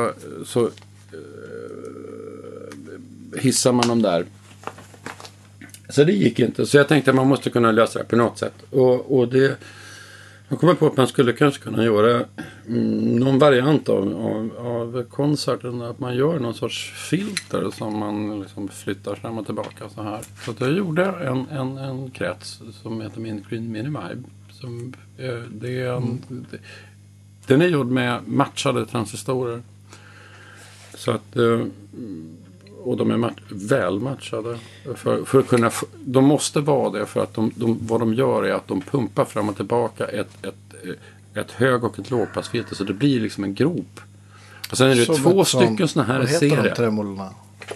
hissar man dem där. Så det gick inte. Så jag tänkte att man måste kunna lösa det på något sätt. Och det, jag kommer på att man skulle kanske kunna göra någon variant av konserten, att man gör någon sorts filter som man liksom flyttar fram och tillbaka så här. Så jag gjorde en krets som heter Green Mini Vibe. Den är gjord med matchade transistorer. Så att och de är väl matchade för att kunna de måste vara det, för att vad de gör är att de pumpar fram och tillbaka ett hög- och ett lågpassfilter, så det blir liksom en grop. Och sen är det 2 stycken såna här serier. Vad heter de tremolorna?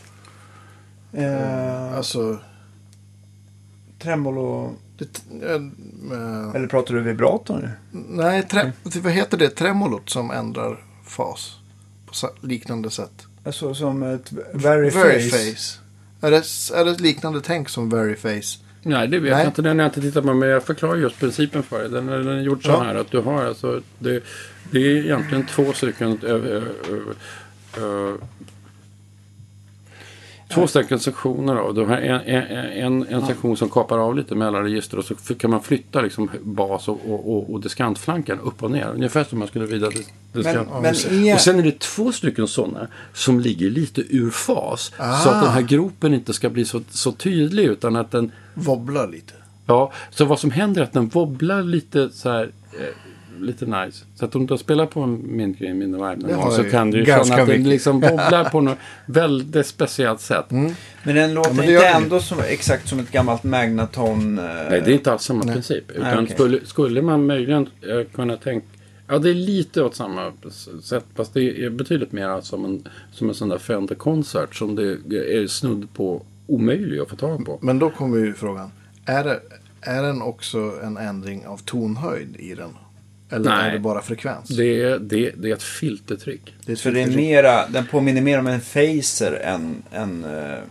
Alltså tremolo. Eller pratar du vibrator nu? Nej, vad heter det? Tremolot som ändrar fas på liknande sätt. Alltså som ett Veriface. Är det liknande tänk som Veriface? Nej, det vet jag inte. Den har jag inte tittat på, men jag förklarar just principen för det. Den är gjord så här att du har alltså det är egentligen 2 stycken 2 stycken sektioner då. Du har en sektion som kapar av lite mellanregister och så kan man flytta liksom bas och diskantflanken upp och ner. Ungefär som man skulle vrida diskant. Och sen är det 2 stycken sådana som ligger lite ur fas. Så att den här gropen inte ska bli så tydlig utan att den wobblar lite. Ja, så vad som händer är att den wobblar lite så här lite nice. Så att om du spelar på en Mint Vibe så kan du ju känna att den liksom wobblar på något väldigt speciellt sätt. Men den låter inte ändå som, exakt som ett gammalt Magnaton. Nej, det är inte alls samma princip. Utan skulle man möjligen kunna tänka... Ja, det är lite åt samma sätt. Fast det är betydligt mer som en sån där Fender Concert som det är snudd på omöjlig att få tag på. Men då kommer ju frågan. Är den också en ändring av tonhöjd i den? Eller är det bara frekvens? Det är ett filtertryck. Så det är mera, den påminner mer om en phaser än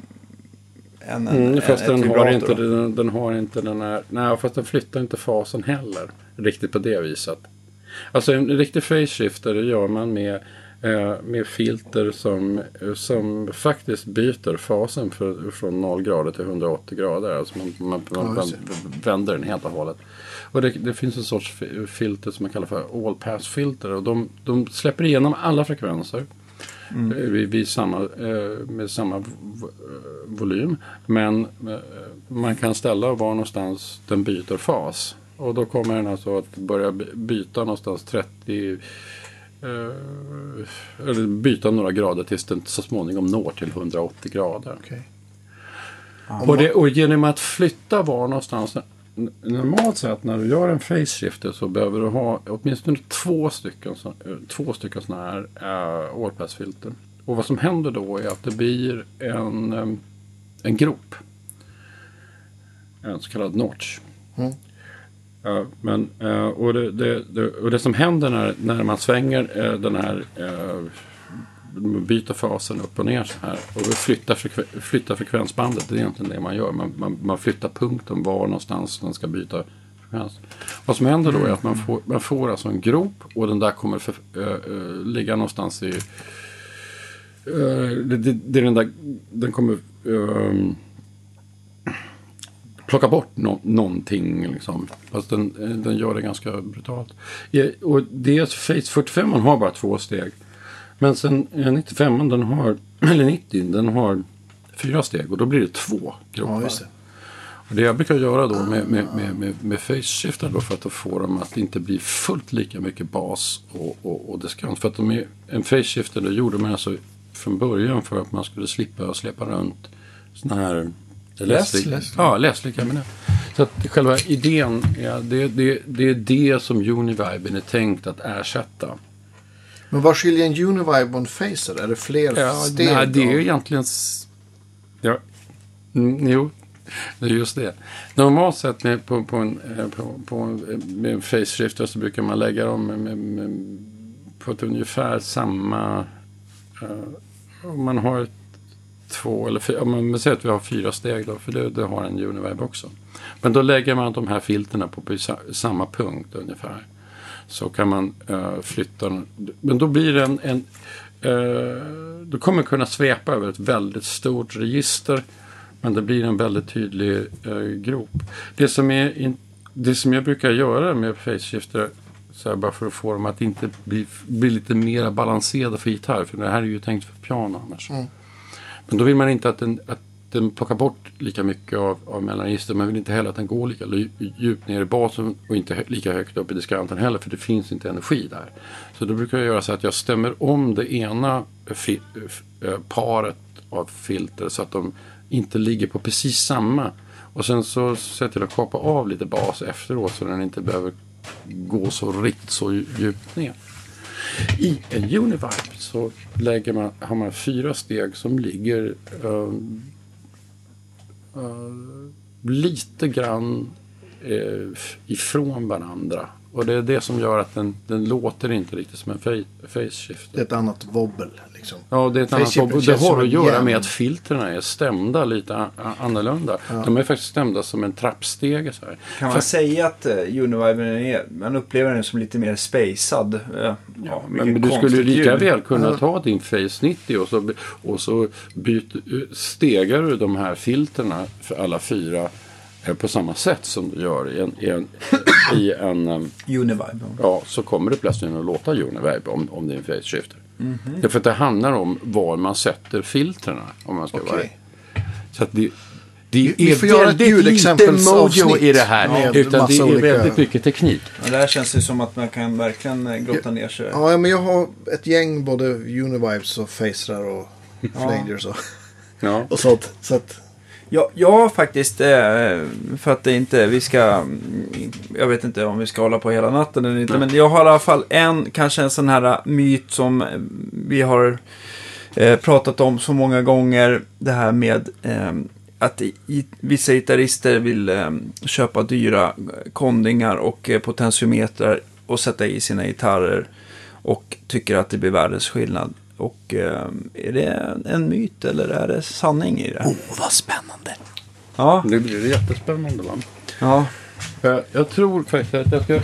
fast den har inte den här... Nej, fast den flyttar inte fasen heller. Riktigt på det viset. Alltså en riktig phase shifter gör man med filter som faktiskt byter fasen från 0 grader till 180 grader. Alltså man vänder den helt och hållet. Och det finns en sorts filter som man kallar för all-pass-filter. Och de släpper igenom alla frekvenser med samma volym. Men man kan ställa var någonstans den byter fas. Och då kommer den alltså att börja byta någonstans 30... eller byta några grader tills den så småningom når till 180 grader. Okay. Och genom att flytta var någonstans... Normalt sett när du gör en phase shifter så behöver du ha åtminstone 2 stycken sådana här all-pass-filter. Och vad som händer då är att det blir en grop. En så kallad notch. Och det som händer när man svänger den här byter fasen upp och ner så här och flyttar frekvensbandet, det är egentligen det man gör. Man flyttar punkten var någonstans den ska byta frekvens. Vad som händer då är att man får alltså en grop och den där kommer ligga någonstans i det är den kommer plocka bort någonting liksom. Fast den gör det ganska brutalt. Och det Phase 45 man har bara 2 steg. Men sen 95 den har 4 steg och då blir det 2 gropar. Ja, just det. Och det jag brukar göra då med phase shifter då för att få dem att inte bli fullt lika mycket bas och diskant. För att en phase shifter då gjorde man alltså från början för att man skulle slippa släppa runt såna här läslig kabinett. Så att själva idén det är det som Univiben är tänkt att ersätta. Men vad skiljer en Univibe och en Phaser? Är det fler steg? Nej, det är egentligen... Ja. Jo, det är just det. Normalt sett med en phase shifter så brukar man lägga dem på ett ungefär samma... Om man har 2 eller 4... Man säger att vi har 4 steg då, för det har en Univibe också. Men då lägger man de här filterna på samma punkt ungefär. Så kan man flytta... Men då blir det då kommer man kunna svepa över ett väldigt stort register. Men det blir en väldigt tydlig grop. Det som jag brukar göra med phase shifter så här, bara för att få dem att inte bli lite mer balanserade för gitarr. För det här är ju tänkt för piano annars. Men då vill man inte att den plockar bort lika mycket av mellanregister. Man vill inte heller att den går lika djupt ner i basen och inte lika högt upp i diskanten heller, för det finns inte energi där. Så då brukar jag göra så att jag stämmer om det ena paret av filter så att de inte ligger på precis samma. Och sen så ser jag till att kapa av lite bas efteråt så den inte behöver gå så djupt ner. I en Univibe så har man 4 steg som ligger lite grann ifrån varandra Och det är det som gör att den låter inte riktigt som en phase shifter. Det är ett annat wobbel liksom. Ja, det är ett annat wobbel. Det har att göra med att filtrerna är stämda lite annorlunda. Ja. De är faktiskt stämda som en trappstege så här. Kan man säga att Univibe man upplever den som lite mer spacad? Ja, men du skulle ju lika väl kunna ta din Phase 90 och så stegar du de här filtrerna för alla 4 på samma sätt som du gör i en Univibe. Ja, så kommer det plötsligt att låta Univibe om det är en phase shifter. Mm-hmm. Därför att det handlar om var man sätter filtrerna, om man ska vara. Så att det vi får göra ett ljudexempelsavsnitt i det här, utan det är väldigt mycket teknik. Ja, det här känns ju som att man kan verkligen grotta ner sig. Ja, men jag har ett gäng både Univibes och Facerar och Flagers och sånt. Så att Ja, faktiskt, för att det inte, jag vet inte om vi ska hålla på hela natten eller inte, men jag har i alla fall kanske en sån här myt som vi har pratat om så många gånger, det här med att vissa gitarrister vill köpa dyra kondingar och potentiometrar och sätta i sina gitarrer och tycker att det blir världens skillnad. Och är det en myt eller är det sanning i det? Vad spännande. Ja. Det blir jättespännande, va? Ja. Jag tror faktiskt att jag ska...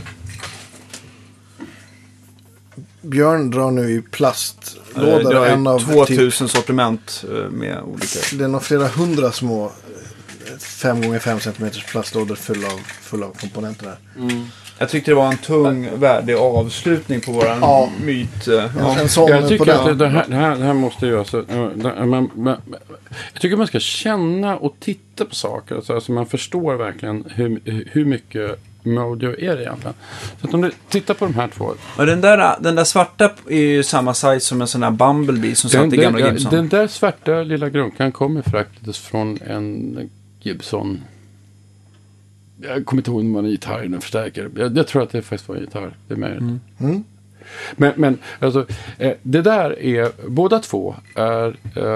Björn drar nu i plastlådor. Det är 2000 sortiment med olika... Det är nog flera hundra små 5x5 cm plastlådor fulla av komponenter här. Mm. Jag tyckte det var en tung, värdig avslutning på våran myt. Jag tycker att det här måste ju... Alltså, jag tycker man ska känna och titta på saker. Alltså man förstår verkligen hur mycket Mojo är det egentligen. Så att om du tittar på de här två... Och den där svarta är ju samma size som en sån här Bumblebee som satt i gamla Gibson. Den där svarta lilla grunkan kommer faktiskt från en Gibson... Jag kommer inte ihåg om man är gitarr eller förstärkare. Jag tror att det faktiskt var en gitarr. Det är möjligt. Mm. Men alltså, det där är... Båda två är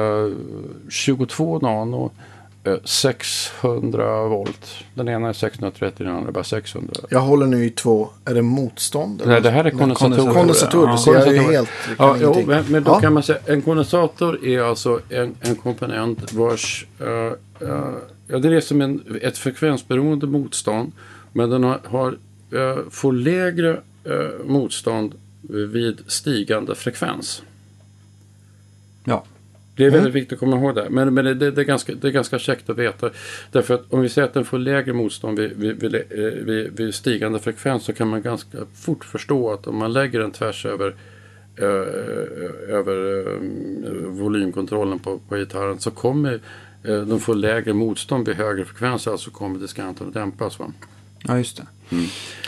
22 nano 600 volt. Den ena är 630, den andra är bara 600. Jag håller nu i 2. Är det motstånd? Nej, det här är kondensatorer. Kondensatorer. Men då kan man säga en kondensator är alltså en komponent vars... det är som ett frekvensberoende motstånd, men den får lägre motstånd vid stigande frekvens. Ja. Det är väldigt viktigt att komma ihåg det. Men det är ganska käckt att veta. Därför att om vi säger att den får lägre motstånd vid stigande frekvens, så kan man ganska fort förstå att om man lägger den tvärs över volymkontrollen på gitarren, så kommer de får lägre motstånd vid högre frekvenser, alltså kommer diskanten att dämpas, va? Ja, just det. Mm.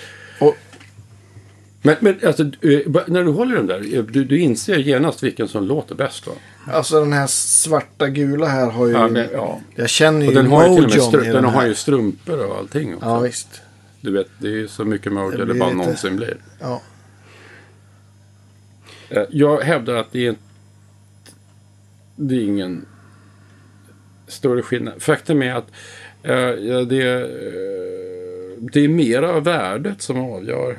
Men alltså, när du håller den där, du inser genast vilken som låter bäst, va? Alltså den här svarta gula här har ju... Jag känner ju den den har ju strumpor och allting också. Ja, visst. Du vet, det är ju så mycket Mojo det bara någonsin blir. Ja. Jag hävdar att det är ingen större skillnad. Faktum är att det är mera värdet som avgör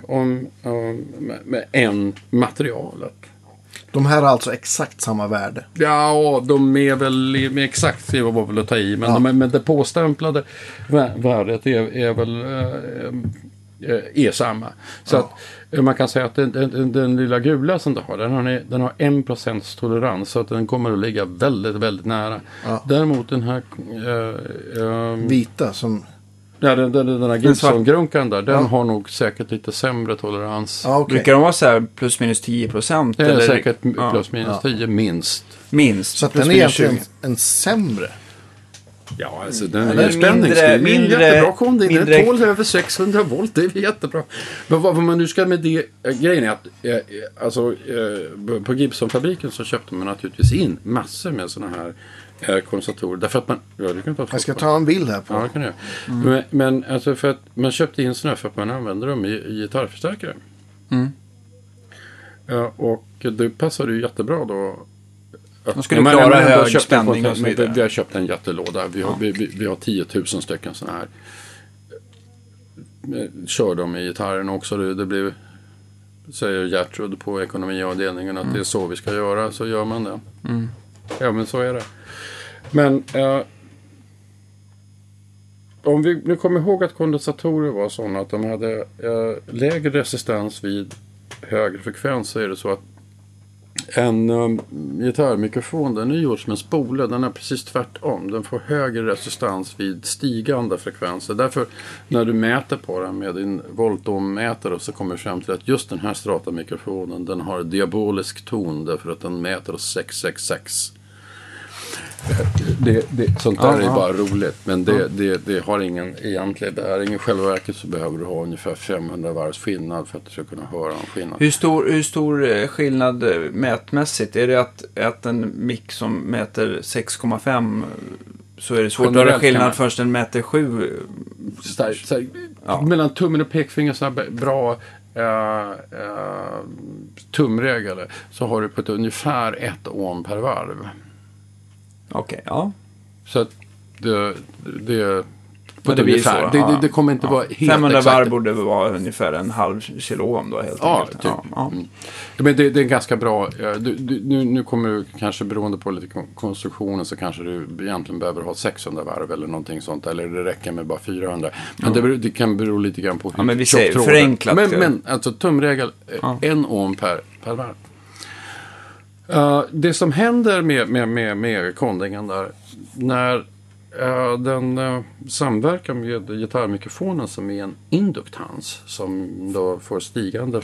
än materialet. De här har alltså exakt samma värde? Ja, de är väl exakt vad vill jag ta i. Men, men det påstämplade värdet är väl är samma. Så att man kan säga att den lilla gula som du har, den har 1% tolerans, så att den kommer att ligga väldigt, väldigt nära. Ja. Däremot den här vita som... Ja, den här Gibson-grunkan där, den har nog säkert lite sämre tolerans. Ja, okay. Brukar de vara så här plus minus 10%? Det är säkert plus minus 10 minst. Så att den är egentligen en sämre? Ja, alltså den är spänningsfri. Jättebra konding. Den tål över 600 volt. Det är jättebra. Men vad man nu ska med det... Grejen är att på Gibson-fabriken så köpte man naturligtvis in massor med såna här kondensatorer. Därför att man... Jag ska ta en bild här på. Ja, det kan jag. Men alltså för att man köpte in såna här för att man använder dem i gitarrförstärkare. Mm. Och det passar ju jättebra då. De skulle klara hög spänning och så vidare. Vi har köpt en jättelåda. Vi har 10 000 stycken såna här. kör de i gitarren också. Det blir, säger Gertrud på ekonomiavdelningen att det är så vi ska göra, så gör man det. Ja, men så är det. Men om vi nu kommer ihåg att kondensatorer var sådana att de hade lägre resistans vid högre frekvens, så är det så att en gitarrmikrofon, den är gjord som en spole, den är precis tvärtom. Den får högre resistans vid stigande frekvenser. Därför när du mäter på den med din voltohmmätare så kommer du fram till att just den här Strata-mikrofonen, den har diabolisk ton därför att den mäter 666. Sånt där är bara roligt, men det har ingen egentlig bäring. I själva verket så behöver du ha ungefär 500 varvs skillnad för att du ska kunna höra en skillnad. Hur stor skillnad mätmässigt? Är det att en mick som mäter 6,5 så är det svårt att höra skillnad först den mäter 7? Mellan tummen och pekfingern så är bra tumregel, så har du på ett ungefär 1 ohm per varv. Okej, ja. Så att det på det blir så. Det kommer inte vara helt 500 exakt. varv borde vara ungefär en halv kilo om då helt enkelt. Typ. Men det är ganska bra. Nu kommer du kanske, beroende på lite konstruktionen, så kanske du egentligen behöver ha 600 varv eller någonting sånt, eller det räcker med bara 400. Men det kan bero lite grann på hur men vi säger förenklat. Men alltså tumregel 1 ohm per varv. Det som händer med kondingen där, när den samverkar med gitarrmikrofonen som är en induktans som då får stigande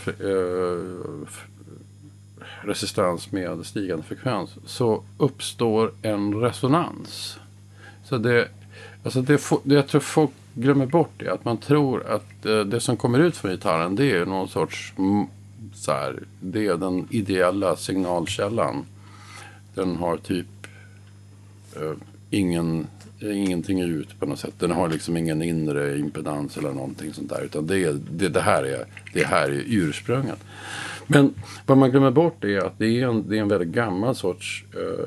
resistans med stigande frekvens, så uppstår en resonans. Så jag tror folk glömmer bort det, att man tror att det som kommer ut från gitarren, det är någon sorts så här, det är den ideella signalkällan. Den har typ ingenting ut på något sätt. Den har liksom ingen inre impedans eller någonting sånt där, utan det här är ursprunget. Men vad man glömmer bort är att det är en väldigt gammal sorts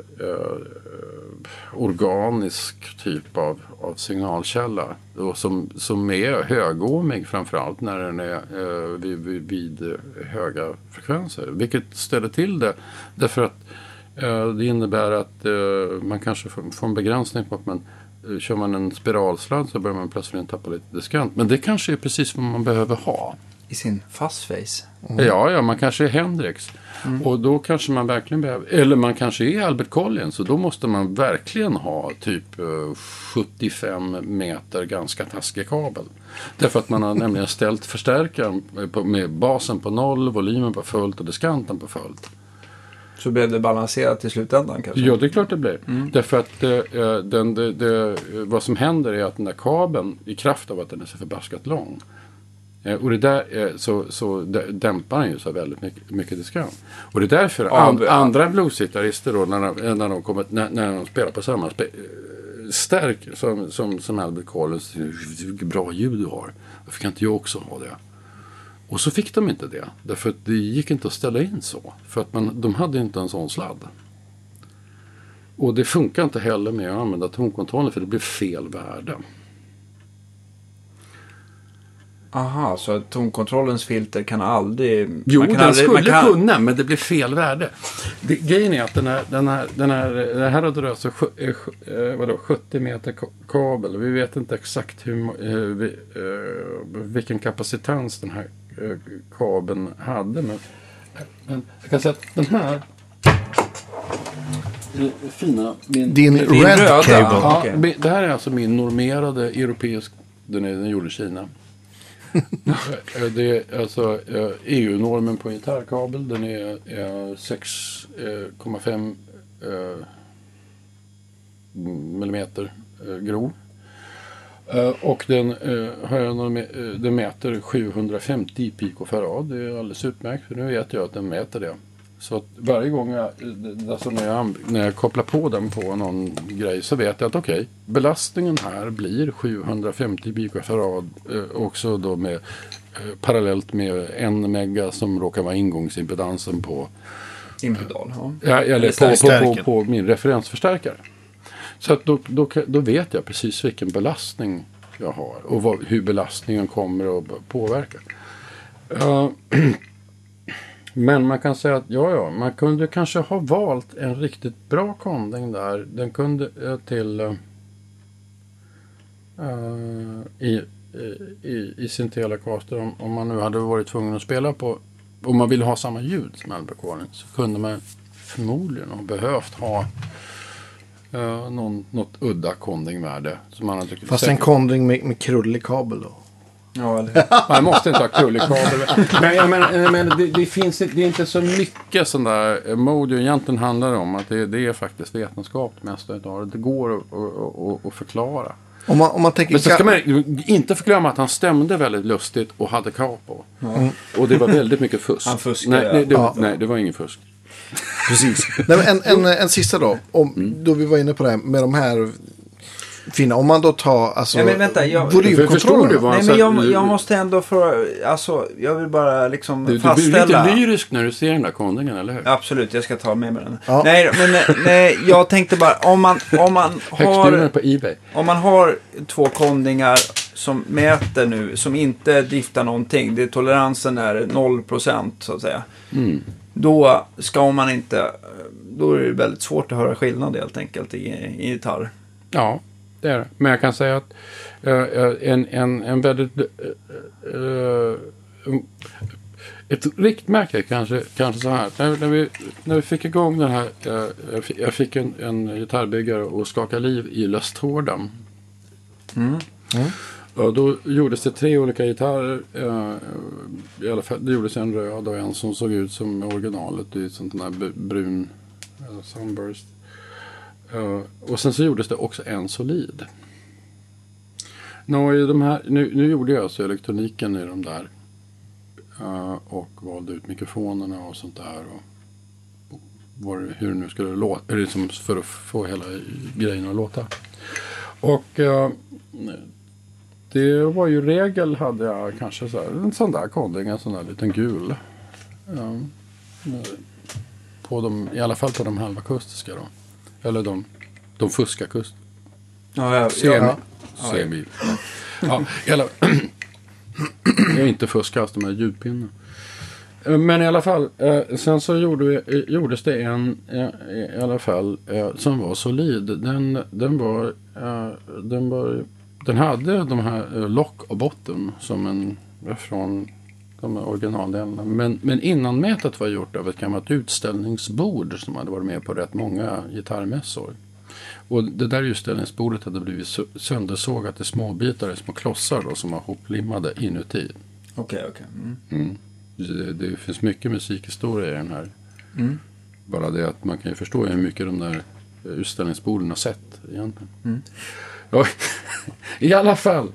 organisk typ av signalkälla, och som är högohmig framförallt när den är vid höga frekvenser, vilket ställer till det därför att det innebär att man kanske får en begränsning på att kör man en spiralsladd så börjar man plötsligt tappa lite diskant, men det kanske är precis vad man behöver ha i sin fastface. Ja, man kanske är Hendrix. Och då kanske man verkligen behöver, eller man kanske är Albert Collins, så då måste man verkligen ha typ 75 meter ganska taskig kabel. Därför att man har nämligen ställt förstärkaren med basen på 0, volymen på fullt och diskanten på fullt. Så blev det balanserat i slutändan kanske? Ja, det är klart det blir. Därför att vad som händer är att den där kabeln, i kraft av att den är så förbaskat lång, och det där så dämpar den ju så väldigt mycket diskant. Och det är därför andra bluesgitarrister då, när de spelar på samma stärk som Albert Collins, vilket bra ljud du har. Varför kan inte jag också ha det? Och så fick de inte det. Därför att det gick inte att ställa in så. För att de hade inte en sån sladd. Och det funkar inte heller med att använda tonkontrollen, för det blir fel värde. Aha, så tonkontrollens filter kan aldrig... kunna, men det blir fel värde. Grejen är att den här hade rört sig 70 meter kabel. Vi vet inte exakt vilken kapacitans den här kabeln hade. Men jag kan säga att den här fina... Din red cable. Ja, okay. Det här är alltså min normerade europeisk... Den gjorde i Kina. Det är alltså EU-normen på gitarrkabel. Den är 6,5 millimeter grov. Och den mäter 750 picofarad. Det är alldeles utmärkt, för nu vet jag att den mäter det. Så att varje gång när jag kopplar på den på någon grej, så vet jag att okej, belastningen här blir 750 picofarad, också då med parallellt med 1 mega som råkar vara ingångsimpedansen på impedal. Eller på min referensförstärkare. Så att då vet jag precis vilken belastning jag har och hur belastningen kommer att påverka. Men man kan säga att man kunde kanske ha valt en riktigt bra konding där. Den kunde till i sin Telecaster om man nu hade varit tvungen att spela på, om man ville ha samma ljud som Albert Corning, så kunde man förmodligen ha behövt ha något udda kondingvärde som man hade. Fast en konding med krullig kabel då. Ja, eller? Man måste inte ha krullig kabel. Men det finns det är inte så mycket sån där mode egentligen handlar om att det är faktiskt vetenskap mest utav det. Det går att förklara. Om man tänker... Men så ska man inte förglömma att han stämde väldigt lustigt och hade capo. Mm. Och det var väldigt mycket fusk. Han fuskade. Nej, det var ingen fusk. Precis. Nej, men en sista då. Då vi var inne på det här med de här fina. Om man då tar alltså, men vänta, volymkontrollen. Jag måste ändå jag vill bara liksom du fastställa. Du blir lite lyrisk när du ser den där kondingen, eller hur? Absolut, jag ska ta med mig den. Ja. Nej, jag tänkte bara om man har på eBay. Om man har 2 kondingar som mäter nu, som inte driftar någonting, toleransen är 0% så att säga. Då ska man inte, då är det väldigt svårt att höra skillnad helt enkelt i gitarr. Ja. Det är det. Men jag kan säga att en väldigt ett riktmärke kanske så här. När vi fick igång den här jag fick en gitarrbyggare och skaka liv i Löstgården. Och då gjordes det 3 olika gitarrer. I alla fall, det gjordes en röd och en som såg ut som originalet i sånt där brun sunburst. Och sen så gjordes det också en solid. Nu gjorde jag alltså elektroniken i de där. Och valde ut mikrofonerna och sånt där. Och hur det nu skulle låta. Liksom för att få hela grejen att låta. Och det var ju regel hade jag kanske så här, en sån där konding, en sån där liten gul. I alla fall på de halva kustiska då. Eller de fuskakust. Semi. Jag är inte fuskast, de här ljudpinnen. Men i alla fall, sen så gjordes det en i alla fall som var solid. Den hade de här lock och botten som från de originaldelarna. Men innanmätet var gjort av ett gammalt utställningsbord som hade varit med på rätt många gitarrmässor. Och det där utställningsbordet hade blivit söndersågat i små bitar, i små klossar då, som var hoplimmade inuti. Okej. Det finns mycket musikhistoria i den här. Bara det att man kan ju förstå hur mycket de där utställningsborden har sett egentligen. Ja, i alla fall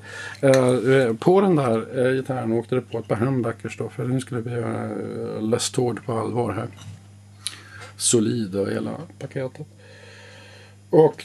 på den där gitarren åkte det på ett par humbuckers då, för nu skulle vi göra Löstgård på allvar här. Solid och hela paketet. Och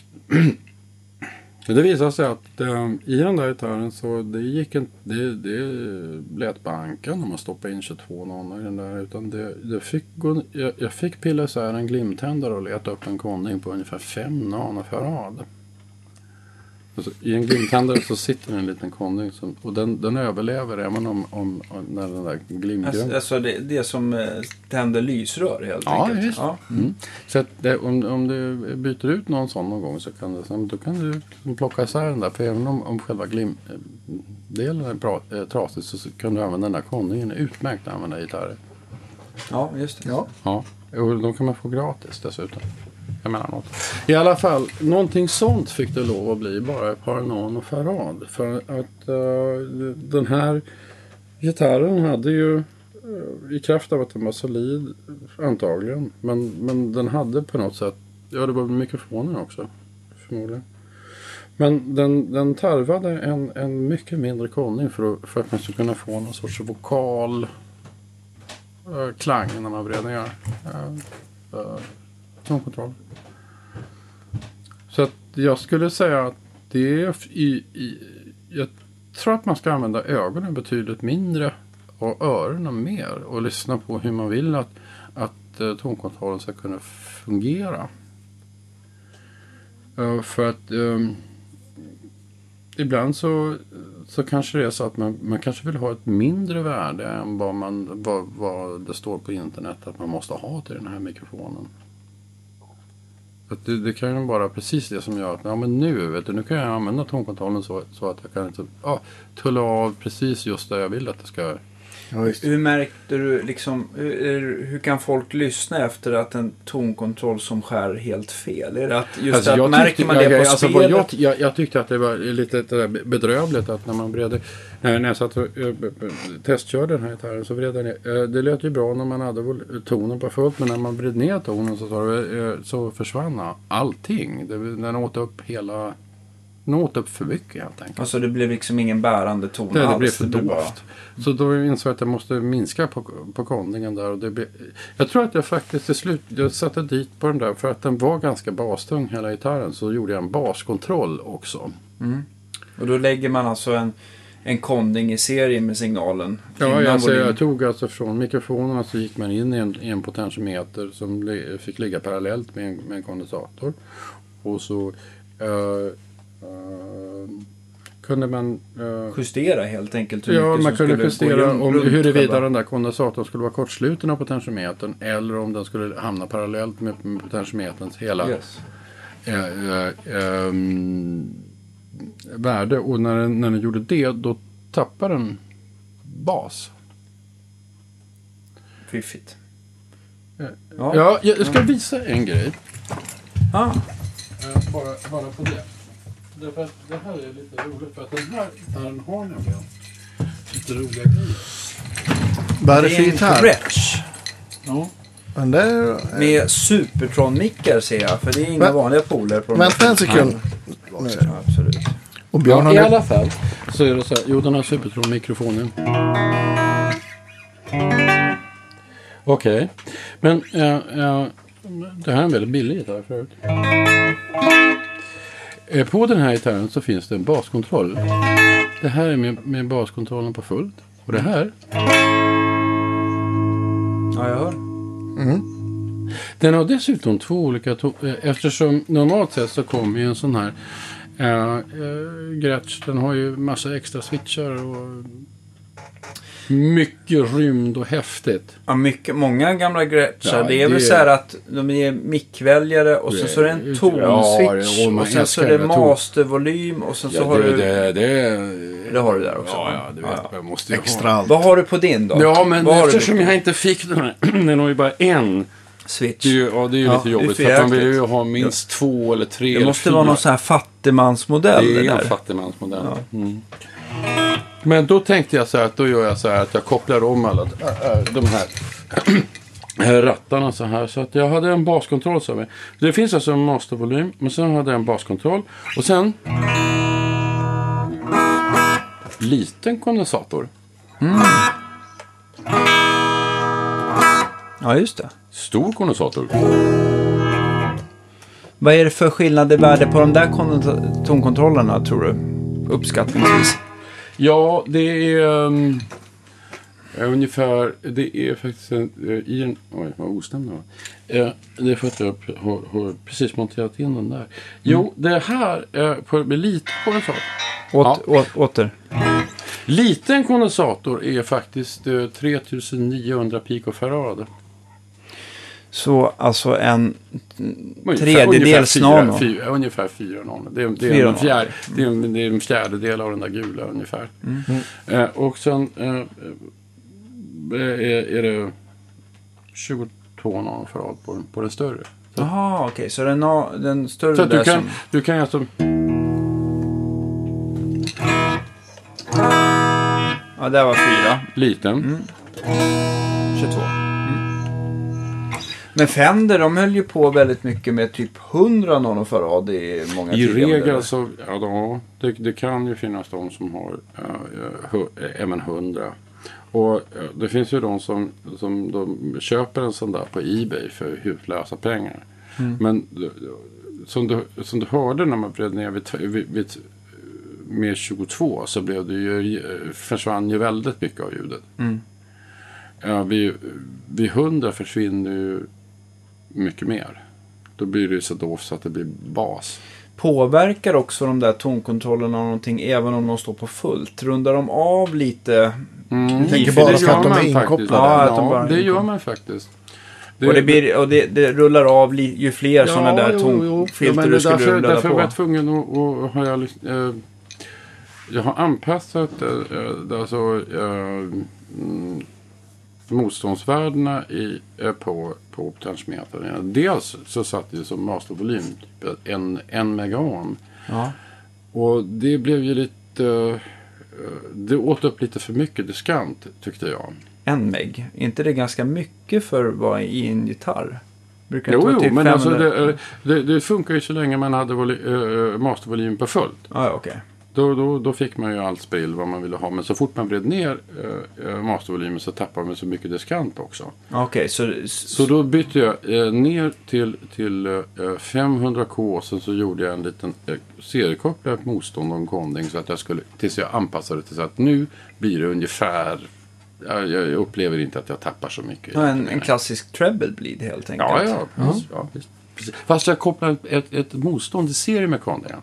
det visade sig att i den där gitarren så det lät banken när man stoppade in 22 nonor i den där, utan jag fick pilla så här en glimtändare och leta upp en konding på ungefär 5 nano per rad. Alltså, i en glimtändare så sitter en liten konding och den överlever även om när den där glimgrön. Alltså det som tänder lysrör helt enkelt. Just. Ja, så att om du byter ut någon sån någon gång så då kan du plocka isär den där, för även om själva glimdelen är trasig så kan du använda den där kondingen utmärkt att använda gitarrer. Ja, just det. Ja. Och de kan man få gratis dessutom. Jag menar något. I alla fall, någonting sånt fick det lov att bli, bara ett par nano per rad. För att den här gitarren hade ju, i kraft av att den var solid, antagligen. Men den hade på något sätt, det var mikrofonen också, förmodligen. Men den tarvade en mycket mindre konding för att man skulle kunna få någon sorts vokal klang när man vred ner tonkontroll. Så att jag skulle säga att jag tror att man ska använda ögonen betydligt mindre och öronen mer och lyssna på hur man vill att tonkontrollen ska kunna fungera. För att ibland så kanske det är så att man kanske vill ha ett mindre värde än vad det står på internet att man måste ha till den här mikrofonen. Att det kan ju vara precis det som gör att men nu kan jag använda tonkontrollen så att jag kan tulla av precis just där jag vill att det ska. Ja, hur märkte du liksom, hur kan folk lyssna efter att en tonkontroll som skär helt fel? Är det att just att märker man det på spelet? Jag tyckte att det var lite bedrövligt att när jag satt och testkörde den här gitarren så vred jag ner. Det lät ju bra när man hade tonen på fullt, men när man vred ner tonen så försvann allting. Den åt upp för mycket helt enkelt. Alltså det blev liksom ingen bärande ton alls. Det blev för dovt. Så då insåg jag att jag måste minska på kondingen där. Och jag tror att jag faktiskt till slut, jag satte dit på den där för att den var ganska bastung hela gitarren. Så gjorde jag en baskontroll också. Mm. Och då lägger man alltså en konding i serie med signalen. Ja, jag tog alltså från mikrofonerna så gick man in i en potentiometer som fick ligga parallellt med en kondensator. Och så kunde man justera helt enkelt. Ja, man kunde justera om huruvida den där kondensatorn skulle vara kortsluten av potentiometern eller om den skulle hamna parallellt med potentiometerns hela värde. Och när den gjorde det, då tappade den bas. Fiffigt. Ja, jag ska visa en grej. Bara på det. Därför att det här är lite roligt för att den har nämligen lite roliga grejer. Vad är det för gitarr? Gretsch. Ja. Men där, med Supertron-mickar ser jag, för det är inga vanliga poler på vänta en sekund. Ja, absolut. Och Björn I alla fall så är det så här, jo den har Supertron-mikrofonen. Okej. Men det här är en väldigt billig gitarr förut. På den här gitarren så finns det en baskontroll. Det här är med baskontrollen på fullt. Och det här. Ja, jag hör. Mm. Den har dessutom två olika eftersom normalt sett så kommer ju en sån här Gretsch. Den har ju massa extra switchar och mycket rymd och häftigt. Ja, många gamla Gretschar. Det är väl så här att de är mickväljare och sen så är det en tonswitch och sen så är det mastervolym och sen så har du... Det har du där också. Ja, du vet, jag måste extra allt. Vad har du på din då? Ja, men eftersom jag inte fick den här, den har ju bara en switch. Det är ju lite jobbigt för att man vill ju ha minst 2 eller 3 eller 4. Det måste vara någon sån här fattigmansmodell. Det är en fattigmansmodell. Ja. Mm. Men då tänkte jag så här att då gör jag så här att jag kopplar om alla de här rattarna så här. Så att jag hade en baskontroll så här. Det finns alltså en mastervolym, men sen hade jag en baskontroll. Och sen liten kondensator. Mm. Ja, just det. Stor kondensator. Vad är det för skillnad i värde på de där tonkontrollerna, tror du? Uppskattningsvis. Ja, det är ungefär, det är faktiskt oj, vad ostämd det är för att jag har precis monterat in den där. Jo, det här är med liten kondensator. Åter. Liten kondensator är faktiskt 3900 picofarad. Så alltså en tredjedels nano. Ungefär 4 nano. Det är en fjärdedel av den där gula ungefär. Mm. Och sen är det 22 nanofarad på den större. Jaha, okej. Så den större så där du kan alltså... Ja, där var 4. Liten. 22. Men Fender, de höll ju på väldigt mycket med typ 100 nanofarad i många tider. I regel så, det kan ju finnas de som har även 100. Och det finns ju de som de köper en sån där på eBay för hutlösa pengar. Mm. Men som du hörde när man bred ner med 22 så blev det ju, försvann ju väldigt mycket av ljudet. Mm. Vid 100 försvinner ju mycket mer. Då blir det ju så dovt så att det blir bas. Påverkar också de där tonkontrollerna någonting även om de står på fullt? Rundar de av lite? Jag tänker bara för att de är inkopplade. Ja, det gör man faktiskt. Och det rullar av ju fler sådana där tonfilter du skulle rulla på. Därför var jag tvungen att jag har anpassat motståndsvärdena på potentiametern. Dels så satt det som mastervolym en megaohm. Ja. Och det blev ju lite det åt upp lite för mycket diskant tyckte jag. 1 meg. Inte det ganska mycket för att vara i en gitarr? Brukar Jo, typ men 500... alltså det funkar ju så länge man hade mastervolym på fullt. Ja, okej. Då fick man ju allt sprill vad man ville ha. Men så fort man vred ner mastervolymen så tappade man så mycket diskant också. Okej, så då bytte jag ner till 500K. Sen så gjorde jag en liten seriekopplad motstånd och en konding. Så att tills jag anpassade det till så att nu blir det ungefär... Jag upplever inte att jag tappar så mycket. En klassisk treble bleed helt enkelt. Ja, precis. Fast jag kopplar ett motstånd i serie med kondingen.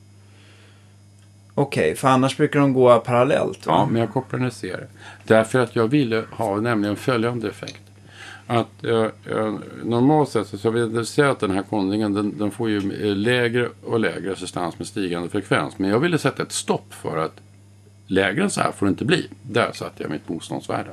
Okej, för annars brukar de gå parallellt. Va? Ja, men jag kopplar den i serie. Därför att jag ville ha nämligen följande effekt. Att normalt sett så vill jag säga att den här kondingen den får ju lägre och lägre resistans med stigande frekvens. Men jag ville sätta ett stopp för att lägre än så här får det inte bli. Där satte jag mitt motståndsvärde.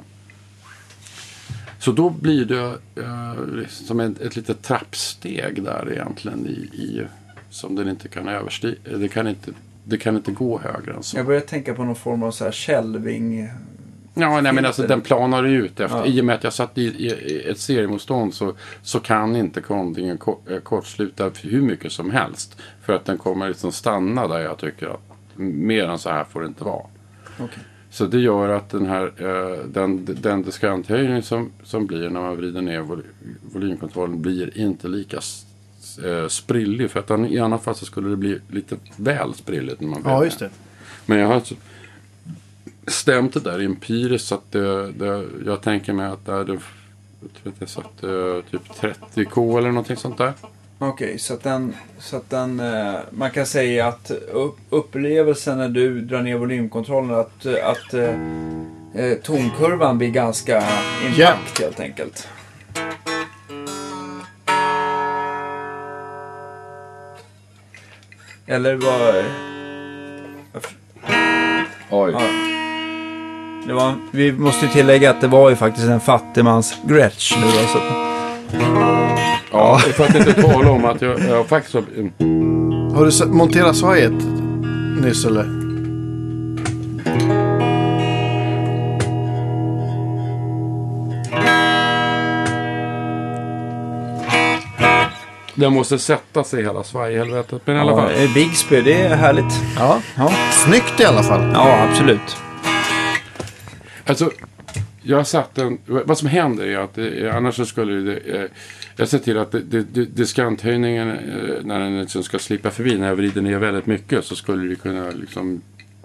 Så då blir det som ett litet trappsteg där egentligen i som den inte kan överstiga. Det kan inte gå högre än så. Jag börjar tänka på någon form av så här shelving. Ja, nej, men alltså den planar ut efter. Ja. I och med att jag satt i ett seriemotstånd så kan inte kondingen kortsluta hur mycket som helst. För att den kommer liksom stanna där jag tycker att mer än så här får det inte vara. Okay. Så det gör att den här den diskanthöjning som blir när man vrider ner volymkontrollen blir inte lika sprillig. För att i annat fall så skulle det bli lite väl sprilligt när man ja, just det. Men jag har stämt det där empiriskt så att jag tänker mig att det satt typ 30K eller någonting sånt där. Okej, så att den man kan säga att upplevelsen när du drar ner volymkontrollen att tonkurvan blir ganska intakt helt enkelt. Eller vad... Oj. Ja. Vi måste ju tillägga att det var ju faktiskt en fattigmans Gretsch nu då, så. Ja, för att inte tala om att jag faktiskt har... Har du monterat svajet nyss eller? Den måste sätta sig i hela svajhelvetet. Men i alla fall. Bigsby, det är härligt. Ja. Snyggt i alla fall. Ja, absolut. Alltså, jag har satt vad som händer är att annars så skulle det... jag ser till att diskanthöjningen när den liksom ska slippa förbi, när jag vrider ner väldigt mycket så skulle det kunna liksom...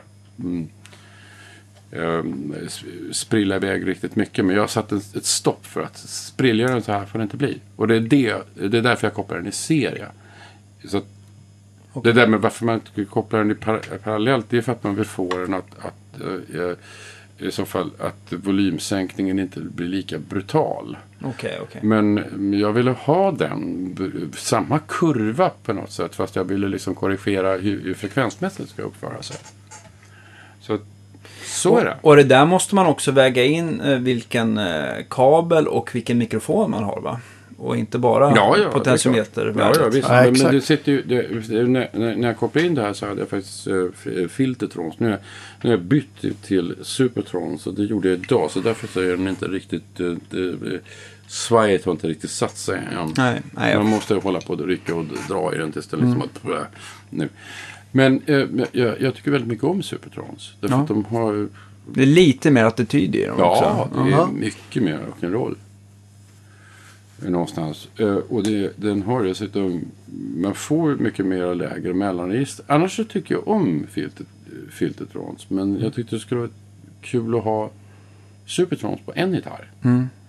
sprilla iväg riktigt mycket, men jag har satt ett stopp för att sprilligare så här får det inte bli. Och det är därför jag kopplar den i serie. Så att, okay. Det där med varför man inte kopplar den i parallellt, det är för att man vill få den att i så fall att volymsänkningen inte blir lika brutal. Okay. Men jag ville ha samma kurva på något sätt, fast jag ville liksom korrigera hur frekvensmässigt ska uppföra sig. Så är det. Och det där måste man också väga in vilken kabel och vilken mikrofon man har, va? Och inte bara potentiometer. Ja, visst. Ja, men det sitter ju, när jag kopplade in det här så hade jag faktiskt filtertrons. Nu har jag bytt till Supertrons och det gjorde jag idag. Så därför så är den inte riktigt... svajet har inte riktigt satt sig än. Nej, man måste hålla på att rycka och dra i den tills det liksom nu. Men jag tycker väldigt mycket om Supertrons. Därför att de har... Det är lite mer attityd i dem också. Ja, det är mycket mer rock'n'roll. Någonstans. Och den har det så att man får mycket mer lägre mellanregister. Annars så tycker jag om filtertrons. Men jag tyckte det skulle vara kul att ha Supertrons på en gitarr.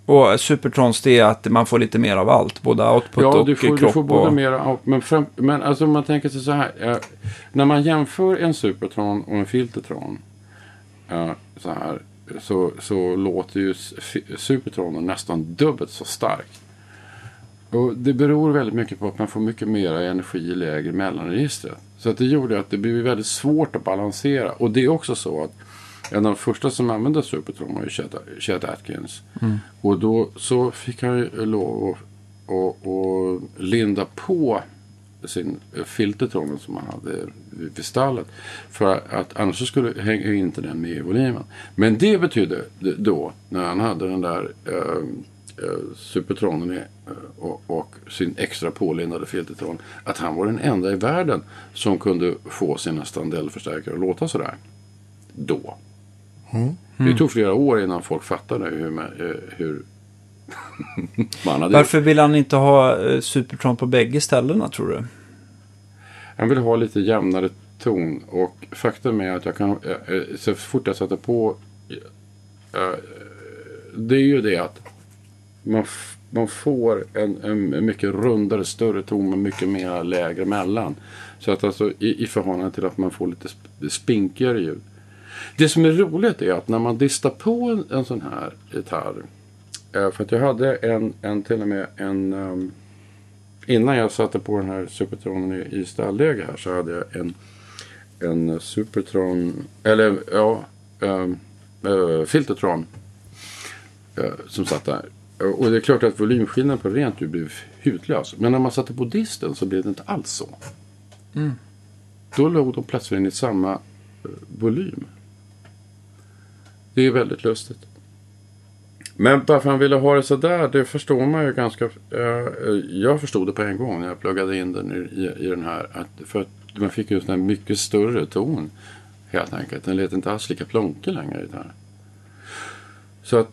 Och Supertrons, det är att man får lite mer av allt. Både output och kropp. Du får både mer out, men alltså om man tänker sig så här. När man jämför en Supertron och en Filtertron. Så här. Så låter ju Supertronen nästan dubbelt så starkt. Och det beror väldigt mycket på att man får mycket mer energi i lägre mellanregistret. Så att det gjorde att det blev väldigt svårt att balansera. Och det är också så att en av de första som använde Supertron var ju Chet Atkins. Och då så fick han ju lov att linda på sin filtertron som han hade vid stallet. För att annars så skulle hänga inte den med i volymen. Men det betydde då, när han hade den där Supertronen och sin extra pålindade filtertron, att han var den enda i världen som kunde få sina standellförstärkare att låta sådär. Då. Det tog flera år innan folk fattade hur man hade. Varför vill han inte ha Supertron på bägge ställena, tror du? Han vill ha lite jämnare ton, och faktum är att jag kan så fort jag sätter på det är ju det att man får en mycket rundare, större ton med mycket mer lägre mellan. Så att alltså i förhållande till att man får lite spinkigare ljud. Det som är roligt är att när man distar på en sån här gitarr, för att jag hade en till och med innan jag satte på den här Supertronen i stallläge här, så hade jag en Supertron, eller Filtertron som satt där. Och det är klart att volymskillnaden på rent ljud blev hutlös. Men när man satte på disten så blev det inte alls så. Då låg de plötsligt i samma volym. Det är väldigt lustigt. Men varför han ville ha det så där, det förstår man ju ganska. Jag förstod det på en gång när jag pluggade in den i den här. För att man fick ju en mycket större ton, helt enkelt. Den lät inte alls lika plonkig längre i det här. Så att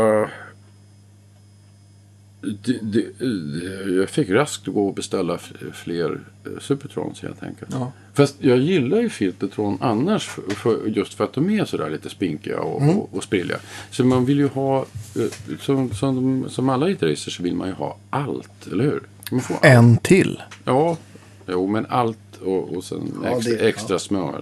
jag fick raskt gå och beställa fler Supertrons, helt enkelt. Ja. Fast jag gillar ju Filtertron annars just för att de är sådär lite spinkiga och sprilliga. Så man vill ju ha, som alla gitarrister, så vill man ju ha allt, eller hur? Man får en till. Ja, jo, men allt och sen extra smör.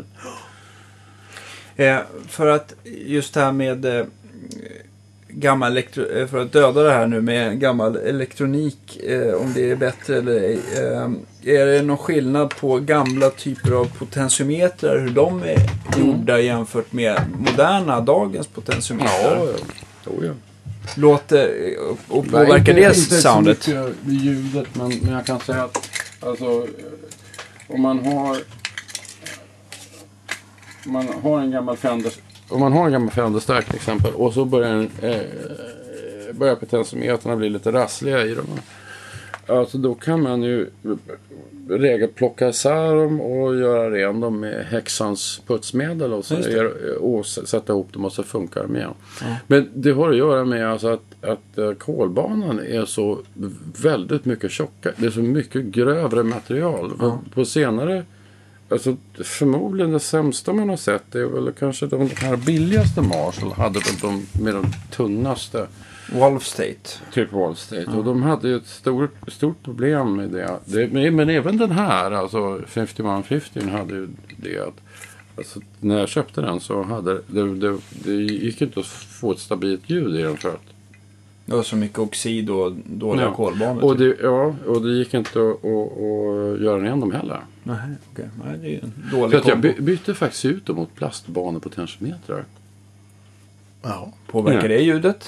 För att just det här med gammal för att döda det här nu med gammal elektronik, om det är bättre eller ej. Är det någon skillnad på gamla typer av potentiometrar, hur de är gjorda jämfört med moderna, dagens potentiometrar? Ja. Låter och påverkar det soundet? Inte så mycket ljudet, men jag kan säga att alltså, om man har en gammal Fender. Om man har en gammal Fender-stark till exempel, och så börjar potentiometrarna bli lite rassliga i dem. Alltså då kan man ju plocka isär dem och göra ren dem med häxans putsmedel och sätta ihop dem, och så funkar de igen. Men det har att göra med alltså att kolbanan är så väldigt mycket tjockare. Det är så mycket grövre material. På senare, alltså förmodligen det sämsta man har sett, det är väl kanske de här billigaste Marshall hade väl de med de tunnaste. Wolf State. Typ Wolf State. Och de hade ju ett stort problem med det. Men även den här, alltså 5150 hade ju det att alltså, när jag köpte den så hade det gick inte att få ett stabilt ljud i den för att det var så mycket oxid och dåliga kolbanor. Och det gick inte att göra den igen dem heller. Nej, okej. Nej, det är en dålig så att jag bytte faktiskt ut dem mot plastbanor på potentiometrar. Ja. Påverkar det ljudet?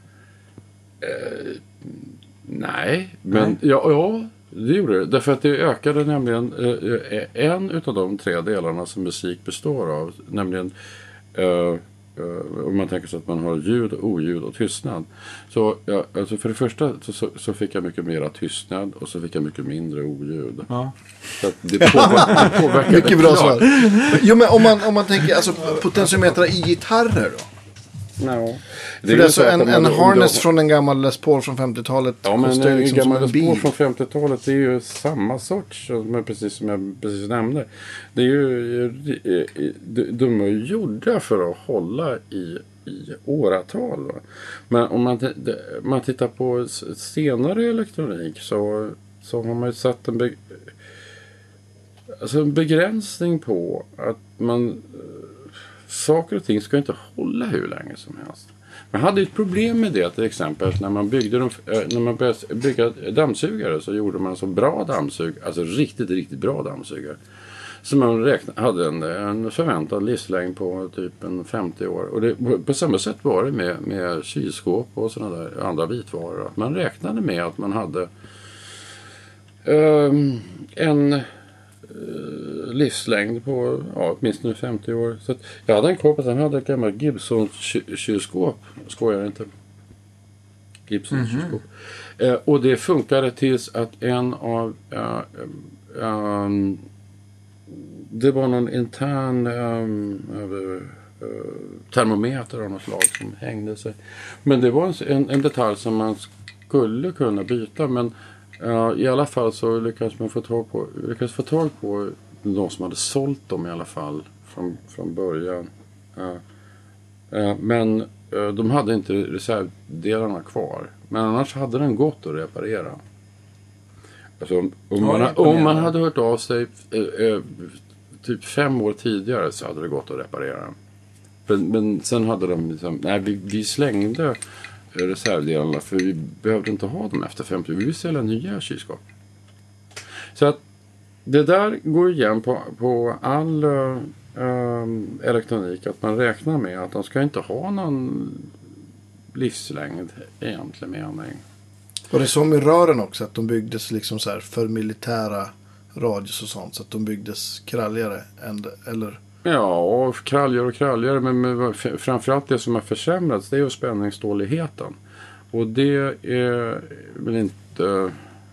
Nej, men ja, det gjorde det. Därför att det ökade nämligen en utav de 3 delarna som musik består av. Nämligen om man tänker sig att man har ljud, oljud och tystnad. Så alltså för det första så fick jag mycket mera tystnad, och så fick jag mycket mindre oljud. Ja. Så att det påverkar mycket bra svar. Jo, men om man tänker alltså potentiometrar i gitarrer då? No. För det är så en harness från en gammal Les Paul från 50-talet. Ja, men en liksom gammal Les Paul från 50-talet, det är ju samma sorts, men precis som jag precis nämnde. Det är ju, de är gjorda för att hålla i i åratal. Va? Men om man tittar på senare elektronik så har man ju satt en begränsning på att saker och ting ska inte hålla hur länge som helst. Man hade ett problem med det till exempel när man började bygga dammsugare, så gjorde man så bra dammsugare, alltså riktigt, riktigt bra dammsugare. Så man hade en förväntad livslängd på typ en 50 år. Och på samma sätt var det med kylskåp och sådana där andra vitvaror. Man räknade med att man hade en livslängd på åtminstone 50 år. Så jag hade en kompis, han hade ett gammalt Gibson kylskåp. Skojar inte. Gibson kylskåp. Och det funkade tills att en av det var någon intern termometer av något slag som hängde sig. Men det var en detalj som man skulle kunna byta, men i alla fall så lyckades man få tag på de som hade sålt dem i alla fall från början. Men de hade inte reservdelarna kvar. Men annars hade den gått att reparera. Alltså, om man hade hört av sig typ 5 år tidigare så hade det gått att reparera. Men sen hade de liksom, vi slängde reservdelarna för vi behövde inte ha dem efter 50. Vi ville sälja nya kylskåp. Så att det där går igen på all elektronik, att man räknar med att de ska inte ha någon livslängd egentlig mening. Och det är som i rören också, att de byggdes liksom så här för militära radius och sånt, så att de byggdes kralligare eller? Ja, och kralligare, men framförallt det som har försämrats, det är ju spänningståligheten. Och det är väl inte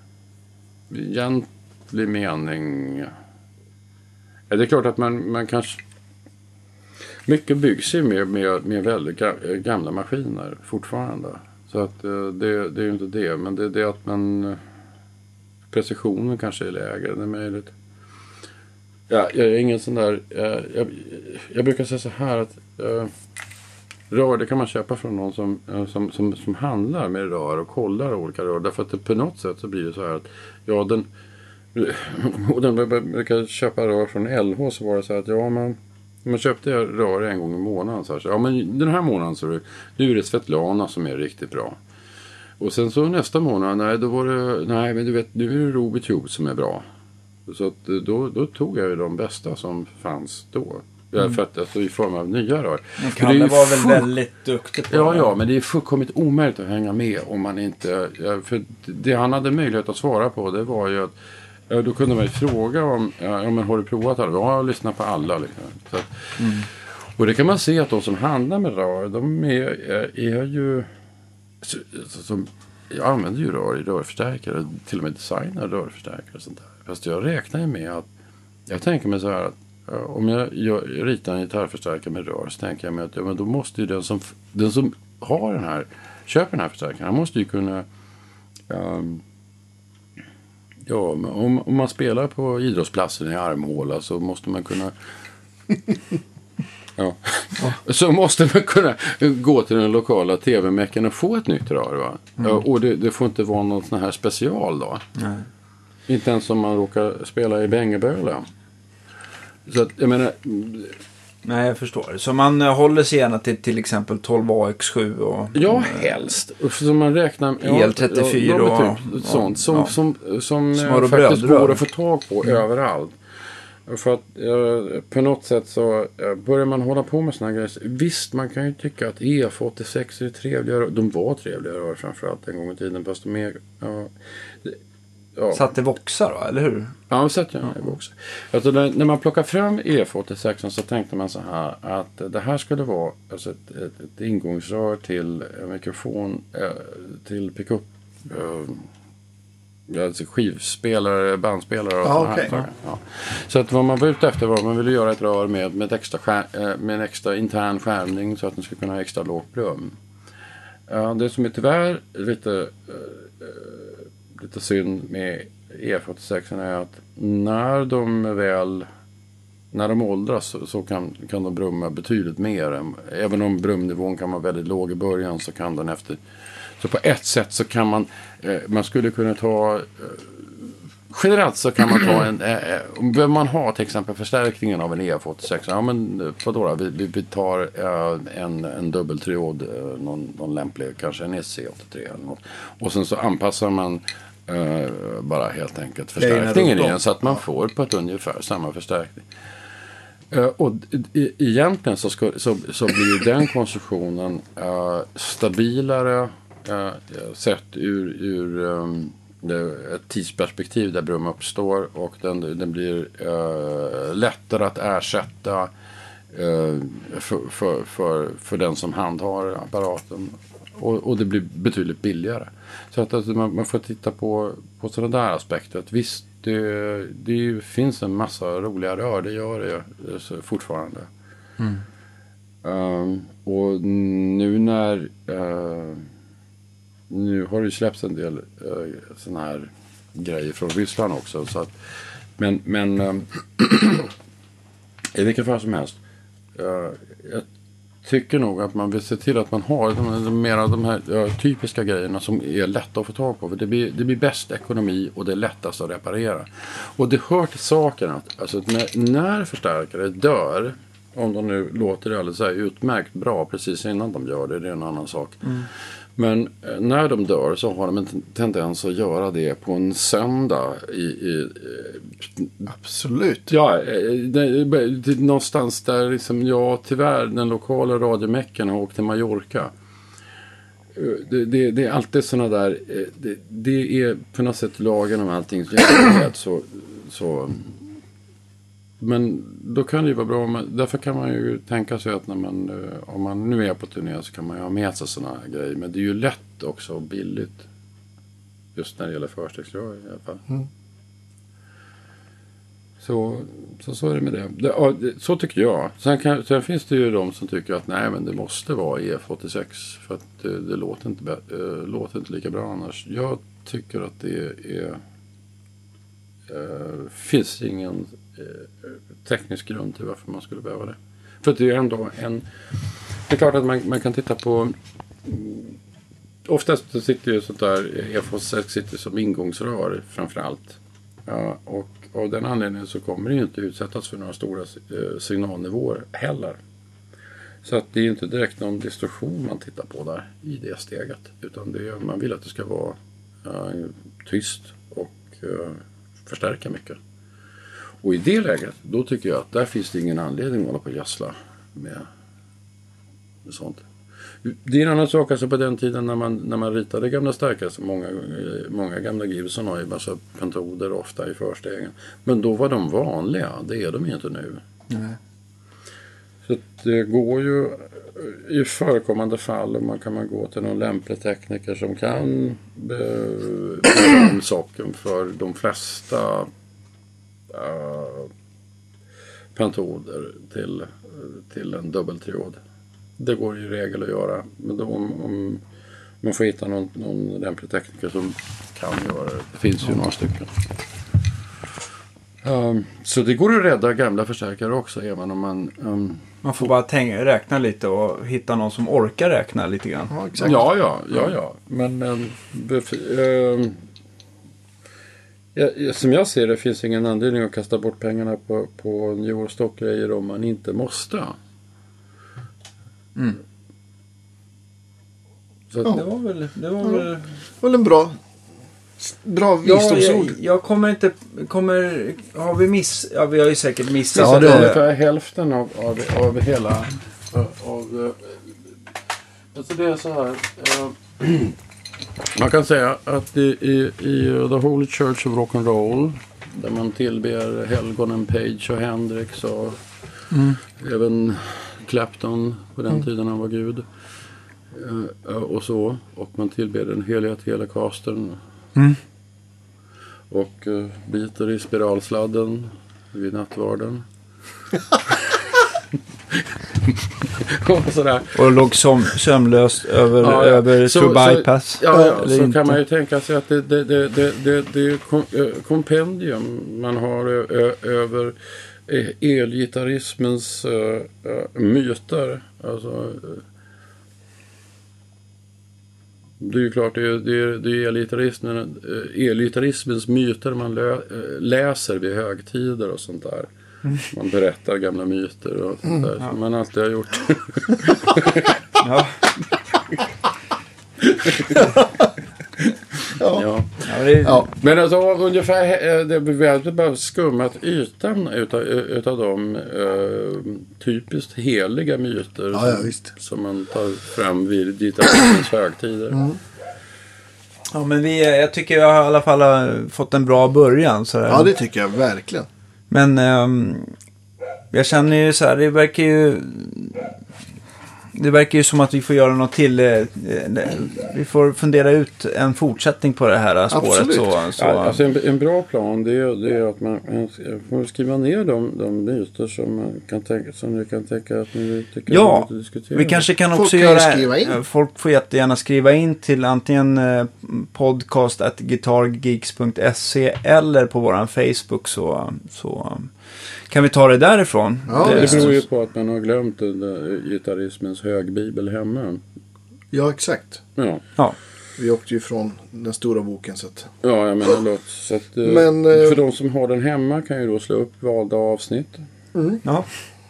egentlig mening. Det är klart att man kanske, mycket byggs ju med väldigt gamla maskiner fortfarande. Så att det är ju inte det. Men det är det att precisionen kanske är lägre. Det är möjligt. Ja, jag är ingen sån där... Jag brukar säga så här att rör, det kan man köpa från någon som handlar med rör och kollar olika rör. Därför att på något sätt så blir det så här att den brukar köpa rör från LH, så var det så här att man köpte rör en gång i månaden. Så här, men den här månaden så nu är det Svetlana som är riktigt bra. Och sen så nästa månad, men du vet, nu är det Robitube som är bra. Så att då tog jag ju de bästa som fanns då. För att, alltså, i form av nya rör. Kalle var väl väldigt duktig på det. Ja, men det är fullkomligt omöjligt att hänga med om man inte... För det han hade möjlighet att svara på, det var ju att då kunde man ju fråga om har du provat alla? Ja, jag lyssnar på alla. Liksom. Så att, och det kan man se att de som handlar med rör, de är ju... jag använder ju rör i rörförstärkare, till och med designar rörförstärkare och sånt där. Fast jag räknar ju med att... Jag tänker mig så här att om jag ritar en gitarrförstärkare med rör, så tänker jag mig att men då måste ju den som har köper den här förstärkaren, han måste ju kunna... om man spelar på idrottsplatsen i Armhåla så måste man kunna... Så måste man kunna gå till den lokala tv-mäcken och få ett nytt rör, va? Och det får inte vara någon sån här special då. Nej. Inte ens om man råkar spela i Bengeböla. Så att, jag menar... Nej, jag förstår. Så man håller sig gärna till exempel 12AX7 och... Ja, helst. Så man räknar... EL34 och... Sånt som faktiskt går att få tag på överallt. För att på något sätt så börjar man hålla på med såna grejer. Visst, man kan ju tycka att EF86 är trevligare. De var trevligare framförallt en gång i tiden. Fast de är... Satt det voxar då, eller hur? Ja, de satt i voxar. Alltså, när man plockar fram EF86 så tänkte man så här att det här skulle vara alltså ett ingångsrör till mikrofon, till pickup, alltså skivspelare, bandspelare och sådana här saker. Ja. Så att vad man var ute efter var att man ville göra ett rör med en extra intern skärmning så att den skulle kunna ha extra lågt blum. Det som är tyvärr lite synd med EF86 är att när de väl när de åldras så kan de brumma betydligt mer. Även om brumnivån kan vara väldigt låg i början så kan den efter... Så på ett sätt så kan man skulle kunna ta... Generellt så kan man ta behöver man ha till exempel förstärkningen av en EF86. Ja men vadå då? Vi tar en dubbeltriod, någon lämplig, kanske en SC83 eller något. Och sen så anpassar man bara helt enkelt förstärkningen igen så att man får på ett ungefär samma förstärkning. Och egentligen så blir den konstruktionen stabilare sett ur ett tidsperspektiv där brum uppstår, och den blir lättare att ersätta för den som handhar apparaten, och det blir betydligt billigare. Så att alltså, man får titta på sådana där aspekter. Att visst, det finns en massa roliga rör, det gör det fortfarande. Och nu när nu har det släppts en del såna här grejer från Ryssland också, så att, men i vilken fall som helst, jag tycker nog att man vill se till att man har mer av de här typiska grejerna som är lätta att få tag på, för det blir bäst ekonomi och det är lättast att reparera. Och det hör till saken att alltså, när förstärkare dör, om de nu låter det alldeles så här utmärkt bra precis innan de gör det är en annan sak. Men när de dör så har de en tendens att göra det på en söndag Absolut. Ja, det någonstans där liksom, tyvärr den lokala radiomäcken har åkt till Mallorca. Det är alltid såna där, det är på något sätt lagen om allting så men då kan det ju vara bra, därför kan man ju tänka sig att om man nu är på turné så kan man ju ha med sig såna här grejer, men det är ju lätt också och billigt just när det gäller förstegsrör i alla fall. Så är det med det. Så tycker jag. Sen finns det ju de som tycker att nej, men det måste vara EF86 för att det låter inte lika bra annars. Jag tycker att det finns ingen teknisk grund till varför man skulle behöva det. För att det är ändå det är klart att man kan titta på, oftast sitter ju sånt där EF86 sitter som ingångsrör framförallt. Ja, och av den anledningen så kommer det ju inte utsättas för några stora signalnivåer heller. Så att det är inte direkt någon distorsion man tittar på där i det steget, utan man vill att det ska vara tyst och förstärka mycket. Och i det läget, då tycker jag att där finns det ingen anledning att hålla på och jassla med sånt. Det är en annan sak alltså på den tiden när man ritade gamla stärkare, så många gamla Gibson har ju massa pentoder ofta i förstegen. Men då var de vanliga, det är de inte nu. Nej. Så det går ju i förekommande fall, man kan gå till någon lämplig tekniker som kan om saken för de flesta pentoder till en dubbeltriod. Det går ju i regel att göra, men då, om man får hitta någon lämplig tekniker som kan göra det. Det finns ju några stycken. Så det går att rädda gamla förstärkare också, även om man får bara räkna lite och hitta någon som orkar räkna lite grann. Ja, exakt. Ja. Men som jag ser det finns ingen anledning att kasta bort pengarna på Neurostop-grejer om man inte måste. Så det var väl en bra visdomsord. Jag vi har ju säkert missat. Ja, det är ungefär hälften av hela alltså det är så här man kan säga att i The Holy Church of Rock'n'Roll, där man tillber helgonen Page och Hendrix och även Clapton på den tiden han var gud och så, och man tillber den heliga Telecasten och biter i spiralsladden vid nattvarden. Och låg sömnlöst över to bypass. Så kan man ju tänka sig att det kompendium man har över elgitarrismens myter. Alltså, det är ju klart, det är elgitarrismens myter man läser vid högtider och sånt där. Man berättar gamla myter och sånt där som man alltid har gjort. Ja. Ja. Men alltså ungefär det blir bara skummat ytan utav de typiskt heliga myter som man tar fram vid gitarristens högtider. Ja, men jag tycker jag i alla fall har fått en bra början. Så ja, det tycker jag verkligen. Men jag känner ju så här, det verkar ju som att vi får göra något till. Vi får fundera ut en fortsättning på det här spåret. Så. Ja, alltså en bra plan det är att man får skriva ner de myter som ni kan tänka att ni tycker ja, att diskutera. Vi kanske kan folk också kan skriva in. Folk får jättegärna skriva in till antingen podcast@guitargeeks.se eller på våran Facebook så kan vi ta det därifrån. Ja, det beror ju på att man har glömt gitarrismens högbibel hemma. Ja, exakt. Ja. Vi åkte ju från den stora boken. Så att... Ja, jag menar låt. Så att, för de som har den hemma kan ju då slå upp valda avsnitt. Ja.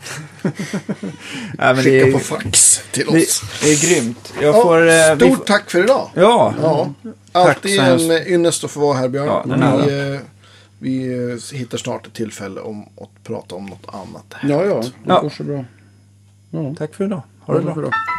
Skicka på fax till oss. Det är grymt. Stort tack för idag. Ja. Alltid en ynnest att få vara här, Björn. Ja, vi hittar snart ett tillfälle att prata om något annat. Ja, det går så bra. Tack för idag. Ha det bra.